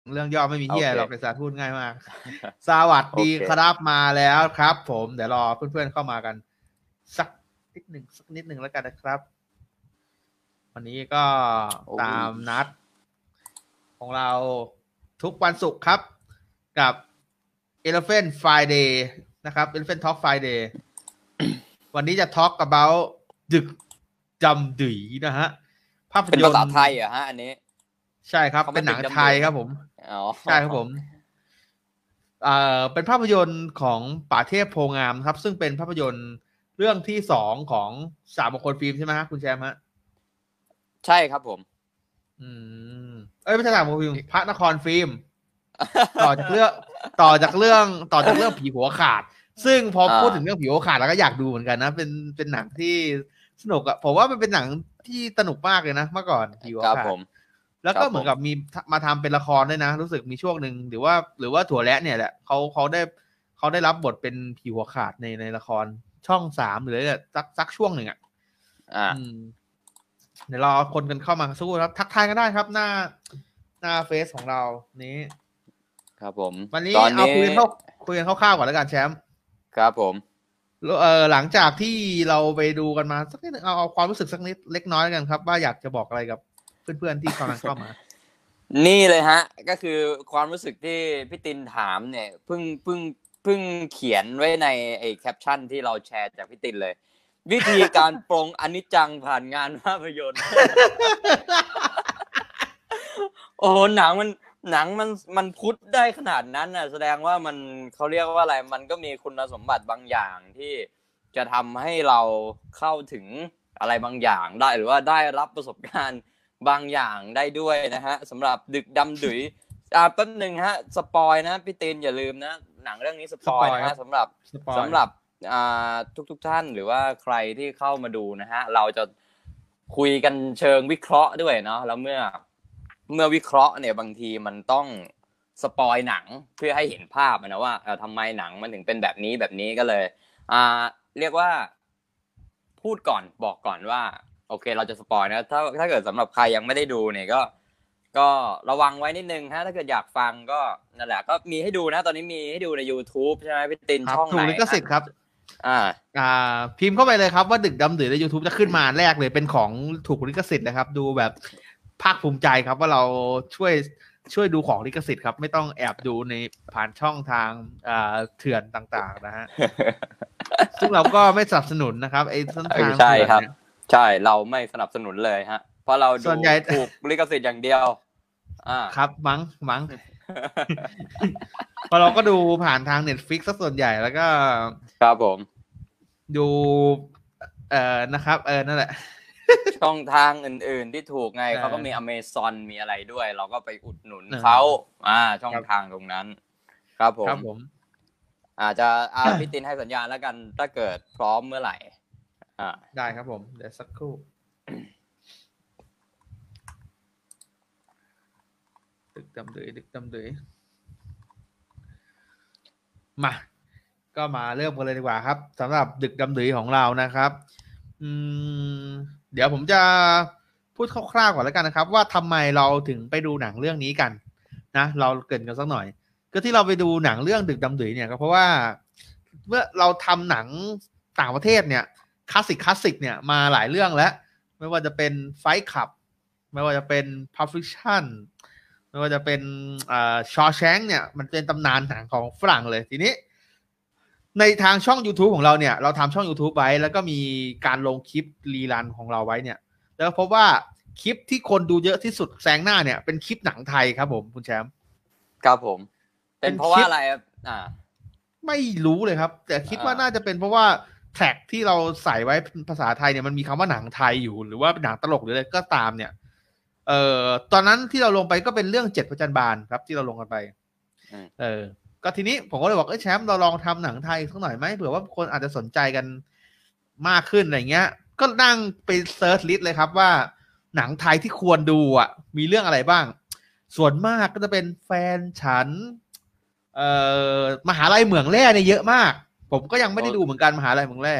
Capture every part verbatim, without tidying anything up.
เรื่องย่อไม่มีเหี้ยโอเคหรอกไอ้สัตว์พูดง่ายมาก สวัสดีโอเคครับมาแล้วครับผมเดี๋ยวรอเพื่อนๆเข้ามากันสักนิดหนึ่งสักนิดหนึ่งแล้วกันนะครับ วันนี้ก็โอ้ตามยนัดของเราทุกวันศุกร์ครับกับ Elephant Friday นะครับ Elephant Talk Friday วันนี้จะ talk about ดึกดำดื่ยนะฮะภาพเป็นยนภาษาตร์ไทยเหรอฮะอันนี้ใช่ครับคำเป็นหนังว่าดึกดำไทยครับผมอ๋อใช่ครับผมเอ่อเป็นภาพยนตร์ของป๋าเทพโพงามครับ ซึ่งเป็นภาพยนตร์เรื่องที่สองของสามมงคลฟิล์มใช่ไหมฮะคุณแชมป์ฮะใช่ครับผมอืมเอ้ยไม่ใช่สามมงคลฟิล์มพระนครฟิล์มต่อจากเรื่องต่อจากเรื่องต่อจากเรื่องผีหัวขาด ซึ่งพอพูดถึงเรื่องผีหัวขาดแล้วก็อยากดูเหมือนกันนะเป็นเป็นหนังที่สนุกอะผมว่ามันเป็นหนังที่สนุกมากเลยนะเมื่อก่อนผีหัวครับขาดผมแล้วก็เหมือนกับมีมาทำเป็นละครด้วยนะรู้สึกมีช่วงหนึ่งหรือว่าหรือว่าถั่วแระเนี่ยแหละเขาเขาได้เขาได้รับบทเป็นผีหัวขาดในในละครช่องสามหรืออะไรสักสักช่วงหนึ่งอ่ะอ่าเดี๋ยวรอคนกันเข้ามาสู้ครับทักทายกันได้ครับหน้าหน้าเฟซของเรานี้ครับผมวันนี้ตอนเอานี้คุยกันเข้าคุยกันคร่าวๆก่อนแล้วกันแชมป์ครับผมเออหลังจากที่เราไปดูกันมาสักนิดนึงเอาเอาความรู้สึกสักนิดเล็กน้อยกันครับว่าอยากจะบอกอะไรกับเพื่อนๆที่กำลังเข้ามานี่เลยฮะก็คือความรู้สึกที่พี่ตินถามเนี่ยเพิ่งเพิ่งเพิ่งเขียนไว้ในไอ้แคปชั่นที่เราแชร์จากพี่ตินเลย วิธีการปรงอนิจจังผ่านงานภาพยนตร์ โอ้โหหนังมันหนังมันมันพุทธได้ขนาดนั้นน่ะแสดงว่ามันเขาเรียกว่าอะไรมันก็มีคุณสมบัติบางอย่างที่จะทำให้เราเข้าถึงอะไรบางอย่างได้หรือว่าได้รับประสบการณ์บางอย่างได้ด้วยนะฮะสำหรับดึกดำดื่ยอ่าแป๊บนึงฮะสปอยนะพี่ตีนอย่าลืมนะหนังเรื่องนี้สปอยนะฮะสำหรับสำหรับอ่าทุกทุกท่านหรือว่าใครที่เข้ามาดูนะฮะเราจะคุยกันเชิงวิเคราะห์ด้วยเนาะแล้วเมื่อเมื่อวิเคราะห์เนี่ยบางทีมันต้องสปอยหนังเพื่อให้เห็นภาพนะว่าเออทำไมหนังมันถึงเป็นแบบนี้แบบนี้ก็เลยอ่าเรียกว่าพูดก่อนบอกก่อนว่าโอเคเราจะสปอยนะถ้าถ้าเกิดสำหรับใครยังไม่ได้ดูเนี่ยก็ก็ระวังไว้นิดนึงฮะถ้าเกิดอยากฟังก็นั่นแหละก็มีให้ดูนะตอนนี้มีให้ดูใน YouTube ใช่ไหมพี่ตินช่องไหนถูกลิขสิทธิ์ครับอ่าอ่าพิมพ์เข้าไปเลยครับว่าดึกดำดื่นใน YouTube จะขึ้นมาแรกเลยเป็นของถูกลิขสิทธิ์นะครับดูแบบภาคภูมิใจครับว่าเราช่วยช่วยดูของลิขสิทธิ์ครับไม่ต้องแอบดูในผ่านช่องทางอ่าเถื่อนต่างๆนะฮะ ซึ่งเราก็ไม่สนับสนุนนะครับไอ้ช่องทางใช่เถื่อนครับเนี่ยใช่เราไม่สนับสนุนเลยฮะเพราะเราส่ดูวนใหญ่ถูกลิขสิทธิ์อย่างเดียวอ่าครับมั้งมั้ง เพราะเราก็ดูผ่านทาง Netflix ซะส่วนใหญ่แล้วก็ครับผมดูเอ่อนะครับเออนั่นแหละช่องทางอื่นๆที่ถูกไงเออเขาก็มี Amazon มีอะไรด้วย เราก็ไปอุดหนุนเขาอ่าช่องทางตรงนั้นครับผมครับผมอาจจะอาพี่ตินให้สัญญาณแล้วกันถ้าเกิดพร้อมเมื่อไหร่อ่าได้ครับผมเดี๋ยวสักครู่ดึกดำดื่นดึกดำดื่นมาก็มาเริ่มกันเลยดีกว่าครับสำหรับดึกดำดื่นของเรานะครับอืมเดี๋ยวผมจะพูดคร่าวๆก่อนแล้วกันนะครับว่าทำไมเราถึงไปดูหนังเรื่องนี้กันนะเราเกริ่นกันสักหน่อยก็ที่เราไปดูหนังเรื่องดึกดำดื่นเนี่ยก็เพราะว่าเมื่อเราทำหนังต่างประเทศเนี่ยคลาสสิกคลาสสิกเนี่ยมาหลายเรื่องแล้วไม่ว่าจะเป็นไฟท์คลับไม่ว่าจะเป็น Pulp Fiction ไม่ว่าจะเป็นอ่าชอว์แชงค์เนี่ยมันเป็นตำนานหนังของฝรั่งเลยทีนี้ในทางช่อง YouTube ของเราเนี่ยเราทำช่อง YouTube ไว้แล้วก็มีการลงคลิปรีรันของเราไว้เนี่ยแล้วพบว่าคลิปที่คนดูเยอะที่สุดแซงหน้าเนี่ยเป็นคลิปหนังไทยครับผมคุณแชมป์ครับผมเป็นเพราะว่าอะไรครับอ่าไม่รู้เลยครับแต่คิดว่าน่าจะเป็นเพราะว่าแท็กที่เราใส่ไว้ภาษาไทยเนี่ยมันมีคำว่าหนังไทยอยู่หรือว่าเป็นหนังตลกหรืออะไรก็ตามเนี่ยเอ่อตอนนั้นที่เราลงไปก็เป็นเรื่องเจ็ดพระจันทร์บานครับที่เราลงกันไปเออก็ทีนี้ผมก็เลยบอกเอ้ยแชมป์เราลองทำหนังไทยสักหน่อยไหมเผื่อว่าคนอาจจะสนใจกันมากขึ้นอะไรเงี้ยก็นั่งไปเซิร์ชลิสต์เลยครับว่าหนังไทยที่ควรดูอ่ะมีเรื่องอะไรบ้างส่วนมากก็จะเป็นแฟนฉันเอ่อมหาลัยเหมืองแร่เนี่ยเยอะมากผมก็ยังไม่ได้ดูเหมือนกันมหาลัยเหมืองแร่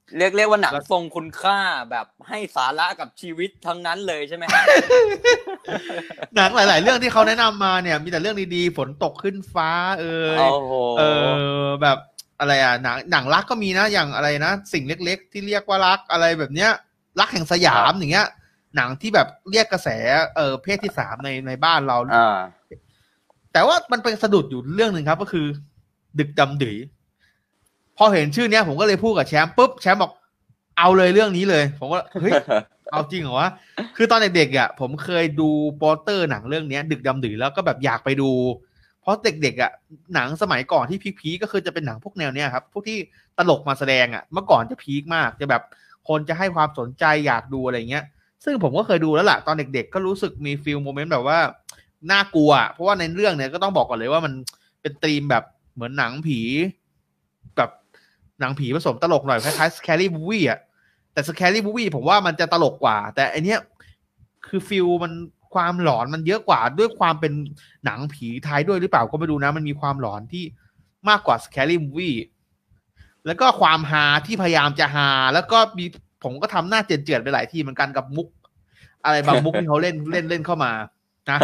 เรียกเรียกว่าหนังทรงคุณค่าแบบให้สาระกับชีวิตทั้งนั้นเลยใช่ไหมฮะหนังหลายๆเรื่องที่เขาแนะนำมาเนี่ยมีแต่เรื่องดีๆฝนตกขึ้นฟ้าเออเออแบบอะไรอ่ะหนังหนังรักก็มีนะอย่างอะไรนะสิ่งเล็กๆที่เรียกว่ารักอะไรแบบเนี้ยรักแห่งสยามอย่างเงี้ยหนังที่แบบเรียกกระแสเออเพศที่สามในในบ้านเราแต่ว่ามันเป็นสะดุดอยู่เรื่องนึงครับก็คือดึกดำดื่ยพอเห็นชื่อเนี้ยผมก็เลยพูดกับแชมป์ปุ๊บแชมป์บอกเอาเลยเรื่องนี้เลยผมก็เฮ้ยเอาจริงเหรอวะคือตอนเด็กๆอ่ะผมเคยดูโปสเตอร์หนังเรื่องนี้ดึกดำดื่นแล้วก็แบบอยากไปดูเพราะเด็กๆอ่ะหนังสมัยก่อนที่พีคๆก็คือจะเป็นหนังพวกแนวเนี้ยครับพวกที่ตลกมาแสดงอ่ะเมื่อก่อนจะพีคมากจะแบบคนจะให้ความสนใจอยากดูอะไรเงี้ยซึ่งผมก็เคยดูแล้วล่ะตอนเด็กๆก็รู้สึกมีฟีลโมเมนต์แบบว่าน่ากลัวเพราะว่าในเรื่องเนี้ยก็ต้องบอกก่อนเลยว่ามันเป็นธีมแบบเหมือนหนังผีแบบหนังผีผสมตลกหน่อยคล้ายๆ Scary Movie อ่ะแต่ Scary Movie ผมว่ามันจะตลกกว่าแต่อันเนี้ยคือฟิลมันความหลอนมันเยอะกว่าด้วยความเป็นหนังผีไทยด้วยหรือเปล่าก็ไม่รู้นะมันมีความหลอนที่มากกว่า Scary Movie แล้วก็ความฮาที่พยายามจะฮาแล้วก็มีผมก็ทำหน้าเจือนๆไปหลายทีเหมือนกันกับมุกอะไรบางมุกที่เขาเล่นเล่นเล่นเข้ามานะ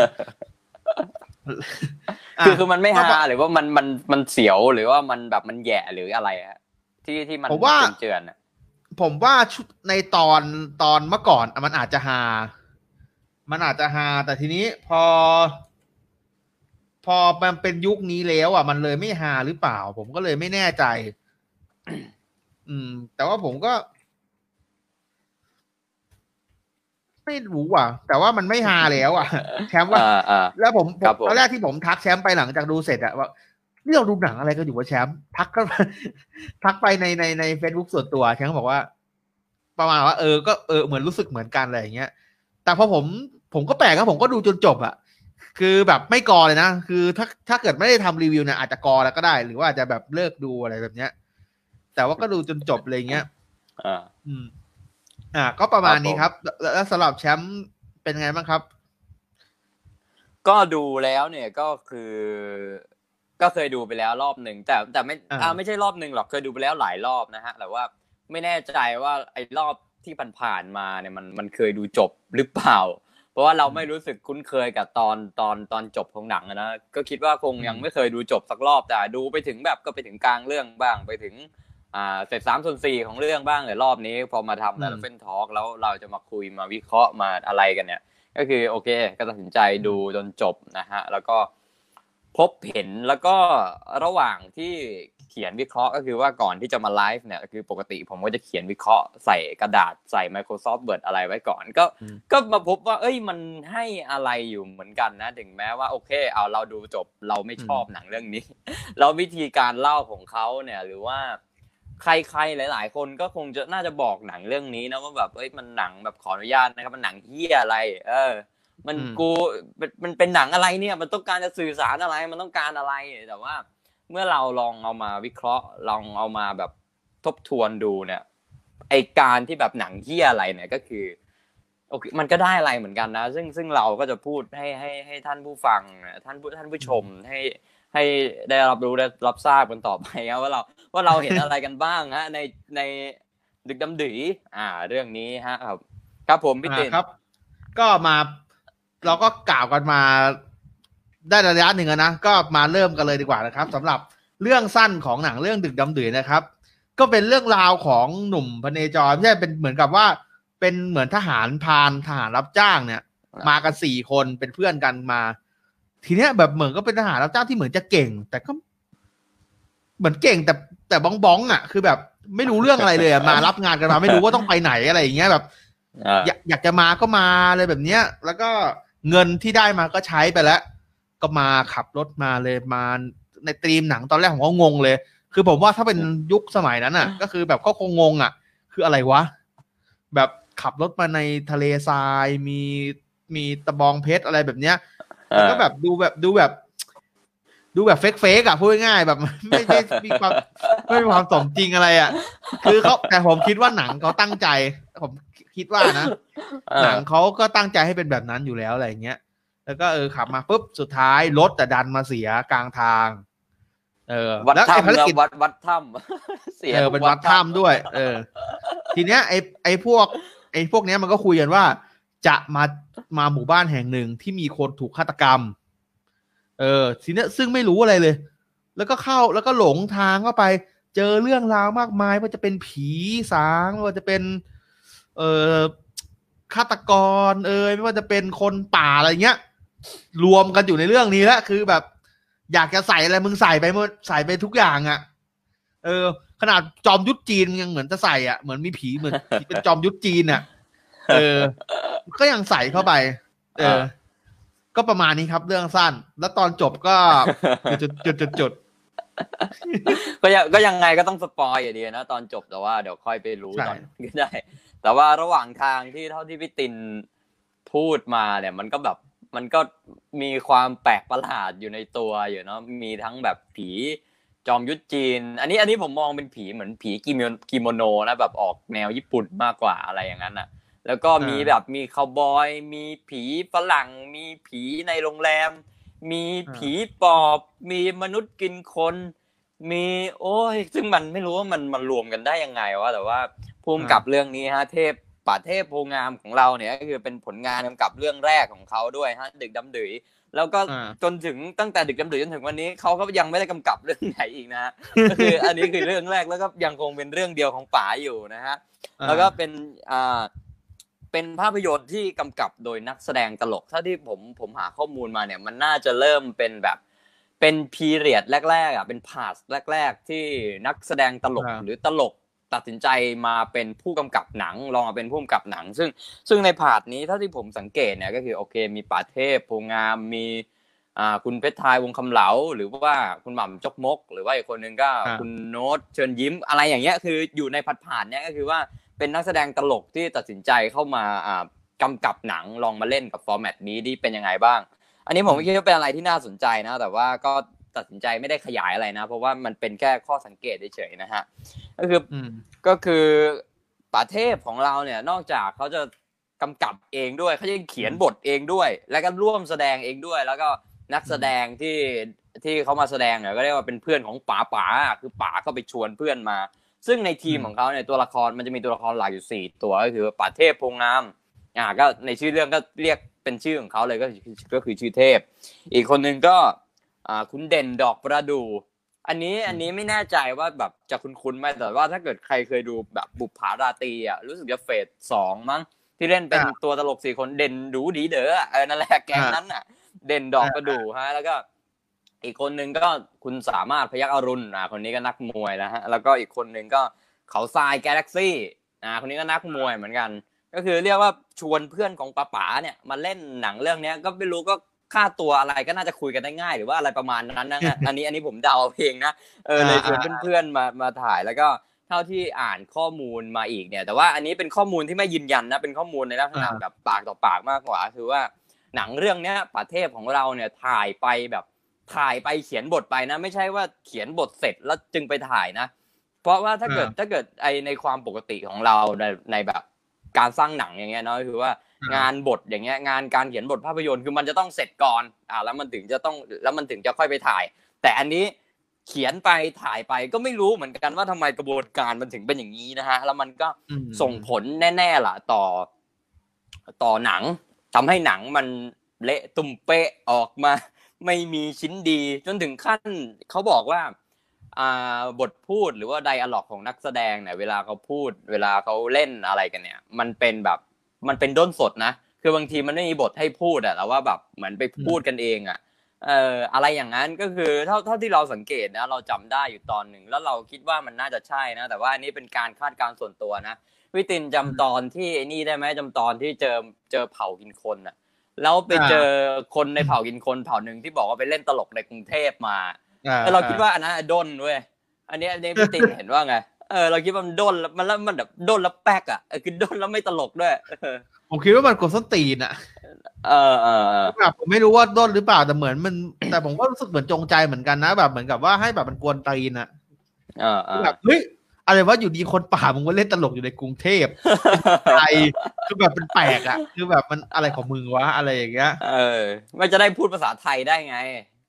คือคือมันไม่ฮาหรือว่ามันมันมันเสียวหรือว่ามันแบบมันแย่หรืออะไรฮะที่ที่มันเจือนๆผมว่าในตอนตอนเมื่อก่อนมันอาจจะฮามันอาจจะฮาแต่ทีนี้พอพอมันเป็นยุคนี้แล้วอ่ะมันเลยไม่ฮาหรือเปล่าผมก็เลยไม่แน่ใจอืมแต่ว่าผมก็ไม่รู้อ่ะแต่ว่ามันไม่ฮาแล้วอ่ะแชมป์ว่าแล้วผมตอนแรกที่ผมทักแชมป์ไปหลังจากดูเสร็จอ่ะว่านี่เราดูหนังอะไรกันอยู่วะแชมป์ทักก็ทักไปในในใน Facebook ส่วนตัวแชมป์บอกว่าประมาณว่าเออก็เออเหมือนรู้สึกเหมือนกันอะไรอย่างเงี้ยแต่พอผมผมก็แปลกครับผมก็ดูจนจบอ่ะคือแบบไม่กอเลยนะคือถ้าถ้าเกิดไม่ได้ทำรีวิวเนี่ยอาจจะกอแล้วก็ได้หรือว่าอาจจะแบบเลิกดูอะไรแบบเนี้ยแต่ว่าก็ดูจนจบเลยเงี้ยอ่าอืมอ่าก็ประมาณนี้ครับแล้วสำหรับแชมป์เป็นไงบ้างครับก็ดูแล้วเนี่ยก็คือก็เคยดูไปแล้วรอบหนึ่งแต่แต่ไม่อ่าไม่ใช่รอบหนึ่งหรอกเคยดูไปแล้วหลายรอบนะฮะแต่ว่าไม่แน่ใจว่าไอ้รอบที่ผ่านๆมาเนี่ยมันมันเคยดูจบหรือเปล่าเพราะว่าเราไม่รู้สึกคุ้นเคยกับตอนตอนตอนจบของหนังนะก็คิดว่าคงยังไม่เคยดูจบสักรอบแต่ดูไปถึงแบบก็ไปถึงกลางเรื่องบ้างไปถึงอ่าเสร็จสามส่วนสี่ของเรื่องบ้างแต่รอบนี้พอมาทำแต่ละเฟ้นทอล์กแล้วเราจะมาคุยมาวิเคราะห์มาอะไรกันเนี่ยก็คือโอเคก็ตัดสินใจดูจนจบนะฮะแล้วก็พบเห็นแล้วก็ระหว่างที่เขียนวิเคราะห์ก็คือว่าก่อนที่จะมาไลฟ์เนี่ยคือปกติผมก็จะเขียนวิเคราะห์ใส่กระดาษใส่ Microsoft Word อะไรไว้ก่อนก็ก็มาพบว่าเอ้ยมันให้อะไรอยู่เหมือนกันนะถึงแม้ว่าโอเคเอาเราดูจบเราไม่ชอบหนังเรื่องนี้แล้ววิธีการเล่าของเขาเนี่ยหรือว่าใครๆหลายๆคนก็คงจะน่าจะบอกหนังเรื่องนี้นะว่าแบบเอ้ยมันหนังแบบขออนุญาตนะครับมันหนังเหี้ยอะไรเออมันกูมันเป็นหนังอะไรเนี่ยมันต้องการจะสื่อสารอะไรมันต้องการอะไรแต่ว่าเมื่อเราลองเอามาวิเคราะห์ลองเอามาแบบทบทวนดูเนี่ยไอการที่แบบหนังเหี้ยอะไรเนี่ยก็คือโอเคมันก็ได้อะไรเหมือนกันนะซึ่งซึ่งเราก็จะพูดให้ให้ให้ท่านผู้ฟังท่านผู้ท่านผู้ชมให้ให้ได้รับรู้ได้รับทราบกันต่อไปครับว่าเราว่าเราเห็นอะไรกันบ้างฮะในในดึกดำดื่ยอ่าเรื่องนี้ฮะครับครับผมพี่ตินครับก็มาเราก็กล่าวกันมาได้ระยะหนึ่งนะก็มาเริ่มกันเลยดีกว่านะครับสำหรับเรื่องสั้นของหนังเรื่องดึกดำดื่ยนะครับก็เป็นเรื่องราวของหนุ่มพเนจรไม่ใช่เป็นเหมือนกับว่าเป็นเหมือนทหารพรานทหารรับจ้างเนี่ยมากันสี่คนเป็นเพื่อนกันมาทีเนี้ยแบบเหมือนก็เป็นทหารรับจ้างที่เหมือนจะเก่งแต่ก็เหมือนเก่งแต่แต่บ้องบ้องอ่ะคือแบบไม่รู้เรื่องอะไรเลยมารับงานกันมาไม่รู้ว่าต้องไปไหนอะไรอย่างเงี้ยแบบอยากอยากจะมาก็มาเลยแบบเนี้ยแล้วก็เงินที่ได้มาก็ใช้ไปแล้วก็มาขับรถมาเลยมาในตรีมหนังตอนแรกผมก็งงเลยคือผมว่าถ้าเป็นยุคสมัยนั้นอ่ะก็คือแบบก็คงงงอ่ะคืออะไรวะแบบขับรถมาในทะเลทรายมีมีตะบองเพชรอะไรแบบเนี้ยแล้วก็แบบดูแบบดูแบบดูแบบเฟกเฟกอ่ะพูดง่ายๆแบบไม่ไม่มีความไม่มีความสมจริงอะไรอ่ะคือเขาแต่ผมคิดว่าหนังเขาตั้งใจผมคิดว่านะหนังเขาก็ตั้งใจให้เป็นแบบนั้นอยู่แล้วอะไรอย่างเงี้ยแล้วก็เออขับมาปุ๊บสุดท้ายรถแต่ดันมาเสียกลางทางเออวัดแล้วไอ้ถ้ำแล้วภารกิจวัดวัดถ้ำ เสียเออทุกเป็นวัดวัดถ้ถ้ำด้วย เออ ทีเนี้ยไอ้ไอ้พวกไอ้พวกเนี้ยมันก็คุยกันว่าจะมามาหมู่บ้านแห่งหนึ่งที่มีคนถูกฆาตกรรม เออทีเนี้ยซึ่งไม่รู้อะไรเลย แล้วก็เข้าแล้วก็หลงทางเข้าไป เจอเรื่องราวมากมายว่าจะเป็นผีสางไม่ว่าจะเป็น เออฆาตกร เออไม่ว่าจะเป็นคนป่าอะไรเงี้ย รวมกันอยู่ในเรื่องนี้แล้วคือแบบ อยากจะใส่อะไรมึงใส่ไปหมดใส่ไปทุกอย่างอ่ะ เออ ขนาดจอมยุทธจีนยังเหมือนจะใส่อ่ะเหมือนมีผีเหมือนผีเป็นจอมยุทธจีนอ่ะ เออ ก็ยังใส่เข้าไป เออ ก็ประมาณนี้ครับเรื่องสั้น แล้วตอนจบก็จุดจุดจุดจุดก็ยังก็ยังไงก็ต้องสปอยอยู่ดีนะตอนจบแต่ว่าเดี๋ยวค่อยไปรู้ตอนก็ได้ แต่ว่าระหว่างทางที่เท่าที่พี่ตินพูดมาเนี่ยมันก็แบบมันก็มีความแปลกประหลาดอยู่ในตัวอยู่เนาะมีทั้งแบบผีจอมยุทธจีนอันนี้อันนี้ผมมองเป็นผีเหมือนผีกิโมกิโมโนนะแบบออกแนวญี่ปุ่นมากกว่าอะไรอย่างนั้นน่ะแล้วก็มีแบบมีคาวบอยมีผีฝรั่งมีผีในโรงแรมมีผีปอบมีมนุษย์กินคนมีโอ้ยซึ่งมันไม่รู้ว่ามันมันรวมกันได้ยังไงวะแต่ว่าภูมิกับเรื่องนี้ฮะเทพป่าเทพโพงามของเราเนี่ยก็คือเป็นผลงานกำกับเรื่องแรกของเขาด้วยฮะดึกดำดื่นแล้วก็จนถึงตั้งแต่ดึกดำดื่นจนถึงวันนี้เขาก็ยังไม่ได้กำกับเรื่องไหนอีกนะฮะก็คืออันนี้คือเรื่องแรกแล้วก็ยังคงเป็นเรื่องเดียวของป๋าอยู่นะฮะแล้วก็เป็นอ่าเป็นภาพยนตร์ที่กำกับโดยนักแสดงตลกถ้าที่ผมผมหาข้อมูลมาเนี่ยมันน่าจะเริ่มเป็นแบบเป็นพีเรียดแรกๆอ่ะเป็นพาสแรกๆที่นักแสดงตลกหรือตลกตัดสินใจมาเป็นผู้กำกับหนังลองมาเป็นผู้กำกับหนังซึ่งซึ่งในพาร์ทนี้เท่าที่ผมสังเกตเนี่ยก็คือโอเคมีป๋าเทพโพงามมีอ่าคุณเพชรทายวงคำเหลาหรือว่าคุณหม่ำจกมกหรือว่าอีกคนนึงก็คุณโน้ตเชิญยิ้มอะไรอย่างเงี้ยคืออยู่ในผัดผ่านเนี่ยก็คือว่าเป็นนักแสดงตลกที่ตัดสินใจเข้ามาอ่ากำกับหนังลองมาเล่นกับฟอร์แมตนี้ที่เป็นยังไงบ้างอันนี้ผมคิดว่าเป็นอะไรที่น่าสนใจนะแต่ว่าก็ตัดสินใจไม่ได้ขยายอะไรนะเพราะว่ามันเป็นแค่ข้อสังเกตเฉยๆนะฮะก็คือก็คือป๋าเทพของเราเนี่ยนอกจากเขาจะกำกับเองด้วยเขาจะเขียนบทเองด้วยแล้วก็ร่วมแสดงเองด้วยแล้วก็นักแสดงที่ที่เขามาแสดงเนี่ยก็เรียกว่าเป็นเพื่อนของป๋าป๋าคือป๋าก็ไปชวนเพื่อนมาซึ่งในทีมของเขาเนี่ยตัวละครมันจะมีตัวละครหลักอยู่สี่ตัวก็คือป๋าเทพโพงามอ่าก็ในชื่อเรื่องก็เรียกเป็นชื่อของเขาเลยก็ก็คือชื่อเทพอีกคนนึงก็อ่าคุณเด่นดอกประดู่อันนี้อันนี้ไม่แน่ใจว่าแบบจะคุ้นๆไหมแต่ว่าถ้าเกิดใครเคยดูแบบบุปผาราตรีอ่ะรู้สึกจะเฟสสองมั้งที่เล่นเป็นตัวตลกสี่คนเด่นดูดีเด้อเออนั่นแหละแก๊งนั้นน่ะเด่นดอกประดู่ฮะแล้วก็อีกคนนึงก็คุณสามารถพยัคฆ์อรุณอ่าคนนี้ก็นักมวยนะฮะแล้วก็อีกคนนึงก็เขาทรายกาแล็กซี่อ่าคนนี้ก็นักมวยเหมือนกันก็คือเรียกว่าชวนเพื่อนของป๋าป๋าเนี่ยมาเล่นหนังเรื่องนี้ก็ไม่รู้ก็ค่าตัวอะไรก็น่าจะคุยกันได้ง่ายหรือว่าอะไรประมาณนั้นนะอันนี้อันนี้ผมเดาเองนะเออเลยชวนเพื่อนๆมามาถ่ายแล้วก็เท่าที่อ่านข้อมูลมาอีกเนี่ยแต่ว่าอันนี้เป็นข้อมูลที่ไม่ยืนยันนะเป็นข้อมูลในลักษณะแบบปากต่อปากมากกว่าคือว่าหนังเรื่องเนี้ยป๋าเทพของเราเนี่ยถ่ายไปแบบถ่ายไปเขียนบทไปนะไม่ใช่ว่าเขียนบทเสร็จแล้วจึงไปถ่ายนะเพราะว่าถ้าเกิดถ้าเกิดไอในความปกติของเราในในแบบการสร้างหนังอย่างเงี้ยเนาะคือว่างานบทอย่างเงี้ยงานการเขียนบทภาพยนตร์คือมันจะต้องเสร็จก่อนอ่าแล้วมันถึงจะต้องแล้วมันถึงจะค่อยไปถ่ายแต่อันนี้เขียนไปถ่ายไปก็ไม่รู้เหมือนกันว่าทำไมกระบวนการมันถึงเป็นอย่างนี้นะฮะแล้วมันก็ส่งผลแน่ๆล่ะต่อต่อหนังทำให้หนังมันเละตุ่มเป๊ะออกมาไม่มีชิ้นดีจนถึงขั้นเขาบอกว่าอ่าบทพูดหรือว่าไดอะล็อกของนักแสดงเนี่ยเวลาเขาพูดเวลาเขาเล่นอะไรกันเนี่ยมันเป็นแบบมันเป็นด้นสดนะคือบางทีมันไม่มีบทให้พูดอะแต่ว่าแบบเหมือนไปพูดกันเองอะเอ่ออะไรอย่างนั้นก็คือเท่าเท่าที่เราสังเกตนะเราจำได้อยู่ตอนหนึ่งแล้วเราคิดว่ามันน่าจะใช่นะแต่ว่าอันนี้เป็นการคาดการณ์ส่วนตัวนะวิตินจำตอนที่ไอ้นี่ได้ไหมจำตอนที่เจอเจอเผ่ากินคนอะแล้วไปเจอคนในเผ่ากินคนเผ่าหนึ่งที่บอกว่าไปเล่นตลกในกรุงเทพมาแล้วเราคิดว่าอันนั้นด้นเว้ยอันนี้อันนี้พี่ตินเห็นว่าไงเออเราคิดว่ามันด้นแล้วมันแล้วมันแบบด้นแล้วแป๊กอ่ะเออคือด้นแล้วไม่ตลกด้วยผมคิดว่ามันกดส้นตีนอ่ะเออเออเออผมไม่รู้ว่าด้นหรือเปล่าแต่เหมือนมันแต่ผมก็รู้สึกเหมือนจงใจเหมือนกันนะแบบเหมือนกับว่าให้แบบมันกวนตีนอ่ะเออเออแบบเฮ้ยอะไรว่าอยู่ดีคนป่ามึงมาเล่นตลกอยู่ในกรุงเทพไทยคือแบบเป็นแปลกอ่ะคือแบบมันอะไรของมึงวะอะไรอย่างเงี้ยเออไม่จะได้พูดภาษาไทยได้ไง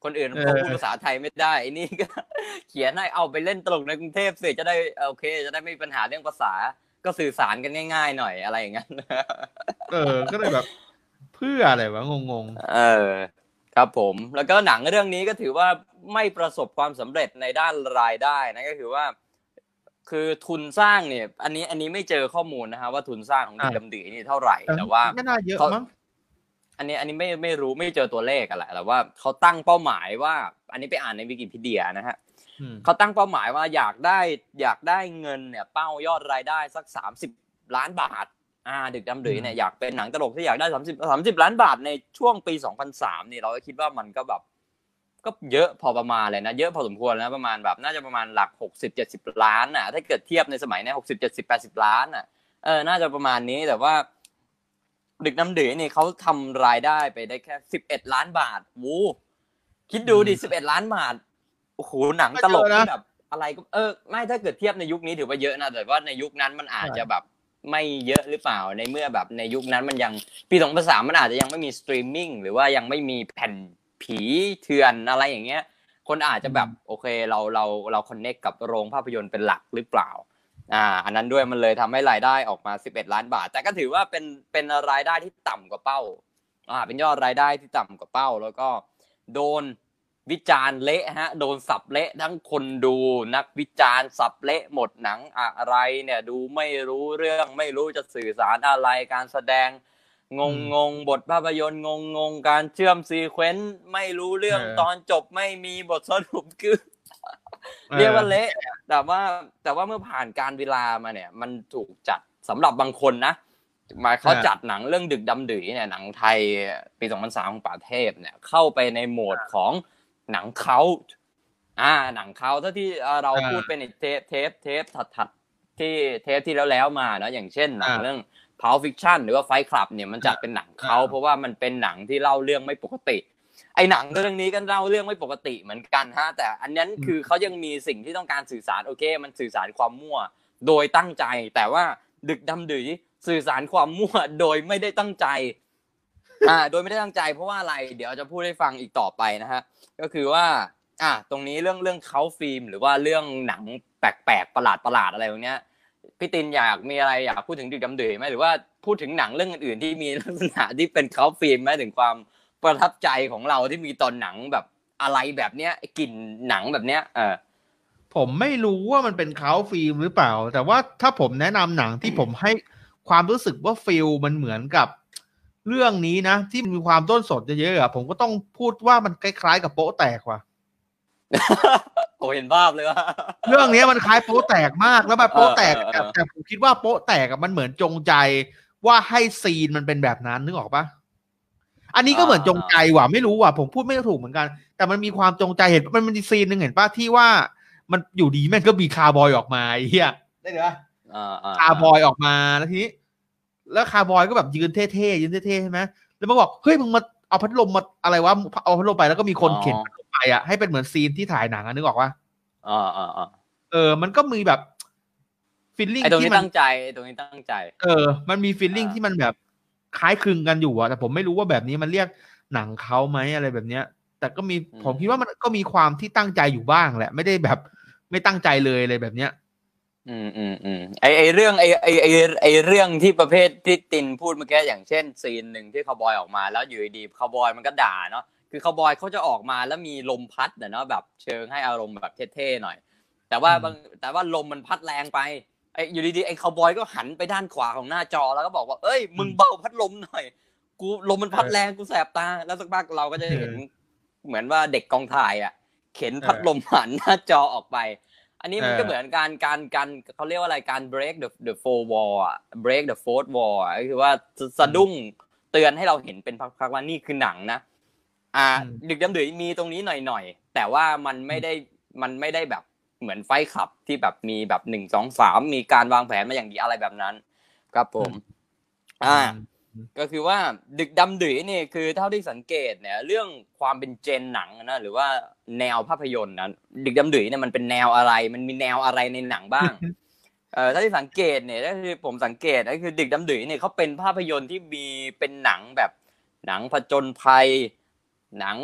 คนอื่นเขาพูดภาษาไทยไม่ได้ไอ้นี่ก็เขียนให้เอาไปเล่นตลกในกรุงเทพสิจะได้โอเคจะได้ไม่มีปัญหาเรื่องภาษาก็สื่อสารกันง่ายๆหน่อยอะไรอย่างเงี้ยเออก็เลยแบบเพื่ออะไรวะงงๆเออครับผมแล้วก็หนังเรื่องนี้ก็ถือว่าไม่ประสบความสำเร็จในด้านรายได้นะก็คือว่าคือทุนสร้างเนี่ยอันนี้อันนี้ไม่เจอข้อมูลนะฮะว่าทุนสร้างของเด็กดำดื่นี่เท่าไหร่แต่ว่าไม่น่าเยอะมั้งอันนี้อันนี้ไม่ไม่รู้ไม่เจอตัวเลขอะไรแต่ว่าเขาตั้งเป้าหมายว่าอันนี้ไปอ่านในวิกิพีเดียนะฮะเขาตั้งเป้าหมายว่าอยากได้อยากได้เงินเนี่ยเป้ายอดรายได้สักสามสิบล้านบาทอ่าดึกดำดื่นเนี่ยอยากเป็นหนังตลกที่อยากได้สามสิบ สามสิบล้านบาทในช่วงปีสองพันสามนี่เราก็คิดว่ามันก็แบบก็เยอะพอประมาณเลยนะเยอะพอสมควรนะประมาณแบบน่าจะประมาณหลักหกสิบ เจ็ดสิบล้านน่ะถ้าเกิดเทียบในสมัยนี้หกสิบ เจ็ดสิบ แปดสิบล้านน่ะเออน่าจะประมาณนี้แต่ว่าดึกดำดื่นนี่เขาทำรายได้ไปได้แค่สิบเอ็ดล้านบาทวู้คิดดูดิสิบเอ็ดล้านบาทโอ้โหหนังตลกที่แบบอะไรก็เออไม่ถ้าเกิดเทียบในยุคนี้ถือว่าเยอะนะแต่ว่าในยุคนั้นมันอาจจะแบบไม่เยอะหรือเปล่าในเมื่อแบบในยุคนั้นมันยังปีสองพันสามมันอาจจะยังไม่มีสตรีมมิ่งหรือว่ายังไม่มีแผ่นผีเถื่อนอะไรอย่างเงี้ยคนอาจจะแบบโอเคเราเราเราคอนเนคกับโรงภาพยนตร์เป็นหลักหรือเปล่าอ่าอันนั้นด้วยมันเลยทำให้รายได้ออกมาสิบเอ็ดล้านบาทแต่ก็ถือว่าเป็นเป็นรายได้ที่ต่ำกว่าเป้าอ่าเป็นยอดรายได้ที่ต่ำกว่าเป้าแล้วก็โดนวิจารณ์เละฮะโดนสับเละทั้งคนดูนักวิจารณ์สับเละหมดหนังอะไรเนี่ยดูไม่รู้เรื่องไม่รู้จะสื่อสารอะไรการแสดงงงงงบทภาพยนตร์งงงงการเชื่อมซีเควนซ์ไม่รู้เรื่องตอนจบไม่มีบทสรุปคือเรียกว่าเละแต่ว่าแต่ว่าเมื่อผ่านการเวลามาเนี่ยมันถูกจัดสำหรับบางคนนะมาเขาจัดหนังเรื่องดึกดำดื่นเนี่ยหนังไทยปีสองพันสามของป่าเทพเนี่ยเข้าไปในโหมดของหนังเค้าอ่าหนังเค้าถ้าที่เราพูดเป็นเทปเทปเทปถัดๆที่เทปที่แล้วแล้วมาเนาะอย่างเช่นหนังเรื่อง Pulp Fiction หรือว่า Fight Club เนี่ยมันจัดเป็นหนังเค้าเพราะว่ามันเป็นหนังที่เล่าเรื่องไม่ปกติไอ้หนังเรื่องนี้ก็เล่าเรื่องไม่ปกติเหมือนกันฮะแต่อันนั้นคือเขายังมีสิ่งที่ต้องการสื่อสารโอเคมันสื่อสารความมั่วโดยตั้งใจแต่ว่าดึกดำดื่นสื่อสารความมั่วโดยไม่ได้ตั้งใจอ่าโดยไม่ได้ตั้งใจเพราะว่าอะไรเดี๋ยวจะพูดให้ฟังอีกต่อไปนะฮะก็คือว่าอ่ะตรงนี้เรื่องเรื่องเขาฟิล์มหรือว่าเรื่องหนังแปลกๆประหลาดๆอะไรพวกเนี้ยพี่ตินอยากมีอะไรอยากพูดถึงดึกดำดื่นไหมหรือว่าพูดถึงหนังเรื่องอื่นๆที่มีลักษณะที่เป็นเขาฟิล์มไหมถึงความประทับใจของเราที่มีตอนหนังแบบอะไรแบบเนี้ยกลิ่นหนังแบบเนี้ยเออผมไม่รู้ว่ามันเป็นเขาฟิล์มหรือเปล่าแต่ว่าถ้าผมแนะนำหนังที่ผมให้ความรู้สึกว่าฟิลมันเหมือนกับเรื่องนี้นะที่มีความต้นสดเยอะๆอ่ะผมก็ต้องพูดว่ามันคล้ายๆกับโป๊ะแตกว่ะโอ้เห็นภาพเลยว่าเรื่องนี้มันคล้ายโป๊ะแตกมากแล้วแบบโป๊ะแตกแต่แต่ผมคิดว่าโป๊ะแตกมันเหมือนจงใจว่าให้ซีนมันเป็นแบบนั้นนึกออกปะอันนี้ก็เหมือนจงใจว่ะไม่รู้ว่ะผมพูดไม่ถูกเหมือนกันแต่มันมีความจงใจเห็นมันมีซีนหนึ่งเห็นป่ะที่ว่ามันอยู่ดีแม่งก็มีคาร์บอยออกมาไอ้เหี้ยได้เหรอคาร์บอยออกมาแล้วทีนี้แล้วคาร์บอยก็แบบยืนเท่ๆยืนเท่ๆใช่ไหมแล้วมันบอกเฮ้ยมึงมาเอาพัดลมมาอะไรวะเอาพัดลมไปแล้วก็มีคนเข็นพัดลมไปอ่ะให้เป็นเหมือนซีนที่ถ่ายหนังอ่ะนึกออกปะอ่าอ่าอ่าเออมันก็มีแบบฟีลลิ่งที่มันตั้งใจตรงนี้ตั้งใจเออมันมีฟีลลิ่งที่มันแบบคล้ายคลึงกันอยู่อะแต่ผมไม่รู้ว่าแบบนี้มันเรียกหนังเขาไหมอะไรแบบเนี้ยแต่ก็มีผมคิดว่ามันก็มีความที่ตั้งใจอยู่บ้างแหละไม่ได้แบบไม่ตั้งใจเลยอะไรแบบเนี้ยอืมอืมอืมไอไอเรื่องไอไอไอไอเรื่องที่ประเภทที่ตินพูดเมื่อกี้อย่างเช่นซีนหนึ่งที่คาวบอยออกมาแล้วอยู่ดีคาวบอยมันก็ด่าเนาะคือคาวบอยเขาจะออกมาแล้วมีลมพัดเนาะแบบเชิงให้อารมณ์แบบเท่ๆหน่อยแต่ว่าบางแต่ว่าลมมันพัดแรงไปไออยู่ดีๆไอ้คาวบอยก็หันไปด้านขวาของหน้าจอแล้วก็บอกว่าเอ้ยมึงเบาพัดลมหน่อยกูลมมันพัดแรงกูแสบตาแล้วสักพักเราก็จะเห็นเหมือนว่าเด็กกองถ่ายอ่ะเข็นพัดลมหันหน้าจอออกไปอันนี้มันก็เหมือนการการการเขาเรียกว่าอะไรการ break the the fourth wall อ่ะ break the fourth wall อ่ะก็คือว่าสะดุ้งเตือนให้เราเห็นเป็นพักๆว่านี่คือหนังนะอ่าดึกดำดื่นมีตรงนี้หน่อยๆแต่ว่ามันไม่ได้มันไม่ได้แบบเหมือนไฟคลับที่แบบมีแบบหนึ่ง สอง สามมีการวางแผนมาอย่างดีอะไรแบบนั้นครับผมอ่าก็คือว่าดึกดำดื่นนี่คือเท่าที่สังเกตเนี่ยเรื่องความเป็นเจนหนังนะหรือว่าแนวภาพยนตร์นะดึกดำดื่นเนี่ยมันเป็นแนวอะไรมันมีแนวอะไรในหนังบ้างเอ่อถ้าที่สังเกตเนี่ยก็คือผมสังเกตก็คือดึกดำดื่นเนี่ยเขาเป็นภาพยนตร์ที่มีเป็นหนังแบบหนังผจญภัยหนัง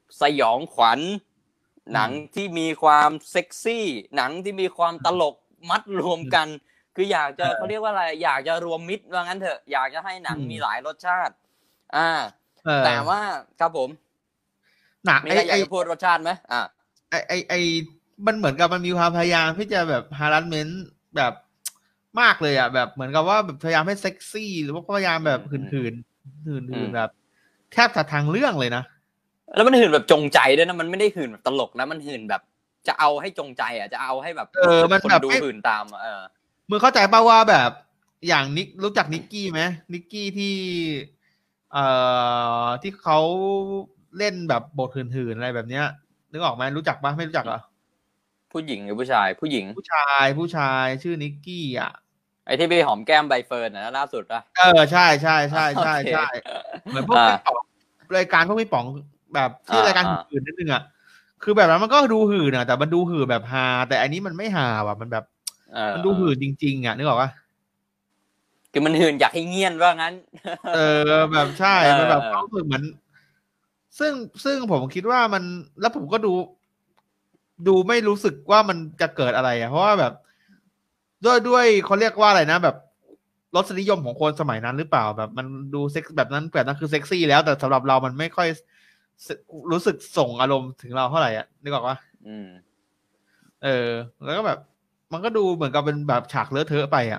สยองขวัญหนังที่มีความเซ็กซี่หนังที่มีความตลกมัดรวมกันคืออยากจะเขาเรียกว่าอะไรอยากจะรวมมิตรว่างั้นเถอะอยากจะให้หนังมีหลายรสชาติอ่าแต่ว่าครับผมหนักมีใครอยากจะพูดรสชาติไหมอ่าไอไอไอมันเหมือนกับมันมีความพยายามที่จะแบบฮาร์ดเมนต์แบบมากเลยอ่ะแบบเหมือนกับว่าแบบพยายามให้เซ็กซี่หรือว่าพยายามแบบหืนหืนหืนหืนแบบแทบจะทางเรื่องเลยนะแล้วมันหื่นแบบจงใจด้วยนะมันไม่ได้หื่นแบบตลกนะมันหื่นแบบจะเอาให้จงใจอ่ะจะเอาให้แบบเออมันแบบดูหื่นตามเออมึงเข้าใจป่าวว่าแบบอย่างนิกรู้จักนิกกี้ไหมนิกกี้ที่เอ่อที่เขาเล่นแบบบทหื่นๆอะไรแบบเนี้ยนึกออกไหมรู้จักป่ะไม่รู้จักเหรอผู้หญิงหรือผู้ชายผู้หญิงผู้ชายผู้ชายชื่อนิกกี้อ่ะไอ้ที่ไปหอมแก้มใบเฟิร์นนะล่าสุดป่ะเออใช่ใช่ใช่ใช่ใช่เหมือนพวกพี่ป๋องรายการพวกพี่ป๋องแบบที่รายการหื่นนิดนึงอ่ะคือแบบนั้นมันก็ดูหื่นอ่ะแต่มันดูหื่นแบบฮาแต่อันนี้มันไม่ฮาว่ะมันแบบมันดูหื่นจริงๆอ่ะนึกออกป่ะคือมันหื่นอยากให้เงียนว่างั้นเออแบบใช่มันแบบเขาคือเหมือนซึ่งซึ่งผมคิดว่ามันแล้วผมก็ดูดูไม่รู้สึกว่ามันจะเกิดอะไรอ่ะเพราะว่าแบบด้วยด้วยเขาเรียกว่าอะไรนะแบบรสนิยมของคนสมัยนั้นหรือเปล่าแบบมันดูเซ็กแบบนั้นแบบนั้นคือเซ็กซี่แล้วแต่สำหรับเรามันไม่ค่อยรู้สึกส่งอารมณ์ถึงเราเท่าไหร่อ่ะนึกออกปะอืมเออแล้วก็แบบมันก็ดูเหมือนกับเป็นแบบฉากเลอะเทอะไปอ่ะ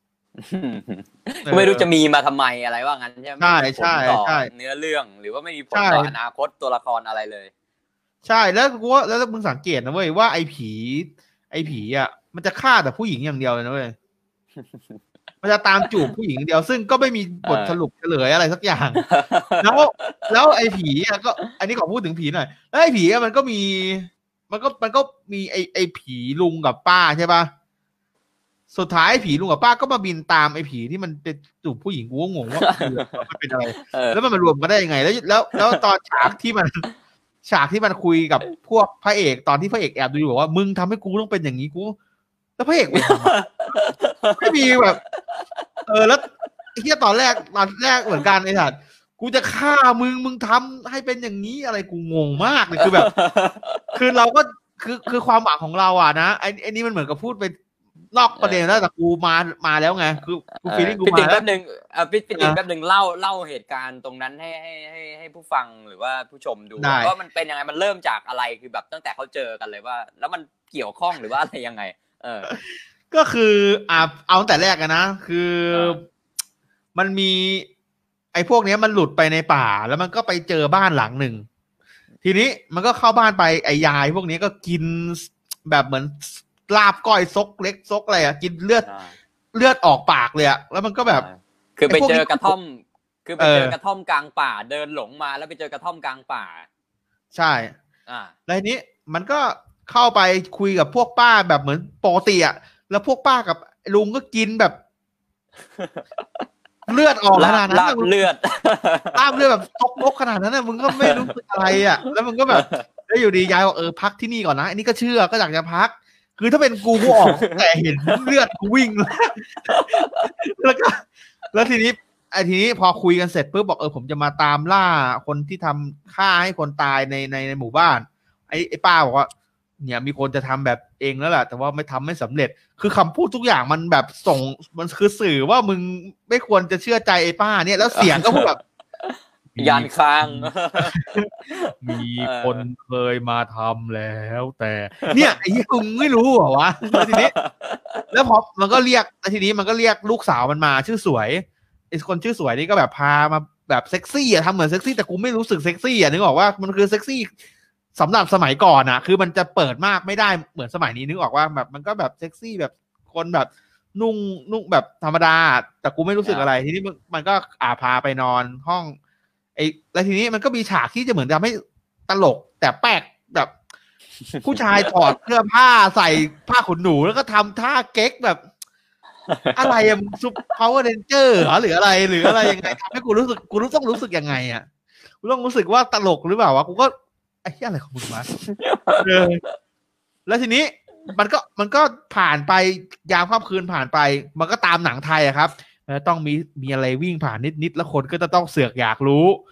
ไม่รู้จะมีมาทำไมอะไรว่างั้นใช่ไหมใช่ใช่ใช่เนื้อเรื่องหรือว่าไม่มีผลต่ออนาคตตัวละครอะไรเลยใช่แล้วกูว่าแล้วมึงสังเกตนะเว้ยว่าไอ้ผีไอ้ผีอ่ะมันจะฆ่าแต่ผู้หญิงอย่างเดียวเลยนะเว้ยมันจะตามจูบผู้หญิงเดียวซึ่งก็ไม่มีบทสรุปเฉลยอะไรสักอย่างแล้วแล้วไอ้ผีอ่ะก็อันนี้ขอพูดถึงผีหน่อยแล้วไอ้ผีอ่ะมันก็มีมันก็มันก็มีไอ้ไอ้ผีลุงกับป้าใช่ป่ะสุดท้ายผีลุงกับป้าก็มาบินตามไอ้ผีที่มันเป็นจูบผู้หญิงกูก็งงว่ามันเป็นอะไรแล้วมันมารวมกันได้ยังไงแล้วแล้วแล้วตอนฉากที่มันฉากที่มันคุยกับพวกพระเอกตอนที่พระเอกแอบดูอยู่บอกว่ามึงทำให้กูต้องเป็นอย่างนี้กูแล้วพระเอกไม่มีแบบเออแล้วไอ้เหี้ยตอนแรกตอนแรกเหมือนกันไอ้สัตว์กูจะฆ่ามึงมึงทำให้เป็นอย่างนี้อะไรกูงงมากเลยคือแบบคือเราก็คือคือความหวังของเราอ่ะนะไอ้ไอ้นี่มันเหมือนกับพูดไปนอกประเด็นแล้วแต่กูมามาแล้วไงคือกูฟีลลิ่งกูมาแล้วแป๊บนึงอ่ะพี่ติ๋งแป๊บนึงเล่าเล่าเหตุการณ์ตรงนั้นให้ให้ให้ให้ผู้ฟังหรือว่าผู้ชมดูว่ามันเป็นยังไงมันเริ่มจากอะไรคือแบบตั้งแต่เขาเจอกันเลยว่าแล้วมันเกี่ยวข้องหรือว่าอะไรยังไงเออก็คืออ่าเอาแต่แรกกันนะคือมันมีไอ้พวกนี้มันหลุดไปในป่าแล้วมันก็ไปเจอบ้านหลังหนึ่งทีนี้มันก็เข้าบ้านไปไอ้ยายพวกนี้ก็กินแบบเหมือนลาบก้อยซกเล็กซกอะไรอ่ะกินเลือดเลือดออกปากเลยอ่ะแล้วมันก็แบบคือไปเจอกระท่อมคือไปเจอกระท่อมกลางป่าเดินหลงมาแล้วไปเจอกระท่อมกลางป่าใช่อ่าแล้วทีนี้มันก็เข้าไปคุยกับพวกป้าแบบเหมือนปกติอ่ะแล้วพวกป้ากับลุงก็กินแบบเลือดออกขนาดนั้นลาบเลือดลาบเลือดแบบตกบกขนาดนั้นน่ะมึงก็ไม่รู้สึกอะไรอ่ะแล้วมึงก็แบบแล้วอยู่ดียายบอกเออพักที่นี่ก่อนนะอันนี้ก็เชื่อก็อยากจะพักคือถ้าเป็นกูกูออกแต่เห็นเลือดกูวิ่งแล้วก็แล้วทีนี้ไอ้ทีนี้พอคุยกันเสร็จปุ๊บบอกเออผมจะมาตามล่าคนที่ทำฆ่าให้คนตายในในในหมู่บ้านไอ้ไอ้ป้าบอกว่าเนี่ยมีคนจะทำแบบเองแล้วแหละแต่ว่าไม่ทำไม่สำเร็จคือคำพูดทุกอย่างมันแบบส่งมันคือสื่อว่ามึงไม่ควรจะเชื่อใจไอ้ป้าเนี่ยแล้วเสียงก็พูดแบบยานค้างมีคนเคยมาทำแล้วแต่เนี่ยไอ้ยี่มึงไม่รู้เหรอวะแล้วทีนี้แล้วพอมันก็เรียกทีนี้มันก็เรียกลูกสาวมันมาชื่อสวยไอ้คนชื่อสวยนี่ก็แบบพามาแบบเซ็กซี่อะทำเหมือนเซ็กซี่แต่กูไม่รู้สึกเซ็กซี่อะนึกออกว่ามันคือเซ็กซี่สำหรับสมัยก่อนอะคือมันจะเปิดมากไม่ได้เหมือนสมัยนี้นึกออกว่าแบบมันก็แบบเซ็กซี่แบบคนแบบนุ่งนุ่งแบบธรรมดาแต่กูไม่รู้สึกอะไรทีนี้มันก็อ่าพาไปนอนห้องไอ้แล้วทีนี้มันก็มีฉากที่จะเหมือนทำให้ตลกแต่แปลกแบบผู้ชายถอดเสื้อผ้าใส่ผ้าขนหนูแล้วก็ทำท่าเก๊กแบบอะไรอะซุปพาวเวอร์เรนเจอร์เหรอหรืออะไรหรืออะไรยังไงทำให้กูรู้สึกกูรู้ต้องรู้สึกยังไงอ่ะกูต้องรู้สึกว่าตลกหรือเปล่าวะกูก็ไอ้เหี้ยอะไรของมึงวะเออแล้วทีนี้มันก็มันก็ผ่านไปยามค่ำคืนผ่านไปมันก็ตามหนังไทยอะครับต้องมีมีอะไรวิ่งผ่านนิดๆแล้วคนก็จะต้องเสือกอยากรู้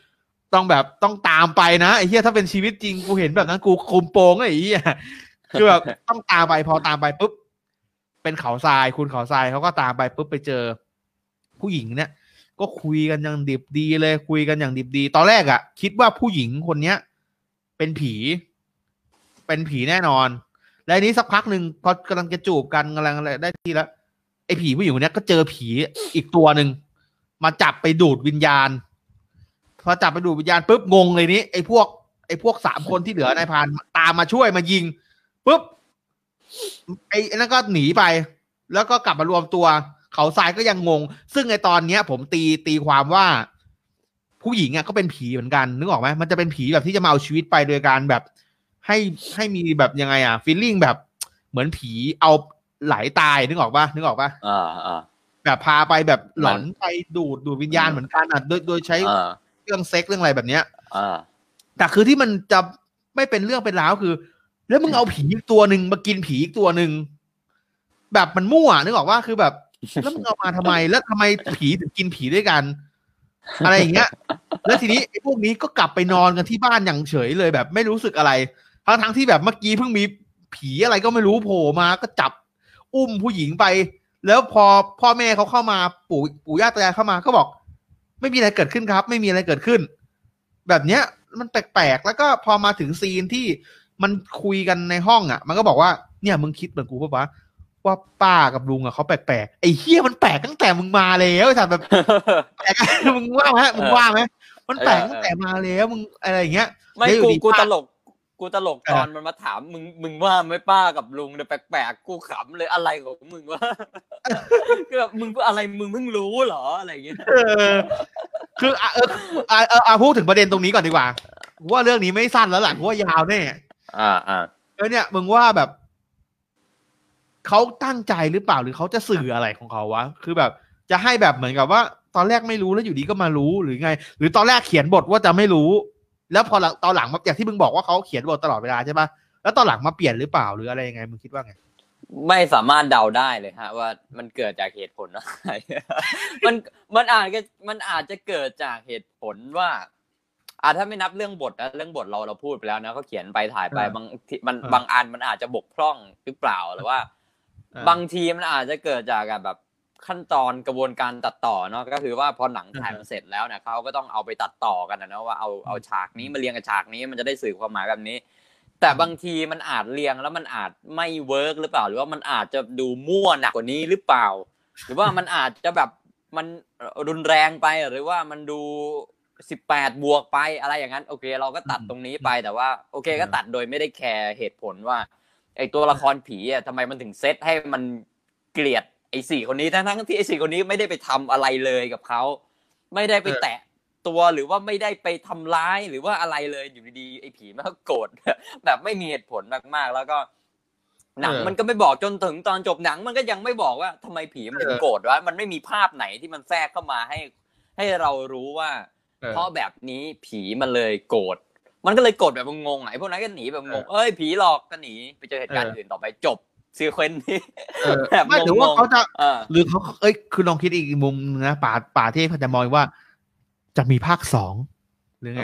ต้องแบบต้องตามไปนะไอ้เหี้ยถ้าเป็นชีวิตจริงกูเห็นแบบนั้นกูคุมโปงไอ้เหี้ยคือแบบต้องตามไปพอตามไปปุ๊บเป็นเขาทรายคุณเขาทรายเขาก็ตามไปปุ๊บไปเจอผู้หญิงเนี่ยก็คุยกันอย่างดิบดีเลยคุยกันอย่างดิบดีตอนแรกอ่ะคิดว่าผู้หญิงคนเนี้ยเป็นผีเป็นผีแน่นอนแล้วนี้สักพักหนึ่งพอกำลังจะจูบกันกำลังอะไรได้ที่แล้วไอ้ผีผู้หญิงคนนี้ก็เจอผีอีกตัวหนึ่งมาจับไปดูดวิญญาณพอจับไปดูดวิญญาณปุ๊บงงเลยนี้ไอ้พวกไอ้พวกสามคนที่เหลือนายพรานตามมาช่วยมายิงปุ๊บไอ้นั่นก็หนีไปแล้วก็กลับมารวมตัวเขาทรายก็ยังงงซึ่งในตอนเนี้ยผมตีตีความว่าผู้หญิงอ่ะก็เป็นผีเหมือนกันนึกออกไหมมันจะเป็นผีแบบที่จะมาเอาชีวิตไปโดยการแบบให้ให้มีแบบยังไงอ่ะฟีลลิ่งแบบเหมือนผีเอาไหลตายนึกออกป่ะนึกออกป่ะอ่าอ่าแบบพาไปแบบหลอนไปดูดดูดวิญญาณเหมือนกันอ่ะโดยโดยใช้เรื่องเซ็กเรื่องอะไรแบบเนี้ยอ่าแต่คือที่มันจะไม่เป็นเรื่องเป็นราวคือแล้วมึงเอาผีอีกตัวหนึ่งมากินผีอีกตัวหนึ่งแบบมันมั่วนึกออกว่าคือแบบแล้วมึงเอามาทำไมแล้วทำไมผีถึงกินผีด้วยกันอะไรอย่างเงี้ยแล้วทีนี้ไอ้พวกนี้ก็กลับไปนอนกันที่บ้านอย่างเฉยเลยแบบไม่รู้สึกอะไรทั้งทั้งที่แบบเมื่อกี้เพิ่งมีผีอะไรก็ไม่รู้โผล่มาก็จับอุ้มผู้หญิงไปแล้วพอพ่อแม่เขาเข้ามาปู่ปู่ย่าตายายเข้ามาก็บอกไม่มีอะไรเกิดขึ้นครับไม่มีอะไรเกิดขึ้นแบบเนี้ยมันแปลกๆแล้วก็พอมาถึงซีนที่มันคุยกันในห้องอ่ะมันก็บอกว่าเนี่ยมึงคิดเหมือนกูป่ะวะว่าป้ากับลุงอ่ะเขาแปลกๆไอ้เหี้ยมันแปลกตั้งแต่มึงมาแล้วไอ้สัตว์แบบแปลกมึงว่าไหมมึงว่าไหมมันแปลกตั้งแต่มาแล้วมึงอะไรอย่างเงี้ยไม่กูกูตลกกูตลกตอนมันมาถามมึงมึงว่าไม่ป้ากับลุงเนี่ยแปลกๆกูขำเลยอะไรของมึงวะคือแบบมึงอะไรมึงเพิ่งรู้เหรออะไรอย่างเงี้ยคือเออเออเออพูดถึงประเด็นตรงนี้ก่อนดีกว่าว่าเรื่องนี้ไม่สั้นแล้วหลังว่ายาวแน่อ่าอ่าแล้วเนี่ยมึงว่าแบบเขาตั้งใจหรือเปล่าหรือเขาจะสื่ออะไรของเขาวะคือแบบจะให้แบบเหมือนกับว่าตอนแรกไม่รู้แล้วอยู่ดีก็มารู้หรือไงหรือตอนแรกเขียนบทว่าจะไม่รู้แล้วพอตอนหลังมาอย่างที่มึงบอกว่าเขาเขียนบทตลอดเวลาใช่ปะแล้วตอนหลังมาเปลี่ยนหรือเปล่าหรืออะไรยังไงมึงคิดว่าไงไม่สามารถเดาได้เลยฮะว่ามันเกิดจากเหตุผลอะไรมันมันอาจจะมันอาจจะเกิดจากเหตุผลว่าอ่าถ้าไม่นับเรื่องบทนะเรื่องบทเราเราพูดไปแล้วนะเขาเขียนไปถ่ายไปบางมันบางอันมันอาจจะบกพร่องหรือเปล่าหรือว่าบางทีมันอาจจะเกิดจากแบบขั้นตอนกระบวนการตัดต่อเนาะก็คือว่าพอหนังถ่ายมันเสร็จแล้วเนี่ยเขาก็ต้องเอาไปตัดต่อกันนะเนาะว่าเอาเอาฉากนี้มาเรียงกับฉากนี้มันจะได้สื่อความหมายแบบนี้แต่บางทีมันอาจเรียงแล้วมันอาจไม่เวิร์กหรือเปล่าหรือว่ามันอาจจะดูมั่วหนักกว่านี้หรือเปล่าหรือว่ามันอาจจะแบบมันรุนแรงไปหรือว่ามันดูสิบแปดบวกไปอะไรอย่างนั้นโอเคเราก็ตัดตรงนี้ไปแต่ว่าโอเคก็ตัดโดยไม่ได้แคร์เหตุผลว่าไอ้ตัวละครผีอ่ะทำไมมันถึงเซตให้มันเกลียดไอ้สี่คนนี้ทั้งๆที่ไอ้สี่คนนี้ไม่ได้ไปทำอะไรเลยกับเขาไม่ได้ไปแตะตัวหรือว่าไม่ได้ไปทำร้ายหรือว่าอะไรเลยอยู่ดีๆไอ้ผีมันก็โกรธแบบไม่มีเหตุผลมากๆแล้วก็หนังมันก็ไม่บอกจนถึงตอนจบหนังมันก็ยังไม่บอกว่าทำไมผีมันถึงโกรธวะมันไม่มีภาพไหนที่มันแทรกเข้ามาให้ให้เรารู้ว่าเพราะแบบนี้ผีมันเลยโกรธมันก็เลยโกรธแบบงงๆไอ้พวกนั้นก็หนีแบบงงเอ้ยผีหลอกก็หนีไปเจอเหตุการณ์อื่นต่อไปจบซีเควนต์นี้แบบไม่ถือว่าเขาจะหรือเขาเอ้ยคือลองคิดอีกมุมนะป่าป่าที่เขาจะมองว่าจะมีภาคสองหรือไง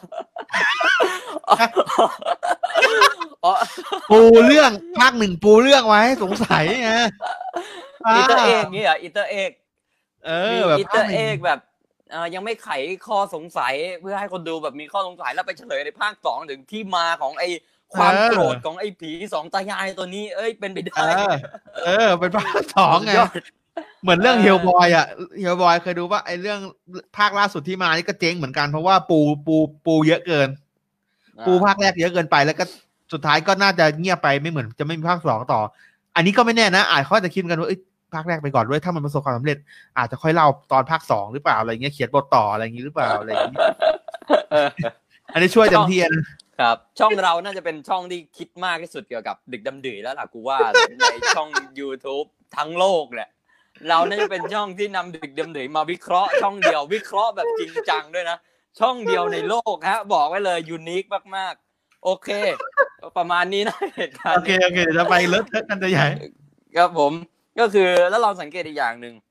ปูเรื่องภาคหนึ่งปูเรื่องไว้สงสัยไงอีเตอร์เอกนี่เหรออีเตอร์เอกเออแบบอีเตอร์เอกแบบยังไม่ไขข้อสงสัยเพื่อให้คนดูแบบมีข้อสงสัยแล้วไปเฉลยในภาคสองถึงที่มาของไอ้ความโกรธของไอ้ผีสองตายายตัวนี้เอ้ยเป็นไปได้เออเป็นภาคสองไงเหมือนเรื่องเฮลบอยอ่ะเฮลบอยเคยดูว่าไอ้เรื่องภาคล่าสุดที่มานี่ก็เจ๊งเหมือนกันเพราะว่าปูปูปูเยอะเกินปูภาคแรกเยอะเกินไปแล้วก็สุดท้ายก็น่าจะเงียบไปไม่เหมือนจะไม่มีภาคสองต่ออันนี้ก็ไม่แน่นะอาจเขาจะคิดกันว่าเอ้ยภาคแรกไปก่อนด้วยถ้ามันประสบความสำเร็จอาจจะค่อยเล่าตอนภาคสองหรือเปล่าอะไรเงี้ยเขียนบทต่ออะไรอย่างงี้หรือเปล่าอะไรอย่างงี้อันนี้ช่วยเต็มที่นะครับช่องเราน่าจะเป็นช่องที่คิดมากที่สุดเกี่ยวกับดึกดำดื่นแล้วล่ะกูว่าในช่อง YouTube ทั้งโลกแหละเราน่าจะเป็นช่องที่นำดึกดำดื่นมาวิเคราะห์ช่องเดียววิเคราะห์แบบจริงจังด้วยนะช่องเดียวในโลกฮะบอกไว้เลยยูนิคมากๆโอเคประมาณนี้นะเหตุการณ์โอเคโอเคเดี๋ยวจะไปเลิศเทอะกันจะใหญ่ครับผมก็คือแล้วเราสังเกตอีกอย่างนึง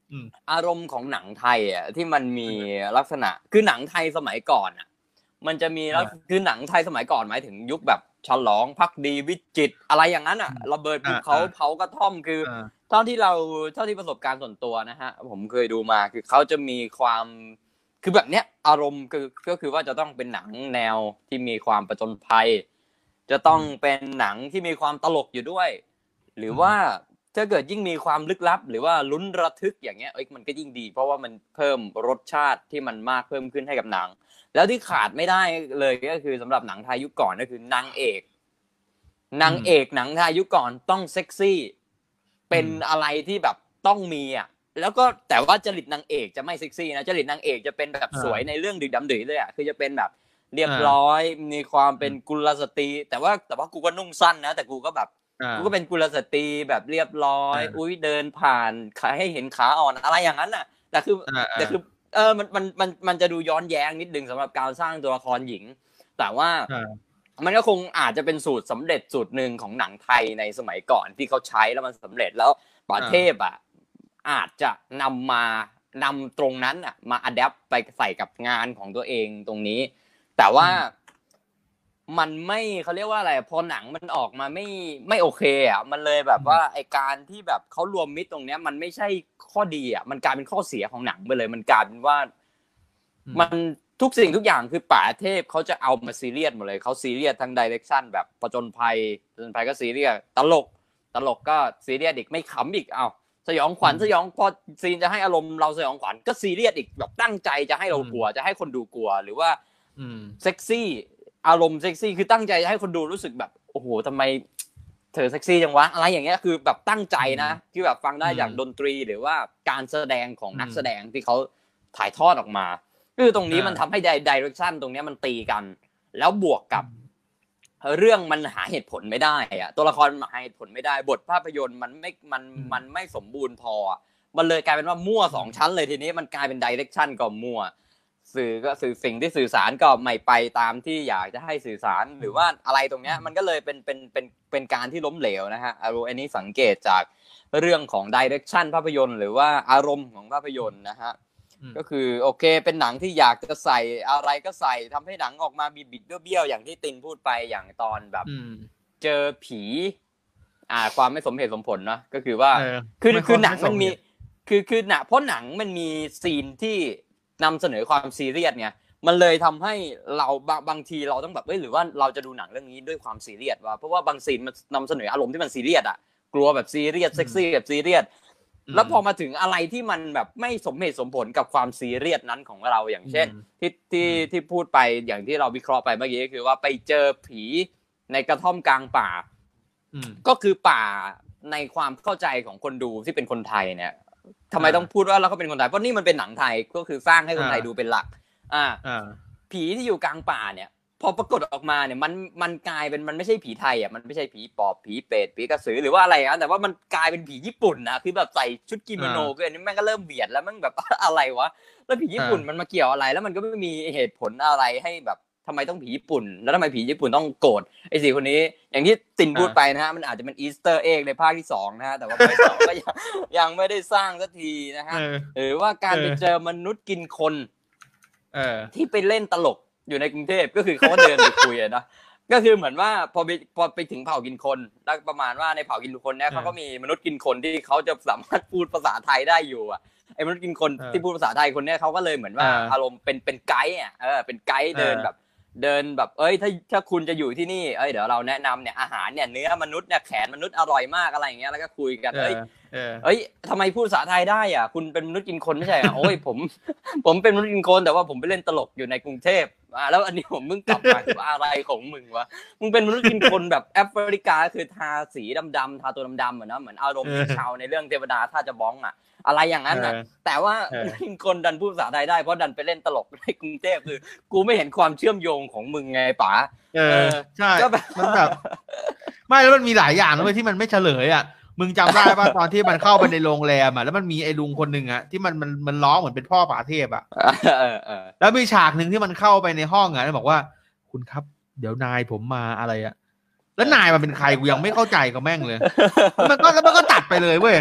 อารมณ์ของหนังไทยอ่ะที่มันมีลักษณะคือหนังไทยสมัยก่อนอ่ะมันจะมีแล้วคือหนังไทยสมัยก่อนหมายถึงยุคแบบฉลองภักดีวิจิตรอะไรอย่างนั้นอ่ะระเบิดภูเขาเผากระท่อมคือเท่าที่เราเท่าที่ประสบการณ์ส่วนตัวนะฮะผมเคยดูมาคือเขาจะมีความคือแบบเนี้ยอารมณ์คือก็คือว่าจะต้องเป็นหนังแนวที่มีความประจนภัยจะต้องเป็นหนังที่มีความตลกอยู่ด้วยหรือว่าถ้าเกิดยิ่งมีความลึกลับหรือว่าลุ้นระทึกอย่างเงี้ยเอ้ยมันก็ยิ่งดีเพราะว่ามันเพิ่มรสชาติที่มันมากเพิ่มขึ้นให้กับหนังแล้วที่ขาดไม่ได้เลยก็คือสำหรับหนังไทยยุคก่อนก็คือนางเอกนางเอกหนังไทยยุคก่อนต้องเซ็กซี่เป็นอะไรที่แบบต้องมีอ่ะแล้วก็แต่ว่าจริตนางเอกจะไม่เซ็กซี่นะจริตนางเอกจะเป็นแบบสวยในเรื่องดึกดำดื่นเลยอ่ะคือจะเป็นแบบเรียบร้อยมีความเป็นกุลสตรีแต่ว่าแต่ว่ากูก็นุ่งสั้นนะแต่กูก็แบบกูก็เป็นกุลสตรีแบบเรียบร้อยอุ้ยเดินผ่านให้เห็นขาอ่อนอะไรอย่างนั้นน่ะแต่คือแต่คือเออมันมันมันมันจะดูย้อนแย้งนิดนึงสำหรับการสร้างตัวละครหญิงแต่ว่ามันก็คงอาจจะเป็นสูตรสำเร็จสูตรหนึ่งของหนังไทยในสมัยก่อนที่เขาใช้แล้วมันสำเร็จแล้วประเทศอ่ะอาจจะนำมานำตรงนั้นอ่ะมาอัดแอปไปใส่กับงานของตัวเองตรงนี้แต่ว่ามันไม่เขาเรียกว่าอะไรพอหนังมันออกมาไม่ไม่โอเคอ่ะมันเลยแบบว่าไอการที่แบบเขารวมมิตรตรงเนี้ยมันไม่ใช่ข้อดีอ่ะมันกลายเป็นข้อเสียของหนังไปเลยมันกลายเป็นว่ามันทุกสิ่งทุกอย่างคือป๋าเทพเขาจะเอามาซีเรียสหมดเลยเขาซีเรียสทั้งไดเรคชั่นแบบผจญภัยผจญภัยก็ซีเรียสตลกตลกก็ซีเรียสอีกไม่ขำอีกเอาสยองขวัญสยองพอซีนจะให้อารมณ์เราสยองขวัญก็ซีเรียสอีกแบบตั้งใจจะให้เรากลัวจะให้คนดูกลัวหรือว่าเซ็กซี่อารมณ์เซ็กซี่คือตั้งใจจะให้คนดูรู้สึกแบบโอ้โหทำไมเธอเซ็กซี่จังวะอะไรอย่างเงี้ยคือแบบตั้งใจนะที่แบบฟังได้จากดนตรีหรือว่าการแสดงของนักแสดงที่เขาถ่ายทอดออกมาคือตรงนี้มันทำให้ไดเรคชั่นตรงนี้มันตีกันแล้วบวกกับเรื่องมันหาเหตุผลไม่ได้อะตัวละครมันหาเหตุผลไม่ได้บทภาพยนตร์มันไม่มันมันไม่สมบูรณ์พอมันเลยกลายเป็นว่ามั่วสองชั้นเลยทีนี้มันกลายเป็นไดเรคชั่นก็มั่วสื่อก็สื่อสิ่งที่สื่อสารก็ไม่ไปตามที่อยากจะให้สื่อสารหรือว่าอะไรตรงเนี้ยมันก็เลยเป็นเป็นเป็นเป็นการที่ล้มเหลวนะฮะอันนี้สังเกตจากเรื่องของไดเรคชั่นภาพยนตร์หรือว่าอารมณ์ของภาพยนตร์นะฮะก็คือโอเคเป็นหนังที่อยากจะใส่อะไรก็ใส่ทำให้หนังออกมามีบิดเบี้ยวๆอย่างที่ตินพูดไปอย่างตอนแบบเจอผีอ่าความไม่สมเหตุสมผลนะก็คือว่าคือคือหนังมันมีคือคือหนังเพราะหนังมันมีซีนที่นำเสนอความซีเรียสไงมันเลยทำให้เราบางบางทีเราต้องแบบเอ้ยหรือว่าเราจะดูหนังเรื่องนี้ด้วยความซีเรียสวะเพราะว่าบางซีนมันนำเสนออารมณ์ที่มันซีเรียสอ่ะกลัวแบบซีเรียสเซ็กซี่แบบซีเรียสแล้วพอมาถึงอะไรที่มันแบบไม่สมเหตุสมผลกับความซีเรียสนั้นของเราอย่างเช่นที่ที่ที่พูดไปอย่างที่เราวิเคราะห์ไปเมื่อกี้ก็คือว่าไปเจอผีในกระท่อมกลางป่าก็คือป่าในความเข้าใจของคนดูที่เป็นคนไทยเนี่ยทำไมต้องพูดว่าเราก็เป็นคนไทยเพราะนี่มันเป็นหนังไทยก็คือสร้างให้คนไทยดูเป็นหลักอ่าผีที่อยู่กลางป่าเนี่ยพอปรากฏออกมาเนี่ยมันมันกลายเป็นมันไม่ใช่ผีไทยอ่ะมันไม่ใช่ผีปอบผีเปรตผีกระสือหรือว่าอะไรนะแต่ว่ามันกลายเป็นผีญี่ปุ่นนะคือแบบใส่ชุดกิโมโนก็อันนี้แม่งก็เริ่มเบียดแล้วมันแบบอะไรวะแล้วผีญี่ปุ่นมันมาเกี่ยวอะไรแล้วมันก็ไม่มีเหตุผลอะไรให้แบบทำไมต้องผีญี่ปุ่นแล้วทำไมผีญี่ปุ่นต้องโกรธไอ้สี่คนนี้อย่างที่ตินพูดไปนะฮะมันอาจจะเป็นอีสเตอร์เอ็กในภาคที่สองนะฮะแต่ว่าภาคที่สองก็ยังยังไม่ได้สร้างสักทีนะฮะหรือว่าการไปเจอมนุษย์กินคนที่ไปเล่นตลกอยู่ในกรุงเทพก็คือเขาเดินไปคุยนะก็คือเหมือนว่าพอไปพอไปถึงเผ่ากินคนแล้วประมาณว่าในเผ่ากินคนเนี่ยเขาก็มีมนุษย์กินคนที่เขาจะสามารถพูดภาษาไทยได้อยู่อ่ะไอ้มนุษย์กินคนที่พูดภาษาไทยคนเนี้ยเขาก็เลยเหมือนว่าอารมณ์เป็นเป็นไกด์อ่ะเออเป็นไกด์เดินแบบเดินแบบเอ้ยถ้าถ้าคุณจะอยู่ที่นี่เอ้ยเดี๋ยวเราแนะนำเนี่ยอาหารเนี่ยเนื้อมนุษย์เนี่ยแขนมนุษย์อร่อยมากอะไรอย่างเงี้ยแล้วก็คุยกันเอ้ยเอ้ยทำไมพูดภาษาไทยได้อ่ะคุณเป็นมนุษย์กินคนไม่ใช่อ่ะโอ้ยผมผมเป็นมนุษย์กินคนแต่ว่าผมไปเล่นตลกอยู่ในกรุงเทพอ่าแล้วอันนี้ผมมึงกลับมาว่าอะไรของมึงวะมึงเป็นมนุษย์กินคนแบบแอฟริกาคือทาสีดำๆทาตัวดำๆเหมือนนะเหมือนอารมณ์ที่ชาวในเรื่องเทวดาถ้าจะบ้องอ่ะอะไรอย่างนั้นน่ะแต่ว่าคนดันพูดภาษาไทยได้เพราะดันไปเล่นตลกในกรุงเทพคือกูไม่เห็นความเชื่อมโยงของมึงไงป๋าเออใช่มันแบบไม่แล้วมันมีหลายอย่างเลยที่มันไม่เฉลยอ่ะมึงจำได้ป่ะตอนที่มันเข้าไปในโรงแรมอ่ะแล้วมันมีไอ้ลุงคนนึงอ่ะที่มันมันมันร้องเหมือนเป็นพ่อป๋าเทพอ่ะแล้วมีฉากนึงที่มันเข้าไปในห้องอ่ะแล้วบอกว่าคุณครับเดี๋ยวนายผมมาอะไรอ่ะแล้วนายมันเป็นใครกูยังไม่เข้าใจกับแม่งเลยมันก็แล้วมันก็ตัดไปเลยเว้ย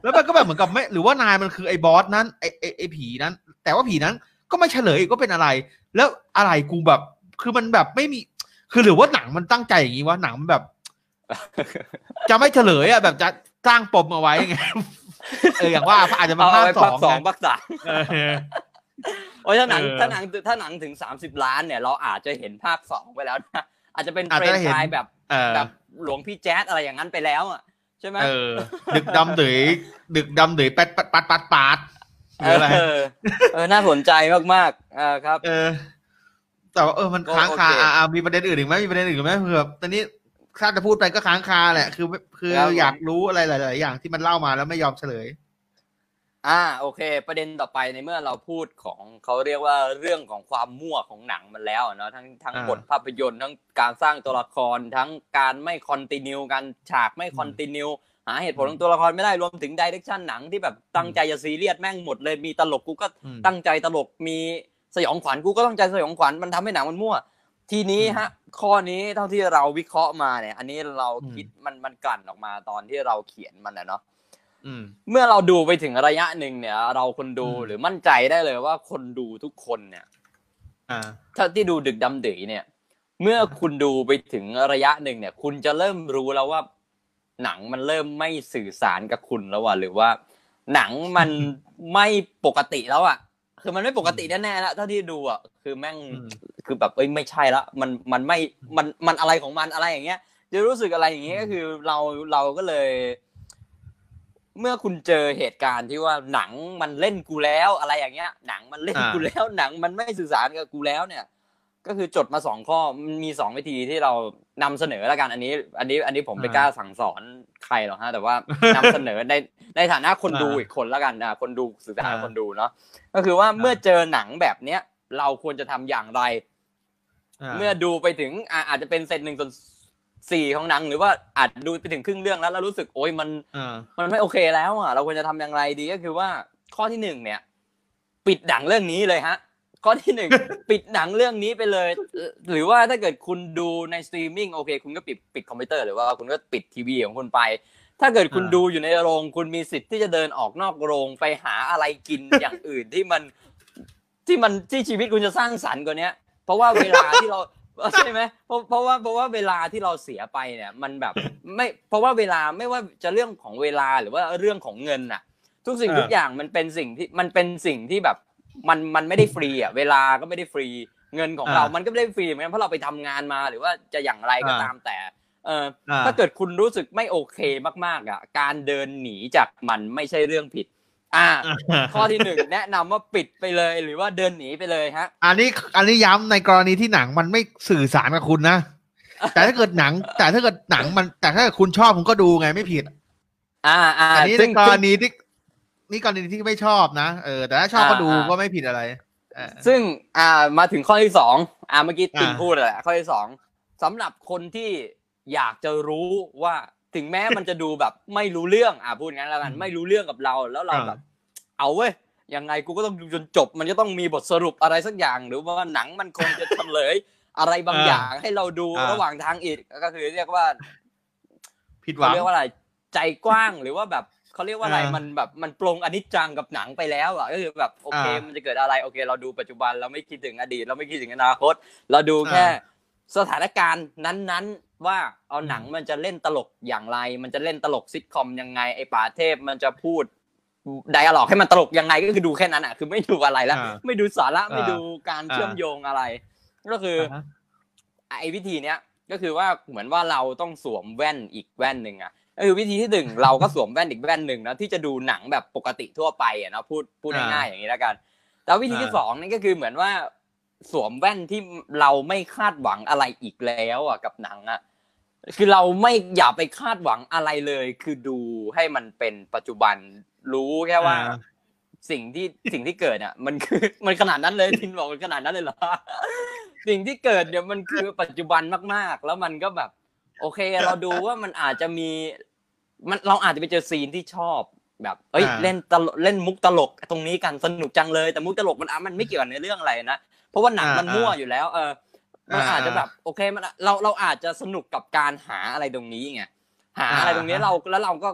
แล้วมันก็แบบเหมือนกับไม่หรือว่านายมันคือไอ้บอสนั้นไอ้ไอ้ไอ้ผีนั้น แต่ว่าผีนั้นก็ไม่เฉลยก็เป็นอะไรแล้วอะไรกูแบบคือมันแบบไม่มีคือหรือว่าหนังมันตั้งใจอย่างนี้วะหนังมันแบบจะไม่เฉลยอ่ะแบบจะสร้างปมเอาไว้ไงเอออย่างว่าอาจจะเป็นภาคสองสองภาคสามเออโอ้ยถ้าหนังถ้าหนังถ้าหนังถึงสามสิบล้านเนี่ยเราอาจจะเห็นภาคสองไปแล้วนะอาจจะเป็นเฟรนไชส์แบบแบบหลวงพี่แจ๊สอะไรอย่างนั้นไปแล้วอ่ะใช่ไหมเออดึกดำดื๋ยดึกดำดื๋ยแป๊ดปัดปัดปัดปัดหรืออะไรเออน่าสนใจมากๆอ่าครับเออแต่ว่าเออมันค้างคาอ่ามีประเด็นอื่นอีกไหมมีประเด็นอื่นไหมเผื่อตอนนี้ถ้าจะพูดไปก็ค้างคาแหละคือคืออยากรู้อะไรหลายๆอย่างที่มันเล่ามาแล้วไม่ยอมเฉลยอ่าโอเคประเด็นต่อไปในเมื่อเราพูดของเขาเรียกว่าเรื่องของความมั่วของหนังมันแล้วเนาะทั้งทั้งบทภาพยนตร์ทั้งการสร้างตัวละครทั้งการไม่คอนติเนียกันฉากไม่คอนติเนียหาเหตุผลของตัวละครไม่ได้รวมถึงไดเรกชันหนังที่แบบตั้งใจจะซีเรียสแม่งหมดเลยมีตลกกูก็ตั้งใจตลกมีสยองขวัญกูก็ตั้งใจสยองขวัญมันทำให้หนังมันมั่วทีนี้ฮะข้อนี้เท่าที่เราวิเคราะห์มาเนี่ยอันนี้เราคิดมันมันกลั่นออกมาตอนที่เราเขียนมันนะเนาะเมื่อเราดูไปถึงระยะหนึ่งเนี่ยเราคนดูหรือมั่นใจได้เลยว่าคนดูทุกคนเนี่ยถ้าที่ดูดึกดำดื่นเนี่ยเมื่อคุณดูไปถึงระยะหนึ่งเนี่ยคุณจะเริ่มรู้แล้วว่าหนังมันเริ่มไม่สื่อสารกับคุณแล้วว่ะหรือว่าหนังมันไม่ปกติแล้วอ่ะคือมันไม่ปกติแน่ๆแล้วเท่าที่ดูอ่ะคือแม่งคือแบบเอ้ยไม่ใช่ละมันมันไม่มันมันอะไรของมันอะไรอย่างเงี้ยจะรู้สึกอะไรอย่างเงี้ยก็คือเราเราก็เลยเมื่อคุณเจอเหตุการณ์ที่ว่าหนังมันเล่นกูแล้วอะไรอย่างเงี้ยหนังมันเล่นกูแล้วหนังมันไม่สื่อสารกับกูแล้วเนี่ยก็คือจดมาสองข้อมันมีสองวิธีที่เรานำเสนอแล้วกันอันนี้อันนี้อันนี้ผมไม่กล้าสั่งสอนใครหรอกฮะแต่ว่านำเสนอในในฐานะคนดูอีกคนแล้วกันนะคนดูสื่อสารคนดูเนาะก็คือว่าเมื่อเจอหนังแบบเนี้ยเราควรจะทำอย่างไรเมื่อดูไปถึงอาจจะเป็นเซตหนึ่งส่วนสี่ของหนังหรือว่าอาจดูไปถึงครึ่งเรื่องแล้วแล้วรู้สึกโอ๊ยมันมันไม่โอเคแล้วอ่ะเราควรจะทำอย่างไรดีก็คือว่าข้อที่หนึ่งเนี่ยปิดหนังเรื่องนี้เลยฮะข้อที่หนึ่งปิดหนังเรื่องนี้ไปเลยหรือว่าถ้าเกิดคุณดูในสตรีมมิ่งโอเคคุณก็ปิดปิดคอมพิวเตอร์หรือว่าคุณก็ปิดทีวีของคุณไปถ้าเกิดคุณดูอยู่ในโรงคุณมีสิทธิ์ที่จะเดินออกนอกโรงไปหาอะไรกินอย่างอื่นที่มันที่มันที่ชีวิตคุณจะสร้างสรรค์กว่านี้เพราะว่าเวลาที่เราใช่ไหมเพราะเพราะว่าเพราะว่าเวลาที่เราเสียไปเนี่ยมันแบบไม่เพราะว่าเวลาไม่ว่าจะเรื่องของเวลาหรือว่าเรื่องของเงินน่ะทุกสิ่งทุกอย่างมันเป็นสิ่งที่มันเป็นสิ่งที่แบบมันมันไม่ได้ฟรีอ่ะเวลาก็ไม่ได้ฟรีเงินของเรามันก็ไม่ได้ฟรีเหมือนกันเพราะเราไปทำงานมาหรือว่าจะอย่างไรก็ตามแต่เออถ้าเกิดคุณรู้สึกไม่โอเคมากๆอ่ะการเดินหนีจากมันไม่ใช่เรื่องผิดอ่าข้อที่หนึ่งแนะนำว่าปิดไปเลยหรือว่าเดินหนีไปเลยฮะอันนี้อันนี้ย้ำในกรณีที่หนังมันไม่สื่อสารกับคุณนะแต่ถ้าเกิดหนังแต่ถ้าเกิดหนังมันแต่ถ้าคุณชอบคุณก็ดูไงไม่ผิดอ่าอ่าอันนี้ในกรณีที่นี่กรณีที่ไม่ชอบนะเออแต่ถ้าชอบก็ดูก็ไม่ผิดอะไรซึ่งอ่ามาถึงข้อที่สองอ่าเมื่อกี้ติ่งพูดแหละข้อที่สองสำหรับคนที่อยากจะรู้ว่าถึงแม้มันจะดูแบบไม่รู้เรื่องอ่าพูดงั้นแล้วกันไม่รู้เรื่องกับเราแล้วเราแบบเอาเว้ยยังไงกูก็ต้องดูจนจบมันจะต้องมีบทสรุปอะไรสักอย่างหรือว่าหนังมันคงจะเฉลยอะไรบางอย่างให้เราดูระหว่างทางอีกก็คือเรียกว่าผิดหวังเรียกว่าอะไรใจกว้างหรือว่าแบบเขาเรียกว่าอะไรมันแบบมันปลงอนิจจังกับหนังไปแล้วอ่ะก็คือแบบโอเคมันจะเกิดอะไรโอเคเราดูปัจจุบันเราไม่คิดถึงอดีตเราไม่คิดถึงอนาคตเราดูแค่สถานการณ์นั้นๆว่าเอาหนังมันจะเล่นตลกอย่างไรมันจะเล่นตลกซิทคอมยังไงไอ้ป๋าเทพมันจะพูดไดอะล็อกให้มันตลกยังไงก็คือดูแค่นั้นอ่ะคือไม่ดูอะไรแล้วไม่ดูสาระไม่ดูการเชื่อมโยงอะไรก็คือไอ้วิธีเนี้ยก็คือว่าเหมือนว่าเราต้องสวมแว่นอีกแว่นนึงอ่ะเออวิธีที่หนึ่งเราก็สวมแว่นอีกแว่นหนึ่งนะที่จะดูหนังแบบปกติทั่วไปอ่ะนะพูดพูดง่ายๆอย่างนี้แล้วกันแต่วิธีที่สองนี่ก็คือเหมือนว่าสวมแว่นที่เราไม่คาดหวังอะไรอีกแล้วอ่ะกับหนังอ่ะคือเราไม่อย่าไปคาดหวังอะไรเลยคือดูให้มันเป็นปัจจุบันรู้แค่ว่าสิ่งที่สิ่งที่เกิดอ่ะมันคือมันขนาดนั้นเลยทินบอกมันขนาดนั้นเลยเหรอสิ่งที่เกิดเนี่ยมันคือปัจจุบันมากๆแล้วมันก็แบบโอเคเราดูว่ามันอาจจะมีมันเราอาจจะไปเจอซีนที่ชอบแบบเอ้ยเล่นตลกเล่นมุกตลกตรงนี้กันสนุกจังเลยแต่มุกตลกมันอ่ะมันไม่เกี่ยวกับในเรื่องอะไรนะเพราะว่าหนังมันมั่วอยู่แล้วเออมันอาจจะแบบโอเคมันเราเราอาจจะสนุกกับการหาอะไรตรงนี้ไงหาอะไรตรงนี้เราแล้วเราก็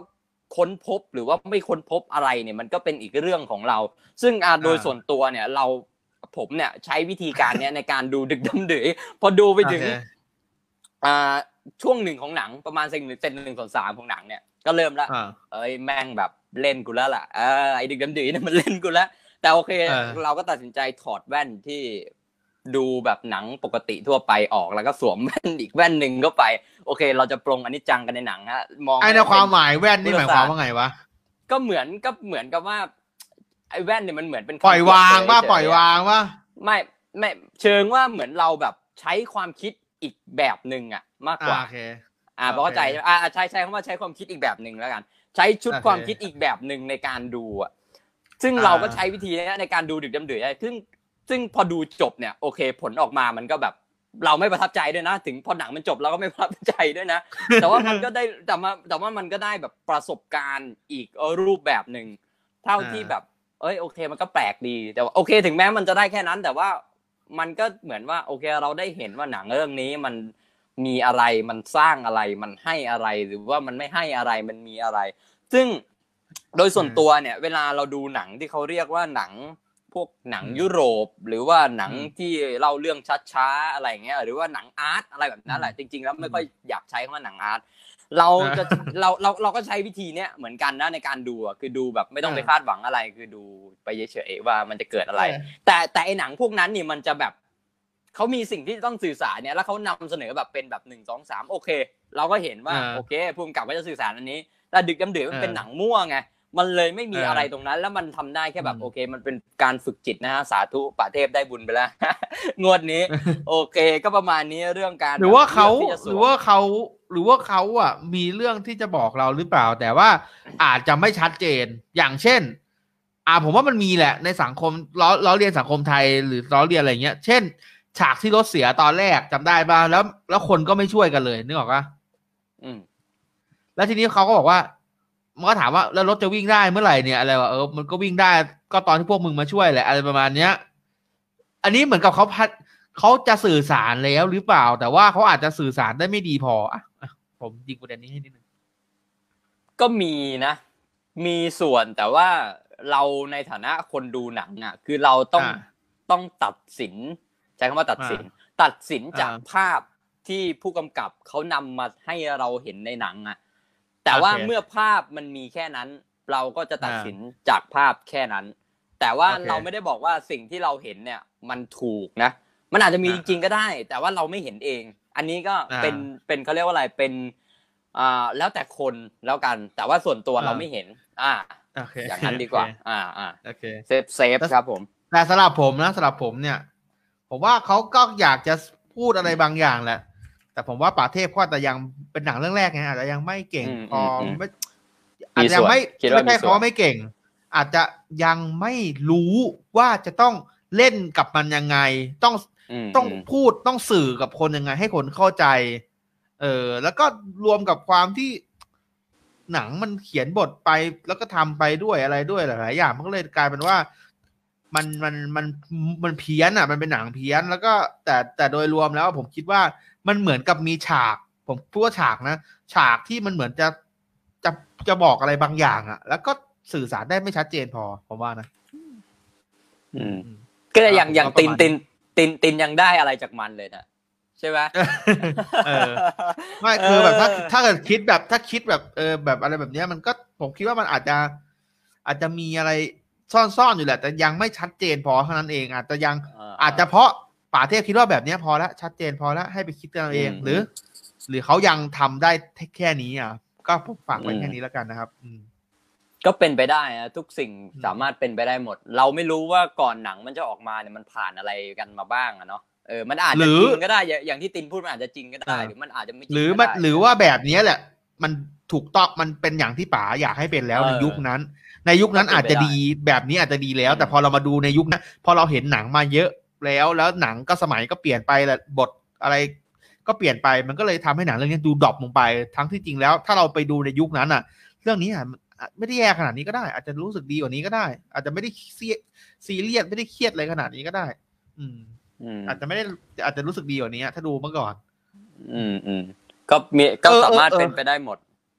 ค้นพบหรือว่าไม่ค้นพบอะไรเนี่ยมันก็เป็นอีกเรื่องของเราซึ่งอ่าโดยส่วนตัวเนี่ยเราผมเนี่ยใช้วิธีการเนี้ยในการดูดึกดำดื่นพอดูไปถึงอ่าช่วงหนึ่งของหนังประมาณเซนหนึ่งเซนหนึ่งส่วนสามของหนังเนี่ยก็เริ่มละเอ้ยแม่งแบบเล่นกูแล้วล่ะเออไอ้ดึกดำดื่นเนี่ยมันเล่นกูแล้วแต่โอเคเราก็ตัดสินใจถอดแว่นที่ดูแบบหนังปกติทั่วไปออกแล้วก็สวมแว่นอีกแว่นหนึ่งเข้าไปโอเคเราจะปรงอนิจจังกันในหนังฮะมองไอ้ในความหมายแว่นนี่หมายความว่าไงวะก็เหมือนก็เหมือนกับว่าไอ้แว่นเนี่ยมันเหมือนเป็นปล่อยวางป่ะปล่อยวางป่ะไม่ไม่เชิงว่าเหมือนเราแบบใช้ความคิดอีกแบบนึงอ่ะมากกว่าโอเคอ่าพอเข้าใจอ่าใช้ใช้คำว่าใช้ความคิดอีกแบบนึงแล้วกันใช้ชุดความคิดอีกแบบนึงในการดูอ่ะซึ่งเราก็ใช้วิธีนี้ในการดูดึกดำดื่นซึ่งซึ่งพอดูจบเนี่ยโอเคผลออกมามันก็แบบเราไม่ประทับใจด้วยนะถึงพอหนังมันจบเราก็ไม่ประทับใจด้วยนะแต่ว่ามันก็ได้แต่ว่าแต่ว่ามันก็ได้แบบประสบการณ์อีกรูปแบบนึงเท่าที่แบบเอ้ยโอเคมันก็แปลกดีแต่ว่าโอเคถึงแม้มันจะได้แค่นั้นแต่ว่ามันก็เหมือนว่าโอเคเราได้เห็นว่าหนังเรื่องนี้มันมีอะไรมันสร้างอะไรมันให้อะไรหรือว่ามันไม่ให้อะไรมันมีอะไรซึ่งโดยส่วนตัวเนี่ยเวลาเราดูหนังที่เขาเรียกว่าหนังพวกหนังยุโรปหรือว่าหนังที่เล่าเรื่องช้าๆอะไรเงี้ยหรือว่าหนังอาร์ตอะไรแบบนั้นแหละจริงๆแล้วไม่ค่อยอยากใช้คำว่าหนังอาร์ตเราจะเราเราเราก็ใช้วิธีเนี้ยเหมือนกันนะในการดูอ่ะคือดูแบบไม่ต้องไปคาดหวังอะไรคือดูไปเฉยๆว่ามันจะเกิดอะไรแต่แต่ไอ้หนังพวกนั้นนี่มันจะแบบเขามีสิ่งที่ต้องสื่อสารเนี่ยแล้วเขานำเสนอแบบเป็นแบบหนึ่งสองสามโอเคเราก็เห็นว่าโอเคผู้กำกับก็จะสื่อสารอันนี้แต่ดึกดำดื่นมันเป็นหนังมั่วไงมันเลยไม่มีอะไรตรงนั้นแล้วมันทำได้แค่แบบโอเคมันเป็นการฝึกจิตนะฮะสาธุป่าเทพได้บุญไปแล้วงวดนี้โอเคก็ประมาณนี้เรื่องการหรือว่าเขาหรือว่าเขาหรือว่าเขาอ่ะมีเรื่องที่จะบอกเราหรือเปล่าแต่ว่าอาจจะไม่ชัดเจนอย่างเช่นอ่าผมว่ามันมีแหละในสังคมล้อล้อเรียนสังคมไทยหรือล้อเรียนอะไรเงี้ยเช่นฉากที่รถเสียตอนแรกจำได้ป่ะแล้วแล้วคนก็ไม่ช่วยกันเลยนึกออกป่ะอืมแล้วทีนี้เขาก็บอกว่ามันก็ถามว่าแล้วรถจะวิ่งได้เมื่อไหร่เนี่ยอะไรวะเออมันก็วิ่งได้ก็ตอนที่พวกมึงมาช่วยแหละอะไรประมาณเนี้ยอันนี้เหมือนกับเขาพัดเขาจะสื่อสารแล้วหรือเปล่าแต่ว่าเขาอาจจะสื่อสารได้ไม่ดีพออ่ะผมยิงประเด็นนี้ให้นิดนึงก็มีนะมีส่วนแต่ว่าเราในฐานะคนดูหนังอ่ะคือเราต้องต้องตัดสินใช้คำว่าตัดสินตัดสินจากภาพที่ผู้กำกับเขานำมาให้เราเห็นในหนังอ่ะแต่ว่าเมื่อภาพมันมีแค่นั้นเราก็จะตัดสินจากภาพแค่นั้นแต่ว่าเราไม่ได้บอกว่าสิ่งที่เราเห็นเนี่ยมันถูกนะมันอาจจะมีจริงๆก็ได้แต่ว่าเราไม่เห็นเองอันนี้ก็เป็นเป็นเขาเรียกว่าอะไรเป็นอ่าแล้วแต่คนแล้วกันแต่ว่าส่วนตัวเราไม่เห็นอ่าอย่างนั้นดีกว่าอ่าอ่าโอเคเซฟเซฟครับผมแต่สำหรับผมนะสำหรับผมเนี่ยผมว่าเขาก็อยากจะพูดอะไรบางอย่างแหละแต่ผมว่าป่าเทพก็แต่ยังเป็นหนังเรื่องแรกไงอาจจะยังไม่เก่งพอไม่อาจจะไม่ไม่ใช่เขาไม่เก่งอาจจะยังไม่รู้ว่าจะต้องเล่นกับมันยังไงต้องต้องพูดต้องสื่อกับคนยังไงให้คนเข้าใจเออแล้วก็รวมกับความที่หนังมันเขียนบทไปแล้วก็ทำไปด้วยอะไรด้วยหลายๆอย่างมันก็เลยกลายเป็นว่ามันมันมันมันเพี้ยนอ่ะมันเป็นหนังเพี้ยนแล้วก็แต่แต่โดยรวมแล้วผมคิดว่ามันเหมือนกับมีฉากผมพูดว่าฉากนะฉากที่มันเหมือนจะจะจะบอกอะไรบางอย่างอ่ะแล้วก็สื่อสารได้ไม่ชัดเจนพอผมว่านะอืมก็อย่างอย่างตินตินตินตินยังได้อะไรจากมันเลยนะใช่ไหมเออไม่คือแบบถ้าถ้าเกิดคิดแบบถ้าคิดแบบเออแบบอะไรแบบนี้มันก็ผมคิดว่ามันอาจจะอาจจะมีอะไรซ่อนๆอยู่แหละแต่ยังไม่ชัดเจนพอเท่านั้นเองอาจจะยังอาจจะเพราะป่าเทพคิดว่าแบบนี้พอแล้วชัดเจนพอแล้วให้ไปคิดกันเองหรือหรือเขายังทำได้แค่นี้อ่ะก็ผมฝากไว้แค่นี้แล้วกันนะครับก็เป็นไปได้นะทุกสิ่งสามารถเป็นไปได้หมดเราไม่รู้ว่าก่อนหนังมันจะออกมาเนี่ยมันผ่านอะไรกันมาบ้างอะเนาะเออมันอาจจะจริงก็ได้อย่างที่ตินพูดมันอาจจะจริงก็ได้หรือมันอาจจะไม่จริงหรือมันหรือว่าแบบนี้แหละมันถูกต้องมันเป็นอย่างที่ป๋าอยากให้เป็นแล้วในยุคนั้นในยุคนั้นอาจจะดีแบบนี้อาจจะดีแล้วแต่พอเรามาดูในยุคนั้นพอเราเห็นหนังมาเยอะแล้วแล้วหนังก็สมัยก็เปลี่ยนไปแหละบทอะไรก็เปลี่ยนไปมันก็เลยทำให้หนังเรื่องนี้ดูดรอปลงไปทั้งที่จริงแล้วถ้าเราไปดูในยุคนั้นอ่ะเรื่องนี้อ่ะไม่ได้แย่ขนาดนี้ก็ได้อาจจะรู้สึกดีกว่านี้ก็ได้อาจจะไม่ได้ซีเรียสไม่ได้เครียดอะไรขนาดนี้ก็ได้อืมอาจจะไม่ได้อาจจะรู้สึกดีกว่านี้ถ้าดูเมื่อก่อนอืมอืมก็มีก็สามารถเป็นไปได้หมด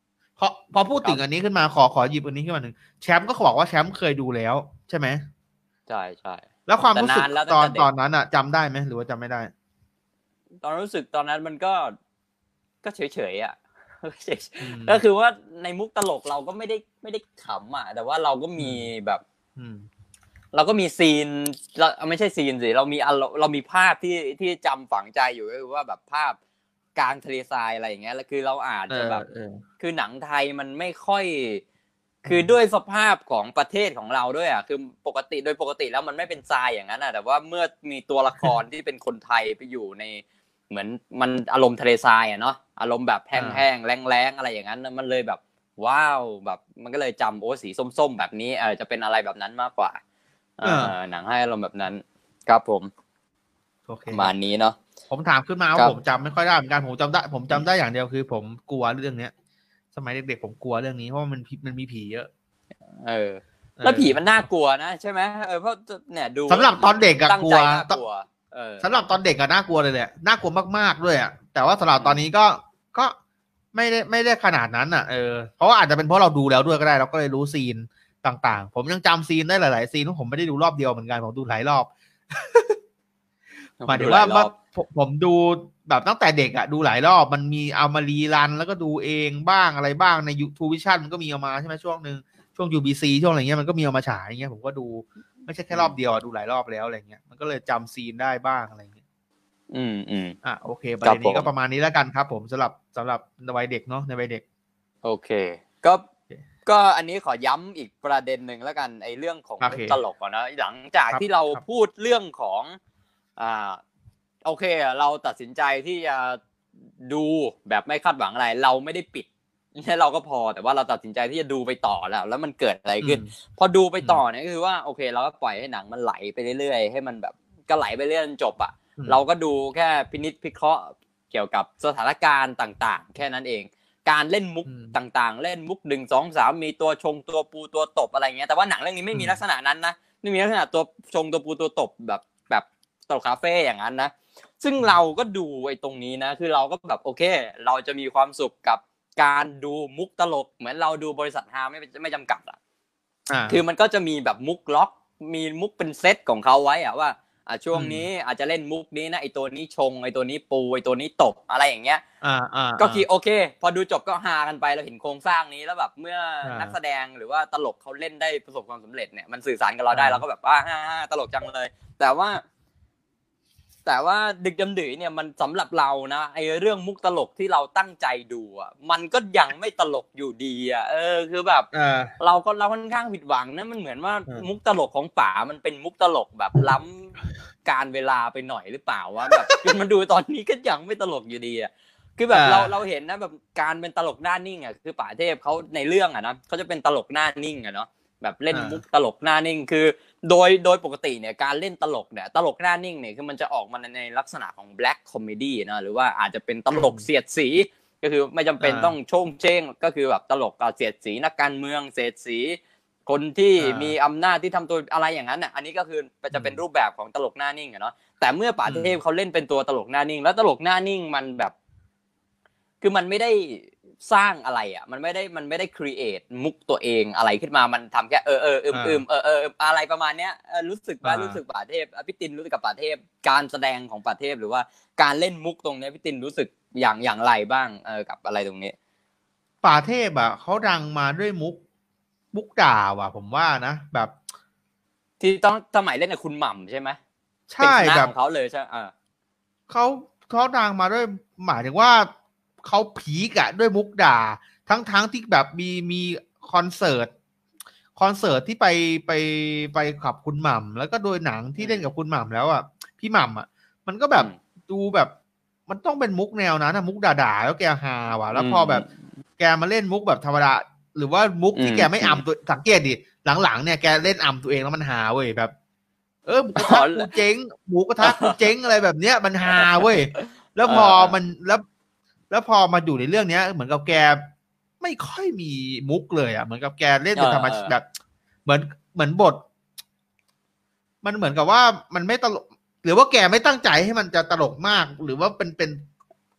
พอพอพูดถึงอันนี้ขึ้นมาขอขอหยิบอันนี้ขึ้นมาหนึ่งแชมป์ก็บอกว่าแชมป์เคยดูแล้วใช่ไหมใช่ใช่แล้วความรู้สึกตอนตอนนั้นอะจำได้ไหมหรือว่าจำไม่ได้ตอนรู้สึกตอนนั้นมันก็ก็เฉยๆอ่ะก็คือว่าในมุกตลกเราก็ไม่ได้ไม่ได้ขำอ่ะแต่ว่าเราก็มีแบบเราก็มีซีนเราไม่ใช่ซีนสิเรามีเรามีภาพที่ที่จำฝังใจอยู่ก็คือว่าแบบภาพกลางทะเลทรายอะไรอย่างเงี้ยแล้วคือเราอาจจะแบบคือหนังไทยมันไม่ค่อยคือด้วยสภาพของประเทศของเราด้วยอ่ะคือปกติโดยปกติแล้วมันไม่เป็นทรายอย่างนั้นอ่ะแต่ว่าเมื่อมีตัวละครที่เป็นคนไทยไปอยู่ในเหมือนมันอารมณ์ทะเลทรายอ่ะเนาะอารมณ์แบบแห้งๆแรงๆอะไรอย่างนั้นมันเลยแบบว้าวแบบมันก็เลยจำโอ้สีส้มๆแบบนี้เออจะเป็นอะไรแบบนั้นมากกว่าเออหนังให้อารมณ์แบบนั้นครับผมโอเคประมาณนี้เนาะผมถามขึ้นมาว่าผมจำไม่ค่อยได้เหมือนกันผมจำได้ผมจำได้อย่างเดียวคือผมกลัวเรื่องเนี้ยสมัยเด็กๆผมกลัวเรื่องนี้เพราะมันมันมีผีเยอะเออแล้วผีมันน่ากลัวนะใช่ไหมเออเพราะเนี่ยดูสำหรับตอนเด็กอะกลัวเออสำหรับตอนเด็กอะน่ากลัวเลยแหละน่ากลัวมากๆด้วยอะแต่ว่าสำหรับตอนนี้ก็ก็ไม่ได้ไม่ได้ขนาดนั้นอะเออเพราะว่าอาจจะเป็นเพราะเราดูแล้วด้วยก็ได้เราก็เลยรู้ซีนต่างๆผมยังจำซีนได้หลายๆซีนเพราะผมไม่ได้ดูรอบเดียวเหมือนกันผมดูหลายรอบหมายถึงว่าผมดูแบบตั้งแต่เด็กอะดูหลายรอบมันมีเอามารีรันแล้วก็ดูเองบ้างอะไรบ้างใน YouTube Vision มันก็มีเอามาใช่ไหมช่วงนึงช่วง ยู บี ซี ช่วงอะไรเงี้ยมันก็มีเอามาฉายอย่างเงี้ยผมก็ดูไม่ใช่แค่รอบเดียวดูหลายรอบแล้วอะไรเงี้ยมันก็เลยจำซีนได้บ้างอะไรเงี้ยอืมอืมอ่ะโอเคประเด็นนี้ก็ประมาณนี้แล้วกันครับผมสำหรับสำหรับในวัยเด็กเนาะในวัยเด็กโอเคก็ก็อันนี้ขอย้ำอีกประเด็นหนึ่งแล้วกันไอ้เรื่องของตลกก่อนนะหลังจากที่เราพูดเรื่องของอ่าโอเคเราตัดสินใจที่จะดูแบบไม่คาดหวังอะไรเราไม่ได้ปิดแค่เราก็พอแต่ว่าเราตัดสินใจที่จะดูไปต่อแล้วแล้วมันเกิดอะไรขึ้นพอดูไปต่อเนี่ยก็คือว่าโอเคเราก็ปล่อยให้หนังมันไหลไปเรื่อยๆให้มันแบบก็ไหลไปเรื่อยจนจบอ่ะเราก็ดูแค่พินิจพิเคราะห์เกี่ยวกับสถานการณ์ต่างๆแค่นั้นเองการเล่นมุกต่างๆเล่นมุกหนึ่ง สอง สามมีตัวชงตัวปูตัวตบอะไรเงี้ยแต่ว่าหนังเรื่องนี้ไม่มีลักษณะนั้นนะไม่มีลักษณะตัวชงตัวปูตัวตบแบบแบบตลกคาเฟ่อย่างนั้นนะซึ่งเราก็ดูไอ้ตรงนี้นะคือเราก็แบบโอเคเราจะมีความสุขกับการดูมุกตลกเหมือนเราดูบริษัทฮาไม่ไม่จำกัดอ่ะคือมันก็จะมีแบบมุกล็อกมีมุกเป็นเซตของเขาไว้อ่ะว่าอ่ะช่วงนี้อาจจะเล่นมุกนี้นะไอ้ตัวนี้ชงไอ้ตัวนี้ปูไอ้ตัวนี้ตบอะไรอย่างเงี้ยก็คือโอเคพอดูจบก็ฮากันไปเราเห็นโครงสร้างนี้แล้วแบบเมื่อนักแสดงหรือว่าตลกเขาเล่นได้ประสบความสำเร็จเนี่ยมันสื่อสารกับเราได้เราก็แบบว่าฮ่าๆตลกจังเลยแต่ว่าแต่ว่าดึกดำดื่นเนี่ยมันสำหรับเรานะไอ้เรื่องมุกตลกที่เราตั้งใจดูอ่ะมันก็ยังไม่ตลกอยู่ดีอ่ะเออคือแบบเราก็เราค่อนข้างผิดหวังนะมันเหมือนว่ามุกตลกของป๋ามันเป็นมุกตลกแบบล้ำการเวลาไปหน่อยหรือเปล่าวะแบบมันดูตอนนี้ก็ยังไม่ตลกอยู่ดีอ่ะคือแบบเราเราเห็นนะแบบการเป็นตลกหน้านิ่งอ่ะคือป๋าเทพเขาในเรื่องอ่ะนะเขาจะเป็นตลกหน้านิ่งอ่ะเนาะแบบเล่นมุกตลกหน้านิ่งคือโดยโดยปกติเนี่ยการเล่นตลกเนี่ยตลกหน้านิ่งเนี่ยคือมันจะออกมาในลักษณะของ black comedy นะหรือว่าอาจจะเป็นตลกเสียดสีก็คือไม่จำเป็นต้องโชงเช้งก็คือแบบตลกเสียดสีนักการเมืองเสียดสีคนที่มีอำนาจที่ทำตัวอะไรอย่างนั้นน่ะอันนี้ก็คือจะเป็นรูปแบบของตลกหน้านิ่งอะเนาะแต่เมื่อป๋าเทพเขาเล่นเป็นตัวตลกหน้านิ่งแล้วตลกหน้านิ่งมันแบบคือมันไม่ได้สร้างอะไรอ่ะมันไม่ได้มันไม่ได้ครีเอทมุกตัวเองอะไรขึ้นมามันทำแค่เออเอออึมอึมเออเอออะไรประมาณเนี้ยรู้สึกว่ารู้สึกป๋าเทพพี่ตินรู้สึกกับป๋าเทพการแสดงของป๋าเทพหรือว่าการเล่นมุกตรงนี้พี่ตินรู้สึกอย่างอย่างไรบ้างเออกับอะไรตรงนี้ป๋าเทพอ่ะเขาดังมาด้วยมุกมุกด่าว่ะผมว่านะแบบที่ต้องสมัยเล่นกับคุณหม่ำใช่ไหมใช่แบบเขาเลยใช่อ่าเขาเขาดังมาด้วยหมายถึงว่าเขาผีกะด้วยมุกด่าทั้งๆที่แบบมีมีคอนเสิร์ตคอนเสิร์ตที่ไปไปไปขับคุณหม่ำแล้วก็โดยหนังที่เล่นกับคุณหม่ำแล้วอ่ะพี่หม่ำอ่ะมันก็แบบดูแบบมันต้องเป็นมุกแนวนั้นนะมุกด่าๆแล้วแกฮาว่ะแล้วพอแบบแกมาเล่นมุกแบบธรรมดาหรือว่ามุกที่แกไม่อำตัวสังเกตดิหลังๆเนี่ยแกเล่นอำตัวเองแล้วมันฮาเว้ยแบบเออหมูกระทะกูเจ๊งหมูกระทะกูเจ๊งอะไรแบบเนี้ยมันฮาเว้ยแล้วพอมันแล้วแล้วพอมาอยู่ในเรื่องเนี้ยเหมือนกับแกไม่ค่อยมีมุกเลยอ่ะเหมือนกับแกเล่นเป็นธรรมชาติแบบเหมือนเหมือนบทมันเหมือนกับว่ามันไม่ตลกหรือว่าแกไม่ตั้งใจให้มันจะตลกมากหรือว่าเป็นเป็น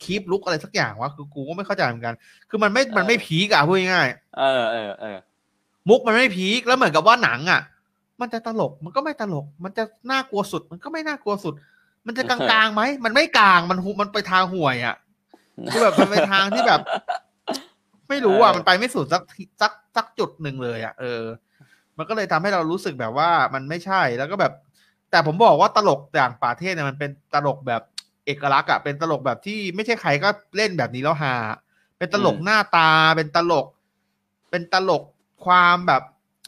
คีปลุกอะไรสักอย่างวะคือกูก็ไม่เข้าใจเหมือนกันคือมันไม่มันไม่พีกอะพูดง่ายๆเออเออเออมุกมันไม่พีคแล้วเหมือนกับว่าหนังอ่ะมันจะตลกมันก็ไม่ตลกมันจะน่ากลัวสุดมันก็ไม่น่ากลัวสุดมันจะกลางๆไหมมันไม่กลางมันมันไปทางห่วยอ่ะคือแบบมันไปทางที่แบบไม่รู้อ่ะมันไปไม่สุดสักสักสักจุดหนึ่งเลยอ่ะเออมันก็เลยทำให้เรารู้สึกแบบว่ามันไม่ใช่แล้วก็แบบแต่ผมบอกว่าตลกอย่างป่าเทพเนี่ยมันเป็นตลกแบบเอกลักษณ์อ่ะเป็นตลกแบบที่ไม่ใช่ใครก็เล่นแบบนี้แล้วฮาเป็นตลกหน้าตาเป็นตลกเป็นตลกความแบบ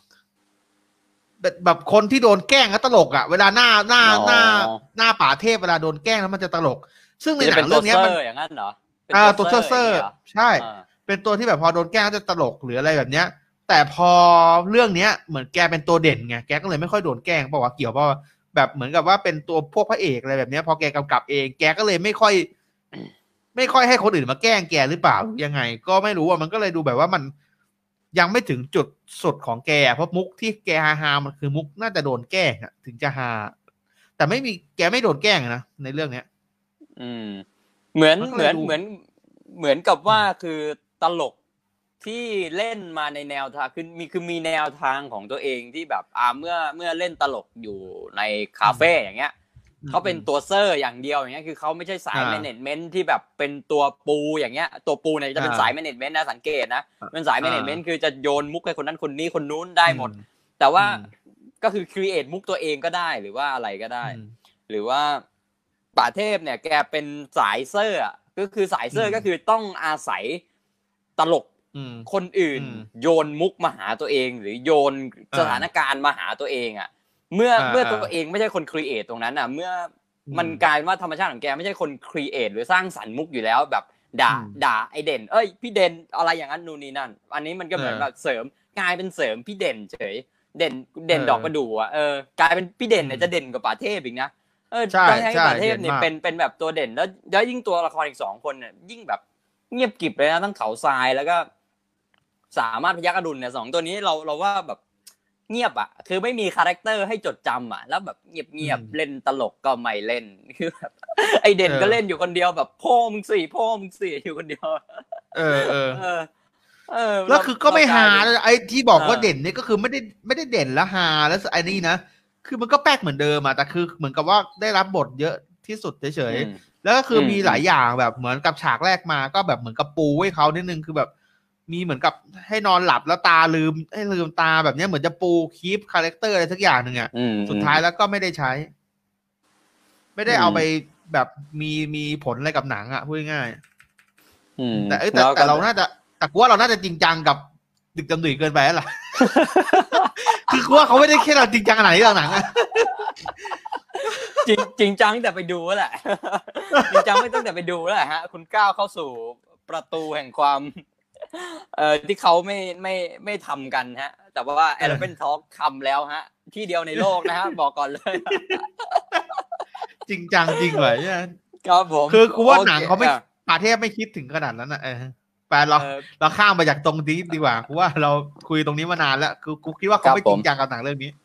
แบบคนที่โดนแกล้งแล้วตลกอ่ะเวลาหน้าหน้าหน้าหน้าป่าเทพเวลาโดนแกล้งแล้วมันจะตลกซึ่งในหนังเรื่องนี้มันอย่างนั้นเหรออ่าตัวเซอร์เซอร์ใช่เป็นตัวที่แบบพอโดนแกล้งจะตลกหรืออะไรแบบเนี้ยแต่พอเรื่องเนี้ยเหมือนแกเป็นตัวเด่นไงแกก็เลยไม่ค่อยโดนแกล้งเพราะว่าเกี่ยวเพราะแบบเหมือนกับว่าเป็นตัวพวกพระเอกอะไรแบบเนี้ยพอแกกำกับเองแกก็เลยไม่ค่อยไม่ค่อยให้คนอื่นมาแกล้งแกหรือเปล่ายังไงก็ไม่รู้อ่ะมันก็เลยดูแบบว่ามันยังไม่ถึงจุดสุดของแกเพราะมุกที่แกฮาฮามันคือมุกน่าจะโดนแกล้งอะถึงจะฮาแต่ไม่มีแกไม่โดนแกล้งนะในเรื่องเนี้ยอืมเหมือนเหมือนเหมือนเหมือนกับว่าคือตลกที่เล่นมาในแนวทางคือมีคือมีแนวทางของตัวเองที่แบบอ่าเมื่อเมื่อเล่นตลกอยู่ในคาเฟ่อย่างเงี้ยเขาเป็นตัวเซอร์อย่างเดียวอย่างเงี้ยคือเขาไม่ใช่สายแมเนจเมนต์ที่แบบเป็นตัวปูอย่างเงี้ยตัวปูเนี่ยจะเป็นสายแมเนจเมนต์นะสังเกตนะเป็นสายแมเนจเมนต์คือจะโยนมุกให้คนนั้นคนนี้คนนู้นได้หมดแต่ว่าก็คือครีเอทมุกตัวเองก็ได้หรือว่าอะไรก็ได้หรือว่าป่าเทพเนี่ยแกเป็นสายเซอร์ก็คือสายเซอร์ก็คือต้องอาศัยตลกคนอื่นโยนมุกมาหาตัวเองหรือโยนสถานการณ์มาหาตัวเองอ่ะเมื่อเมื่อตัวเองไม่ใช่คนครีเอทตรงนั้นอ่ะเมื่อมันกลายว่าธรรมชาติของแกไม่ใช่คนครีเอทหรือสร้างสรรค์มุกอยู่แล้วแบบด่าด่าไอเด่นเอ้ยพี่เด่นอะไรอย่างนั้นนู่นนี่นั่นอันนี้มันก็เหมือนแบบเสริมกลายเป็นเสริมพี่เด่นเฉยเด่นเด่นดอกประดู่อ่ะเออกลายเป็นพี่เด่นเนี่ยจะเด่นกว่าป่าเทพอีกนะเออต้องให้ป่าเทพเนี่ยเป็นเป็นแบบตัวเด่นแล้วแล้วยิ่งตัวละครอีกสองคนเนี่ยยิ่งแบบเงียบกริบเลยนะทั้งเขาทรายแล้วก็สามารถพยัคฆ์อดุลเนี่ยสองตัวนี้เราเราว่าแบบเงียบอ่ะคือไม่มีคาแรคเตอร์ให้จดจำอ่ะแล้วแบบเงียบๆเล่นตลกก็ไม่เล่นคือแบบไอเด่นก็เล่นอยู่คนเดียวแบบพ่อมึงสี่พ่อมึงสี่อยู่คนเดียวเออเออเออแล้วคือก็ไม่ฮาไอ้ที่บอกว่าเด่นเนี่ยก็คือไม่ได้ไม่ได้เด่นแล้วฮาแล้วไอ้นี่นะคือมันก็แป๊กเหมือนเดิมอ่ะแต่คือเหมือนกับว่าได้รับบทเยอะที่สุดเฉยๆแล้วก็คือมีหลายอย่างแบบเหมือนกับฉากแรกมาก็แบบเหมือนกับปูให้เขานิดนึงคือแบบมีเหมือนกับให้นอนหลับแล้วตาลืมให้ลืมตาแบบนี้เหมือนจะปูคีปคาแรคเตอร์อะไรสักอย่างหนึ่งอ่ะสุดท้ายแล้วก็ไม่ได้ใช้ไม่ได้เอาไปแบบมีมีผลอะไรกับหนังอ่ะพูดง่ายๆแต่แต่แต่เราน่าจะแต่กูว่าเราน่าจะจริงจังกับดึกดำดื่นเกินไปแล้วล่ะ คือกูว่าเขาไม่ได้แค่เราจริงจังขนาดนี้หรอกหนังอะจริงจริงจังแต่ไปดูแหละจริงจังไม่ตั้งแต่ไปดูแล้วฮะคุณก้าวเข้าสู่ประตูแห่งความเอ่อที่เขาไม่ไม่ไม่ทำกันฮะแต่ว่า Elephant Talk ทำแล้วฮะที่เดียวในโลกนะฮะบอกก่อนเลยจริงจังจริงเลยใช่ครับผมคือกูว่าหนังเขาไม่ประเทศไม่คิดถึงขนาดนั้นนะเออแปลเราเราข้ามไปจากตรงนี้ดีกว่ากูว่าเราคุยตรงนี้มานานแล้วคือกูคิดว่าเขาไม่จริงจังกับหนังเรื่องนี้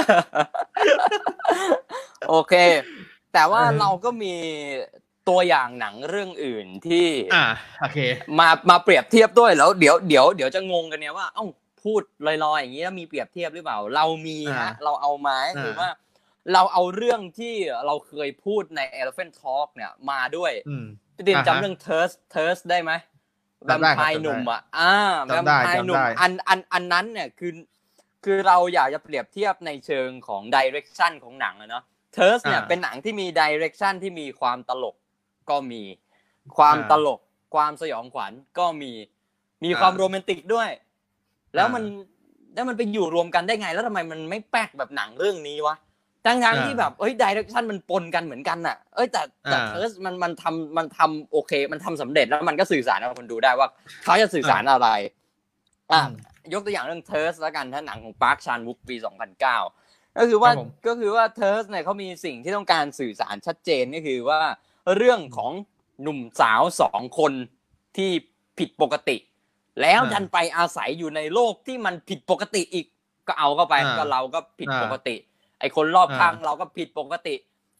โอเคแต่ว่าเราก็มีตัวอย่างหนังเรื่องอื่นที่อ่าโอเคมามาเปรียบเทียบด้วยแล้วเดี๋ยวเดี๋ยวเดี๋ยวจะงงกันเนี่ยว่าเอ้าพูดลอยๆอย่างนี้แล้วมีเปรียบเทียบหรือเปล่าเรามีฮะเราเอามาคือว่าเราเอาเรื่องที่เราเคยพูดใน Elephant Talk เนี่ยมาด้วยพี่ดินจำเรื่อง Thirst Thirst ได้ไหมแวมไพร์หนุ่มอ่ะอ่าแวมไพร์หนุ่มอันอันอันนั้นเนี่ยคือคือเราอยากจะเปรียบเทียบในเชิงของไดเรกชันของหนังเนาะเทิร์สเนี่ยเป็นหนังที่มีไดเรกชันที่มีความตลกก็มีความตลกความสยองขวัญก็มีมีความโรแมนติกด้วยแล้วมันแล้วมันไปอยู่รวมกันได้ไงแล้วทำไมมันไม่แป๊กแบบหนังเรื่องนี้วะทั้งๆที่แบบเอ้ยไดเรกชันมันปนกันเหมือนกันน่ะเอ้ยแต่แต่เทิร์สมันมันทำมันทำโอเคมันทำสำเร็จแล้วมันก็สื่อสารกับคนดูได้ว่าเขาจะสื่อสารอะไรอ่ะยกตัวอย่างเรื่องเทิร์สแล้วกันถ้าหนังของปาร์คชานวุกปีสองพันเก้าก็คือว่าก็คือว่าเทิร์สเนี่ยเขามีสิ่งที่ต้องการสื่อสารชัดเจนก็คือว่าเรื่องของหนุ่มสาวสองคนที่ผิดปกติแล้วดันไปอาศัยอยู่ในโลกที่มันผิดปกติอีกก็เอาเข้าไปก็เราก็ผิดปกติไอ้คนรอบข้างเราก็ผิดปกติ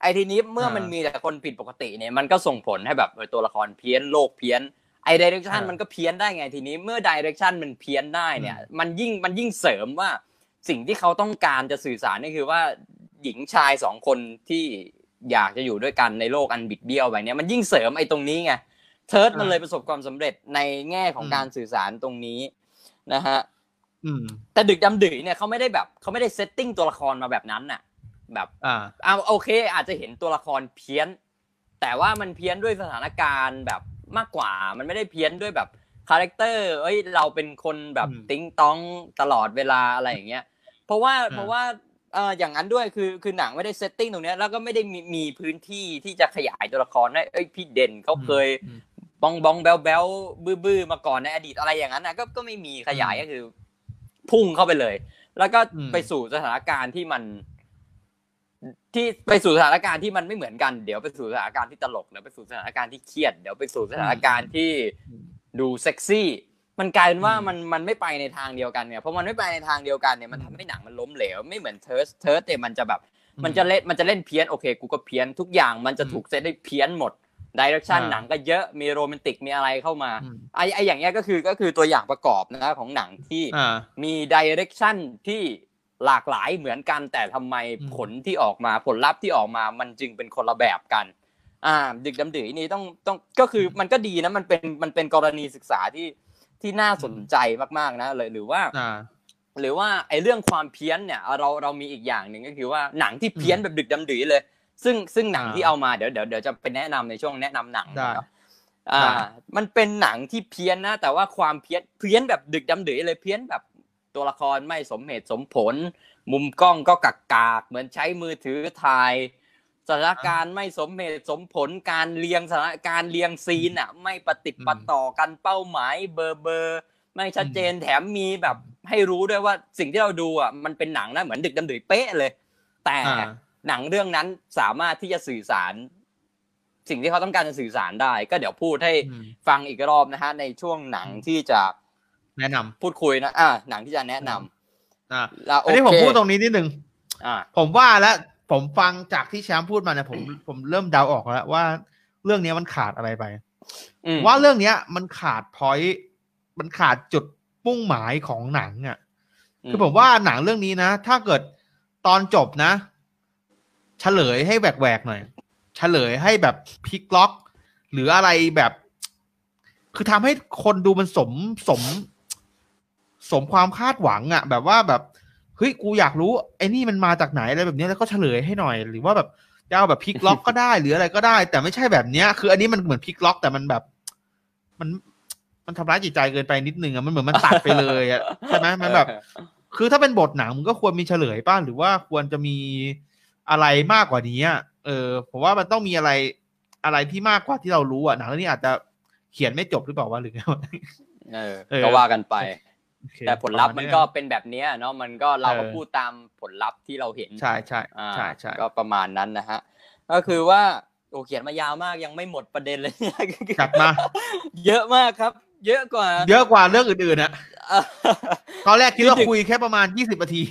ไอ้ทีนี้เมื่อมันมีแต่คนผิดปกติเนี่ยมันก็ส่งผลให้แบบตัวละครเพี้ยนโลกเพี้ยนไอ้ไดเรกชันมันก็เพี้ยนได้ไงทีนี้เมื่อไดเรกชันมันเพี้ยนได้เนี่ยมันยิ่งมันยิ่งเสริมว่าสิ่งที่เขาต้องการจะสื่อสารนี่คือว่าหญิงชายสองคนที่อยากจะอยู่ด้วยกันในโลกอันบิดเบี้ยวไปเนี่ยมันยิ่งเสริมไอ้ตรงนี้ไงเทิร์ดมันเลยประสบความสำเร็จในแง่ของการสื่อสารตรงนี้นะฮะแต่ดึกดำดื่นเนี่ยเขาไม่ได้แบบเขาไม่ได้เซตติ้งตัวละครมาแบบนั้นน่ะแบบอ่าเอาโอเคอาจจะเห็นตัวละครเพี้ยนแต่ว่ามันเพี้ยนด้วยสถานการณ์แบบมากกว่ามันไม่ได้เพี้ยนด้วยแบบคาแรคเตอร์เอ้ยเราเป็นคนแบบติ๊งต้องตลอดเวลาอะไรอย่างเงี้ยเพราะว่าเพราะว่าเอ่ออย่างนั้นด้วยคือคือหนังไม่ได้เซตติ้งตรงเนี้ยแล้วก็ไม่ได้มีมีพื้นที่ที่จะขยายตัวละครได้เอ้ยพี่เด่นเขาเคยบองบองแบลแบลบื้อๆมาก่อนในอดีตอะไรอย่างนั้นนะก็ก็ไม่มีขยายก็คือพุ่งเข้าไปเลยแล้วก็ไปสู่สถานการณ์ที่มันที่ไปสู่สถานการณ์ที่มันไม่เหมือนกันเดี๋ยวไปสู่สถานการณ์ที่ตลกเดี๋ยวไปสู่สถานการณ์ที่เครียดเดี๋ยวไปสู่สถานการณ์ที่ดูเซ็กซี่มันกลายเป็นว่ามันมันไม่ไปในทางเดียวกันเนี่ยเพราะมันไม่ไปในทางเดียวกันเนี่ยมันทำให้หนังมันล้มเหลวไม่เหมือนเทิร์สเทิร์สเนี่ยมันจะแบบมันจะเล่นมันจะเล่นเพี้ยนโอเคกูก็เพี้ยนทุกอย่างมันจะถูกเซตได้เพี้ยนหมดไดเรคชั่นหนังก็เยอะมีโรแมนติกมีอะไรเข้ามาไอ้ไอ้อย่างเงี้ยก็คือก็คือตัวอย่างประกอบนะของหนังที่มีไดเรคชั่นที่หลากหลายเหมือนกันแต่ทำไมผลที่ออกมาผลลัพธ์ที่ออกมามันจึงเป็นคนละแบบกันอ่าดึกดำดื่นนี่ต้องต้องก็คือมันก็ดีนะมันเป็นมันเป็นกรณีศึกษาที่ที่น่าสนใจมากๆนะเลยหรือว่าหรือว่าไอ้เรื่องความเพี้ยนเนี่ยเราเรามีอีกอย่างหนึ่งก็คือว่าหนังที่เพี้ยนแบบดึกดำดื่นเลยซึ่งซึ่งหนังที่เอามาเดี๋ยวเดี๋ยวเดี๋ยวจะไปแนะนำในช่วงแนะนำหนังเนาะอ่ามันเป็นหนังที่เพี้ยนนะแต่ว่าความเพี้ยนเพี้ยนแบบดึกดำดื่นเลยเพี้ยนแบบตัวละครไม่สมเหตุสมผลมุมกล้องก็กักกากเหมือนใช้มือถือถ่ายสถานการณ์ไม่สมเหตุสมผลการเรียงสถานการณ์เรียงซีนอ่ะไม่ประติดประต่อกันเป้าหมายเบอร์เบอร์ไม่ชัดเจนแถมมีแบบให้รู้ด้วยว่าสิ่งที่เราดูอ่ะมันเป็นหนังนะเหมือนดึกดำดื่นเป๊ะเลยแต่หนังเรื่องนั้นสามารถที่จะสื่อสารสิ่งที่เขาต้องการจะสื่อสารได้ก็เดี๋ยวพูดให้ฟังอีกรอบนะฮะในช่วงหนังที่จะแนะนำพูดคุยนะอ่าหนังที่จะแนะนำอ่าอันนี้ผมพูดตรงนี้นิดนึงอ่าผมว่าแล้วผมฟังจากที่แชมป์พูดมาเนี่ยผมผมเริ่มเดาออกแล้วว่าเรื่องนี้มันขาดอะไรไปว่าเรื่องนี้มันขาดพอยต์มันขาดจุดมุ่งหมายของหนังอ่ะคือผมว่าหนังเรื่องนี้นะถ้าเกิดตอนจบนะเฉลยให้แหวกๆหน่อยเฉลยให้แบบพลิกล็อกหรืออะไรแบบคือทำให้คนดูมันสมสมสมความคาดหวังอ่ะแบบว่าแบบเฮ้ยกูอยากรู้ไอ้นี่มันมาจากไหนอะไรแบบนี้แล้วก็เฉลยให้หน่อยหรือว่าแบบจะเอาแบบพลิกล็อกก็ได้หรืออะไรก็ได้แต่ไม่ใช่แบบเนี้ยคืออันนี้มันเหมือนพลิกล็อกแต่มันแบบมันมันทำร้ายจิตใจเกินไปนิดนึงอ่ะมันเหมือนมันตัดไปเลยอ่ะใช่ไหมมันแบบคือถ้าเป็นบทหนังมันก็ควรมีเฉลยป่ะหรือว่าควรจะมีอะไรมากกว่านี้อ่ะเออผมว่ามันต้องมีอะไรอะไรที่มากกว่าที่เรารู้อ่ะหนังเรื่องนี้อาจจะเขียนไม่จบหรือเปล่าวะหรือไงเออก็ว่ากันไปแต่ผลลัพธ์มันก็เป็นแบบนี้เนาะมันก็เราก็พูดตามผลลัพธ์ที่เราเห็นใช่ใช่ใช่ใช่ก็ประมาณนั้นนะฮะก็คือว่าโอ้เขียนมายาวมากยังไม่หมดประเด็นเลยกลับมาเยอะมากครับเยอะกว่าเยอะกว่าเรื่องอื่นๆนะตอนแรกคิดว่าคุยแค่ประมาณยี่สิบนาที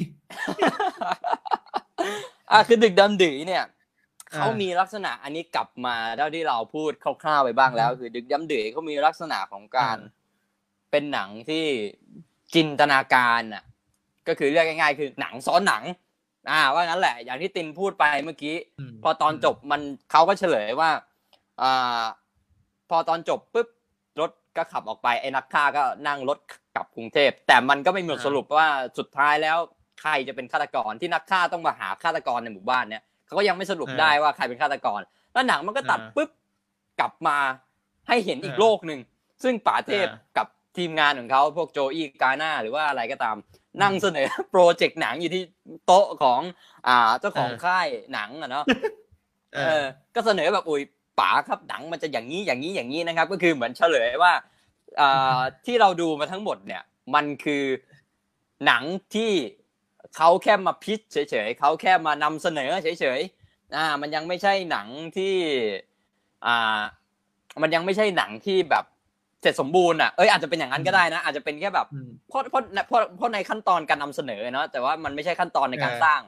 อ่ะคือดึกดำดื่นเนี่ยเขามีลักษณะอันนี้กลับมาเท่าที่เราพูดคร่าวๆไปบ้างแล้วคือดึกดำดื่นเขามีลักษณะของการเป็นหนังที่จินตนาการอ่ะก็คือเรียกง่ายๆคือหนังซ้อนหนังอ่าว่างั้นแหละอย่างที่ตินพูดไปเมื่อกี้พอตอนจบมันเขาก็เฉลยว่าอ่าพอตอนจบปุ๊บรถก็ขับออกไปไอ้นักฆ่าก็นั่งรถกลับกรุงเทพแต่มันก็ไม่มีสรุปว่าสุดท้ายแล้วใครจะเป็นฆาตกรที่นักฆ่าต้องมาหาฆาตกรในหมู่บ้านเนี่ยเขาก็ยังไม่สรุปได้ว่าใครเป็นฆาตกรแล้วหนังมันก็ตัดปุ๊บกลับมาให้เห็นอีกโลกนึงซึ่งป๋าเทพกับทีมงานของเขาพวกโจอี้กาน่าหรือว่าอะไรก็ตามนั่งเสนอโปรเจกต์หนังอยู่ที่โต๊ะของอ่าเจ้าของค่ายหนังอ่ะเนาะเออก็เสนอแบบอุ้ยป๋าครับหนังมันจะอย่างนี้อย่างนี้อย่างนี้นะครับก็คือเหมือนเฉลยว่าอ่าที่เราดูมาทั้งหมดเนี่ยมันคือหนังที่เขาแค่มาพิชเฉยๆเขาแค่มานำเสนอเฉยๆอ่ามันยังไม่ใช่หนังที่อ่ามันยังไม่ใช่หนังที่แบบเสร็จสมบูรณ์อ่ะเอ้ยอาจจะเป็นอย่างนั้นก็ได้นะอาจจะเป็นแค่แบบเพราะเพราะเพราะเพราะในขั้นตอนการนำเสนอเนาะแต่ว่ามันไม่ใช่ขั้นตอนในการสร้างอ่ะ